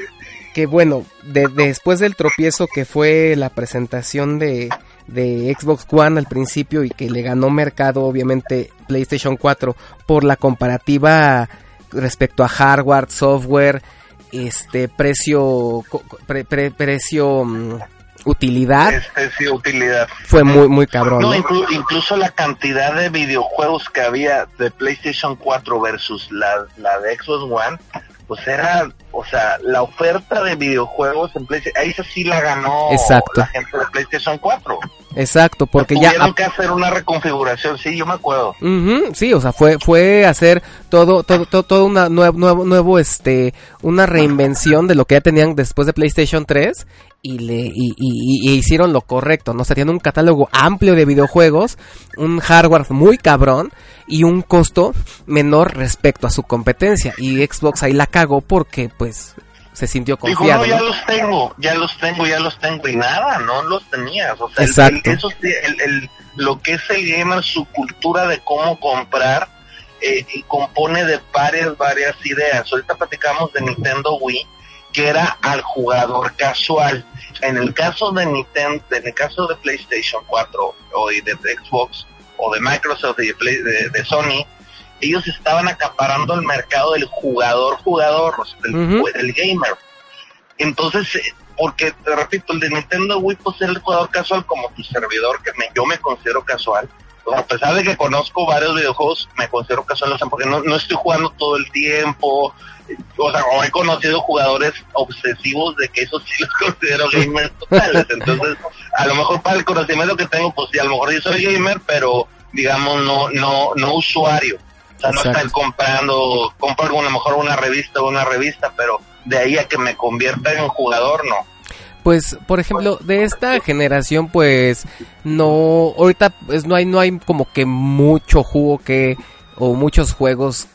que bueno, de, de, después del tropiezo que fue la presentación de, de Xbox One al principio y que le ganó mercado obviamente PlayStation cuatro por la comparativa respecto a hardware, software, este precio, pre, pre, precio, um, utilidad. Precio, utilidad. Fue muy, muy cabrón. No, ¿no? Inclu- incluso la cantidad de videojuegos que había de PlayStation cuatro versus la, la de Xbox One, pues era, o sea, la oferta de videojuegos en PlayStation, ahí sí la ganó Exacto. la gente de PlayStation cuatro. Exacto, porque tuvieron ya tuvieron que hacer una reconfiguración, sí, yo me acuerdo. Uh-huh, sí, o sea, fue fue hacer todo todo todo, todo una nuevo nuevo nuevo este una reinvención de lo que ya tenían después de PlayStation tres y le y, y, y hicieron lo correcto, ¿no? O sea, tienen un catálogo amplio de videojuegos, un hardware muy cabrón y un costo menor respecto a su competencia, y Xbox ahí la cagó porque pues se sintió confiado. Dijo, no, ya ¿no? los tengo, ya los tengo, ya los tengo, y nada, no los tenías. O sea, exacto. El, el, eso, el, el, lo que es el gamer, su cultura de cómo comprar, eh, y compone de varias, varias ideas. Ahorita platicamos de Nintendo Wii, que era al jugador casual. En el caso de Nintendo, en el caso de PlayStation cuatro, o de, de Xbox, o de Microsoft y de, Play, de, de Sony, ellos estaban acaparando el mercado del jugador jugador, o sea, del, uh-huh. del gamer. Entonces, porque te repito, el de Nintendo Wii pues era el jugador casual, como tu servidor, que me, yo me considero casual. O sea, a pesar de que conozco varios videojuegos, me considero casual, o sea, porque no, no estoy jugando todo el tiempo. O sea, o he conocido jugadores obsesivos de que eso sí los considero gamers totales. Entonces, a lo mejor para el conocimiento que tengo, pues sí, a lo mejor yo soy gamer, pero digamos no no no usuario. O sea, exacto. No estar comprando, compro a lo mejor una revista o una revista, pero de ahí a que me convierta en jugador, no. Pues, por ejemplo, de esta generación, pues, no, ahorita pues no hay, no hay como que mucho jugo que, o muchos juegos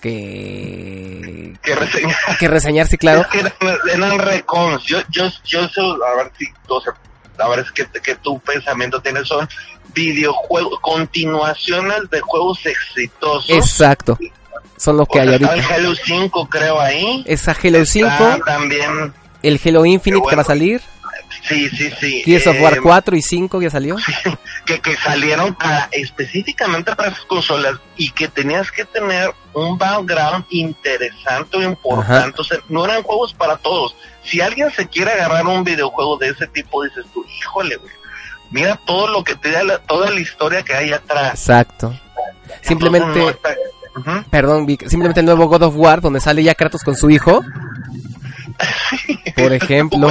que, que reseñar, que reseñar, sí, claro. Es que eran, eran recons, yo, yo, yo, a ver si, o sea, a ver que, que tu pensamiento tiene, son videojuegos, continuaciones de juegos exitosos. Exacto. Son los que o hay sea, ahorita. Está el Halo cinco, creo, ahí. Esa Halo cinco. Está también. El Halo Infinite, bueno, que va a salir. Sí, sí, sí. Gears eh, of War cuatro y cinco ya salió. que, que salieron a, específicamente para esas consolas y que tenías que tener un background interesante o importante. Ajá. O sea, no eran juegos para todos. Si alguien se quiere agarrar un videojuego de ese tipo, dices tú, híjole, güey. mira todo lo que te da, la, toda la historia que hay atrás. Exacto. Simplemente, Entonces, no está... uh-huh. perdón, Vic, simplemente el nuevo God of War, donde sale ya Kratos con su hijo, por ejemplo.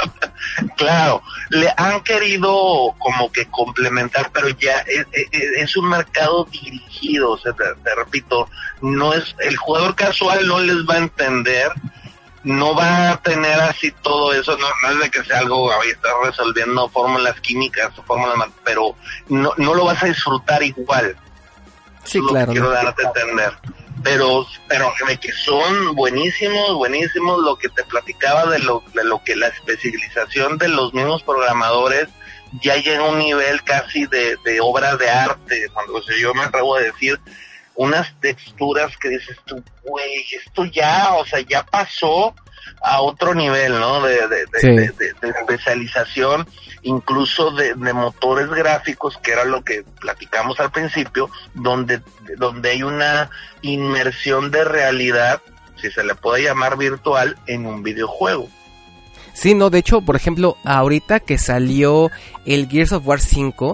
Claro, le han querido como que complementar, pero ya es, es, es un mercado dirigido, o sea, te, te repito, no es, el jugador casual no les va a entender, no va a tener así todo eso, no, no es de que sea algo, ahí está resolviendo fórmulas químicas, fórmulas, pero no, no lo vas a disfrutar igual. Sí, Eso claro. Es lo que quiero ¿no? darte a entender. Pero, pero que son buenísimos, buenísimos lo que te platicaba de lo, de lo que la especialización de los mismos programadores ya llega a un nivel casi de, de obra de arte, cuando o sea, yo me atrevo a decir unas texturas que dices tú, güey, esto ya, o sea, ya pasó a otro nivel, ¿no? De, de, de, Sí. de, de, de especialización, incluso de, de motores gráficos, que era lo que platicamos al principio, donde, donde hay una inmersión de realidad, si se le puede llamar virtual, en un videojuego. Sí, no, de hecho, por ejemplo, ahorita que salió el Gears of War cinco,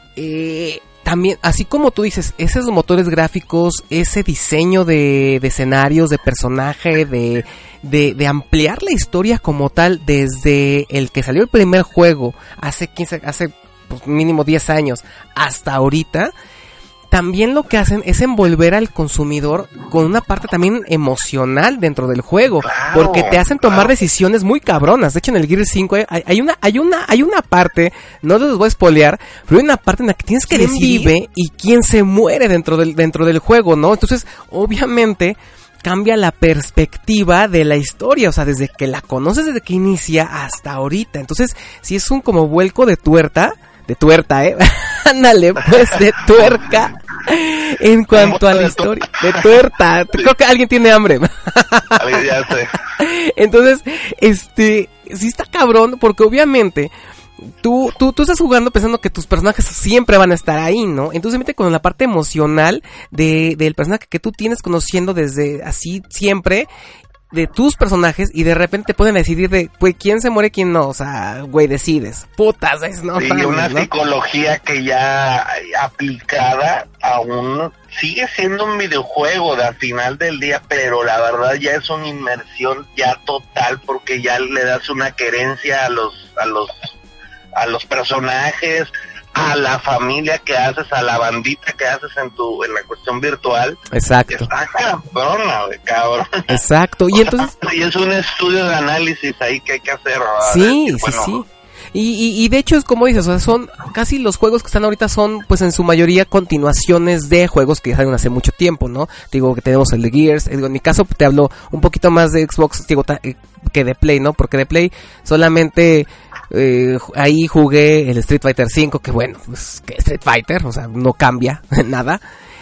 eh, también, así como tú dices, esos motores gráficos, ese diseño de, de escenarios, de personaje, de, de, de ampliar la historia como tal, desde el que salió el primer juego, hace quince, hace pues, mínimo diez años, hasta ahorita, también lo que hacen es envolver al consumidor con una parte también emocional dentro del juego, Claro, porque te hacen tomar claro. decisiones muy cabronas. De hecho, en el Gears cinco hay, hay una hay una hay una parte, no les voy a spoilear, pero hay una parte en la que tienes que ¿Quién decidir vive y quién se muere dentro del dentro del juego, ¿no? Entonces, obviamente cambia la perspectiva de la historia, o sea, desde que la conoces, desde que inicia hasta ahorita. Entonces, si es un como vuelco de tuerta, de tuerta, ¿eh? Ándale, pues, de tuerca. En cuanto a la historia, de tuerta. Creo que alguien tiene hambre. Ya sé. Entonces, este, sí está cabrón, porque obviamente tú, tú, tú estás jugando pensando que tus personajes siempre van a estar ahí, ¿no? Entonces mete con la parte emocional de, del personaje que tú tienes conociendo desde así siempre, de tus personajes, y de repente te pueden decidir de, güey, quién se muere, quién no, o sea, güey, decides, putas, es no Sí, mames, una ¿no? psicología que ya aplicada aún sigue siendo un videojuego de al final del día, pero la verdad ya es una inmersión ya total, porque ya le das una querencia a los a los a los personajes, a la familia que haces, a la bandita que haces en tu en la cuestión virtual. Exacto. Está cabrona, güey, cabrón. Exacto, y entonces Y es un estudio de análisis ahí que hay que hacer, ¿verdad? sí, Decir, sí, bueno, sí. Y, y, y de hecho es como dices, o sea, son casi los juegos que están ahorita son, pues en su mayoría, continuaciones de juegos que ya salieron hace mucho tiempo, ¿no? Digo que tenemos el de Gears, digo, en mi caso te hablo un poquito más de Xbox, digo, ta, eh, que de Play, ¿no? Porque de Play solamente eh, ahí jugué el Street Fighter cinco, que bueno, pues que Street Fighter, o sea, no cambia nada.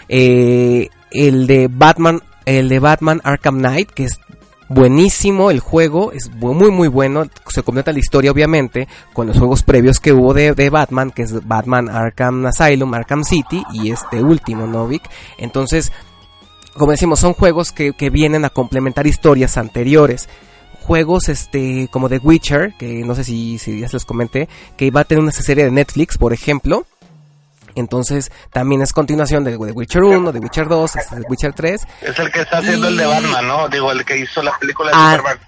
Eh, el de Batman, el de Batman Arkham Knight, que es buenísimo el juego, es muy muy bueno, se completa la historia obviamente con los juegos previos que hubo de, de Batman, que es Batman Arkham Asylum, Arkham City y este último, ¿no, Vic? Entonces, como decimos, son juegos que, que vienen a complementar historias anteriores. Juegos este como The Witcher, que no sé si, si ya se los comenté, que va a tener una serie de Netflix, por ejemplo. Entonces, también es continuación de The Witcher uno, The Witcher dos, este, The Witcher tres. es el que está haciendo y... el de Batman, ¿no? Digo, el que hizo la película de Ah, Superman.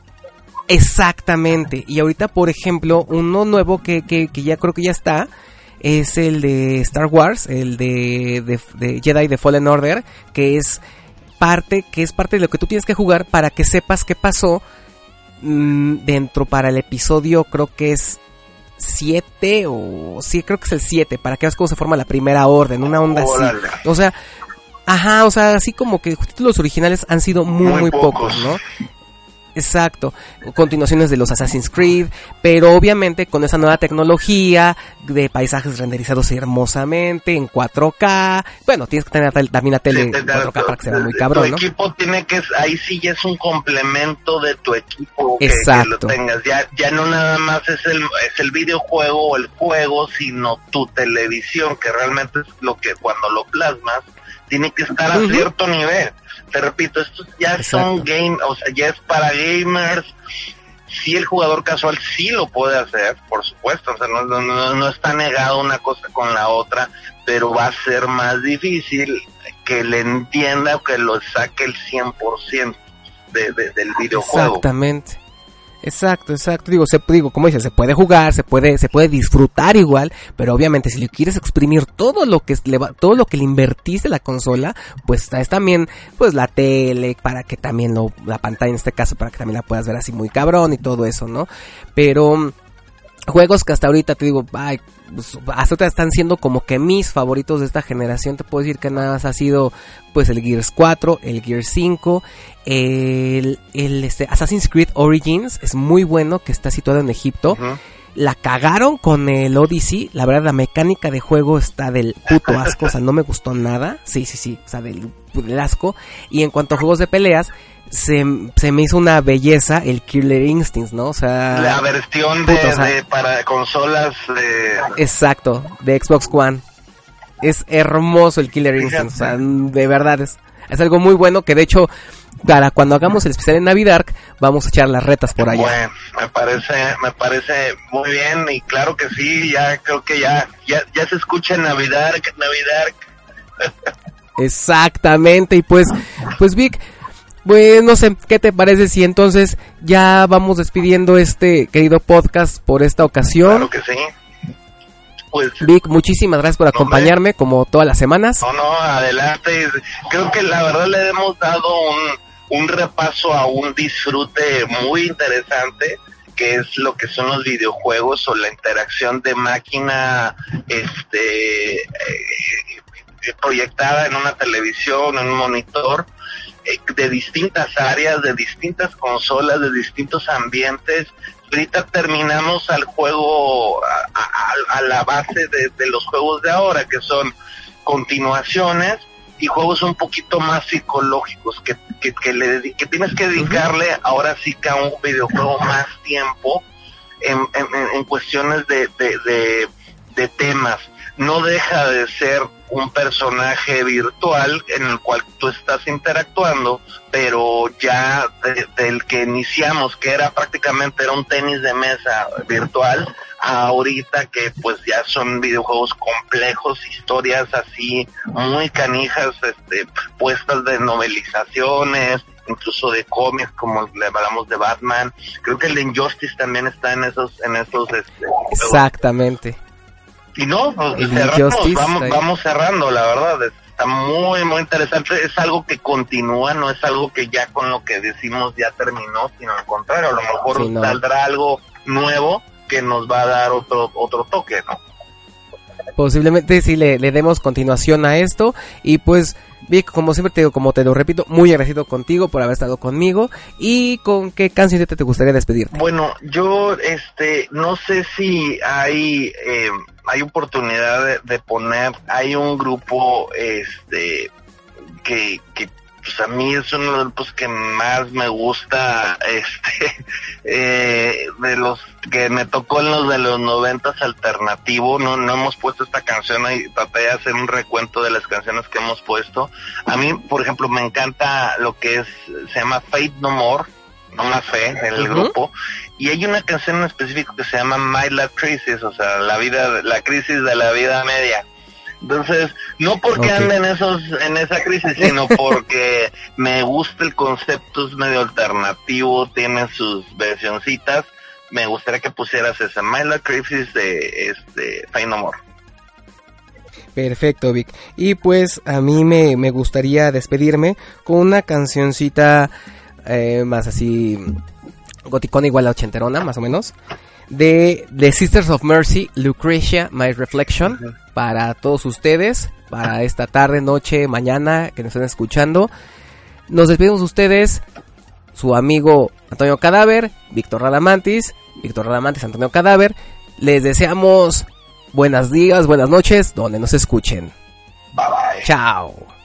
Exactamente. Y ahorita, por ejemplo, uno nuevo que, que, que ya creo que ya está, es el de Star Wars, el de, de, de Jedi The Fallen Order, que es parte, que es parte de lo que tú tienes que jugar para que sepas qué pasó mmm, dentro para el episodio, creo que es siete o sí, creo que es el siete, para que veas cómo se forma la primera orden, una onda Órale. así. O sea, ajá, o sea, así como que títulos originales han sido muy, muy, Muy pocos, pocos. ¿no? Exacto, continuaciones de los Assassin's Creed, pero obviamente con esa nueva tecnología de paisajes renderizados hermosamente en cuatro K. Bueno, tienes que tener también la tele Sí, te- cuatro K para que sea muy tu cabrón, ¿no? equipo tiene que, ahí sí ya es un complemento de tu equipo que, Exacto. que lo tengas, ya ya no nada más es el es el videojuego o el juego, sino tu televisión, que realmente es lo que cuando lo plasmas tiene que estar a Uh-huh. cierto nivel. Te repito, estos ya Exacto. son game, o sea, ya es para gamers, sí el jugador casual sí lo puede hacer, por supuesto, o sea, no, no, no está negado una cosa con la otra, pero va a ser más difícil que le entienda o que lo saque el cien por ciento de, de, del videojuego. Exactamente. Exacto, exacto. Digo, se, digo, como dices, se puede jugar, se puede, se puede disfrutar igual, pero obviamente si le quieres exprimir todo lo que le va, todo lo que le invertiste a la consola, pues es también, pues la tele, para que también lo, la pantalla en este caso, para que también la puedas ver así muy cabrón y todo eso, ¿no? Pero juegos que hasta ahorita te digo, ay, pues, hasta ahorita están siendo como que mis favoritos de esta generación. Te puedo decir que nada más ha sido pues el Gears cuatro, el Gears cinco, el, el este, Assassin's Creed Origins es muy bueno, que está situado en Egipto. Uh-huh. La cagaron con el Odyssey, la verdad la mecánica de juego está del puto asco, o sea, no me gustó nada, sí, sí, sí, o sea, del, del asco. Y en cuanto a juegos de peleas, se, se me hizo una belleza el Killer Instincts, ¿no? O sea, la versión de, puto, o sea, de para consolas de... Exacto, de Xbox One. Es hermoso el Killer Instincts, o sea, de verdad es, es algo muy bueno que de hecho para cuando hagamos el especial en Navidad vamos a echar las retas por allá. Bueno, me parece, me parece muy bien y claro que sí, ya creo que ya, ya, ya se escucha en Navidad, Navidad. Exactamente, y pues, pues Vic, pues no sé, ¿qué te parece si entonces ya vamos despidiendo este querido podcast por esta ocasión? Claro que sí. Pues, Vic, muchísimas gracias por acompañarme, no, como todas las semanas. No, no, adelante. Creo que la verdad le hemos dado un, un repaso a un disfrute muy interesante, que es lo que son los videojuegos o la interacción de máquina este eh, proyectada en una televisión, en un monitor, eh, de distintas áreas, de distintas consolas, de distintos ambientes. Ahorita terminamos al juego, a, a, a la base de, de los juegos de ahora, que son continuaciones y juegos un poquito más psicológicos, que, que, que, le, que tienes que dedicarle ahora sí que a un videojuego más tiempo en, en, en cuestiones de, de, de, de temas. No deja de ser un personaje virtual en el cual tú estás interactuando, pero ya de, del que iniciamos, que era prácticamente era un tenis de mesa virtual, a ahorita que pues ya son videojuegos complejos, historias así muy canijas, este, puestas de novelizaciones, incluso de cómics, como le hablamos de Batman. Creo que el de Injustice también está en esos, en esos, este, exactamente. Y no, pues cerramos, vamos, vamos cerrando, la verdad, está muy, muy interesante, es algo que continúa, no es algo que ya con lo que decimos ya terminó, sino al contrario, a lo mejor sí, no. saldrá algo nuevo que nos va a dar otro, otro toque, ¿no? Posiblemente sí le, le demos continuación a esto, y pues Vic, como siempre te digo, como te lo repito, muy agradecido contigo por haber estado conmigo. ¿Y con qué canción te gustaría despedirte? Bueno, yo este no sé si hay eh, hay oportunidad de, de poner, hay un grupo este que que pues a mí es uno de los grupos que más me gusta, este eh, de los que me tocó en los de los noventas alternativo. No no hemos puesto esta canción y traté de hacer un recuento de las canciones que hemos puesto. A mí, por ejemplo, me encanta lo que es, se llama Faith No More, No Más Fe, en el uh-huh. grupo, y hay una canción en específico que se llama My Life Crisis, o sea, la vida, la crisis de la vida media. Entonces, no porque okay. ande en esos, en esa crisis, sino porque me gusta el concepto, es medio alternativo, tiene sus versioncitas. Me gustaría que pusieras esa My Life Crisis de este Faith No More. Perfecto, Vic. Y pues a mí me, me gustaría despedirme con una cancioncita eh, más así goticona, igual a ochenterona, más o menos, de The Sisters of Mercy, Lucretia, My Reflection, uh-huh. para todos ustedes, para esta tarde, noche, mañana que nos estén escuchando. Nos despedimos de ustedes, su amigo Antonio Cadáver, Víctor Radamantis, Víctor Radamantis, Antonio Cadáver. Les deseamos buenos días, buenas noches, donde nos escuchen. Bye bye. Chao.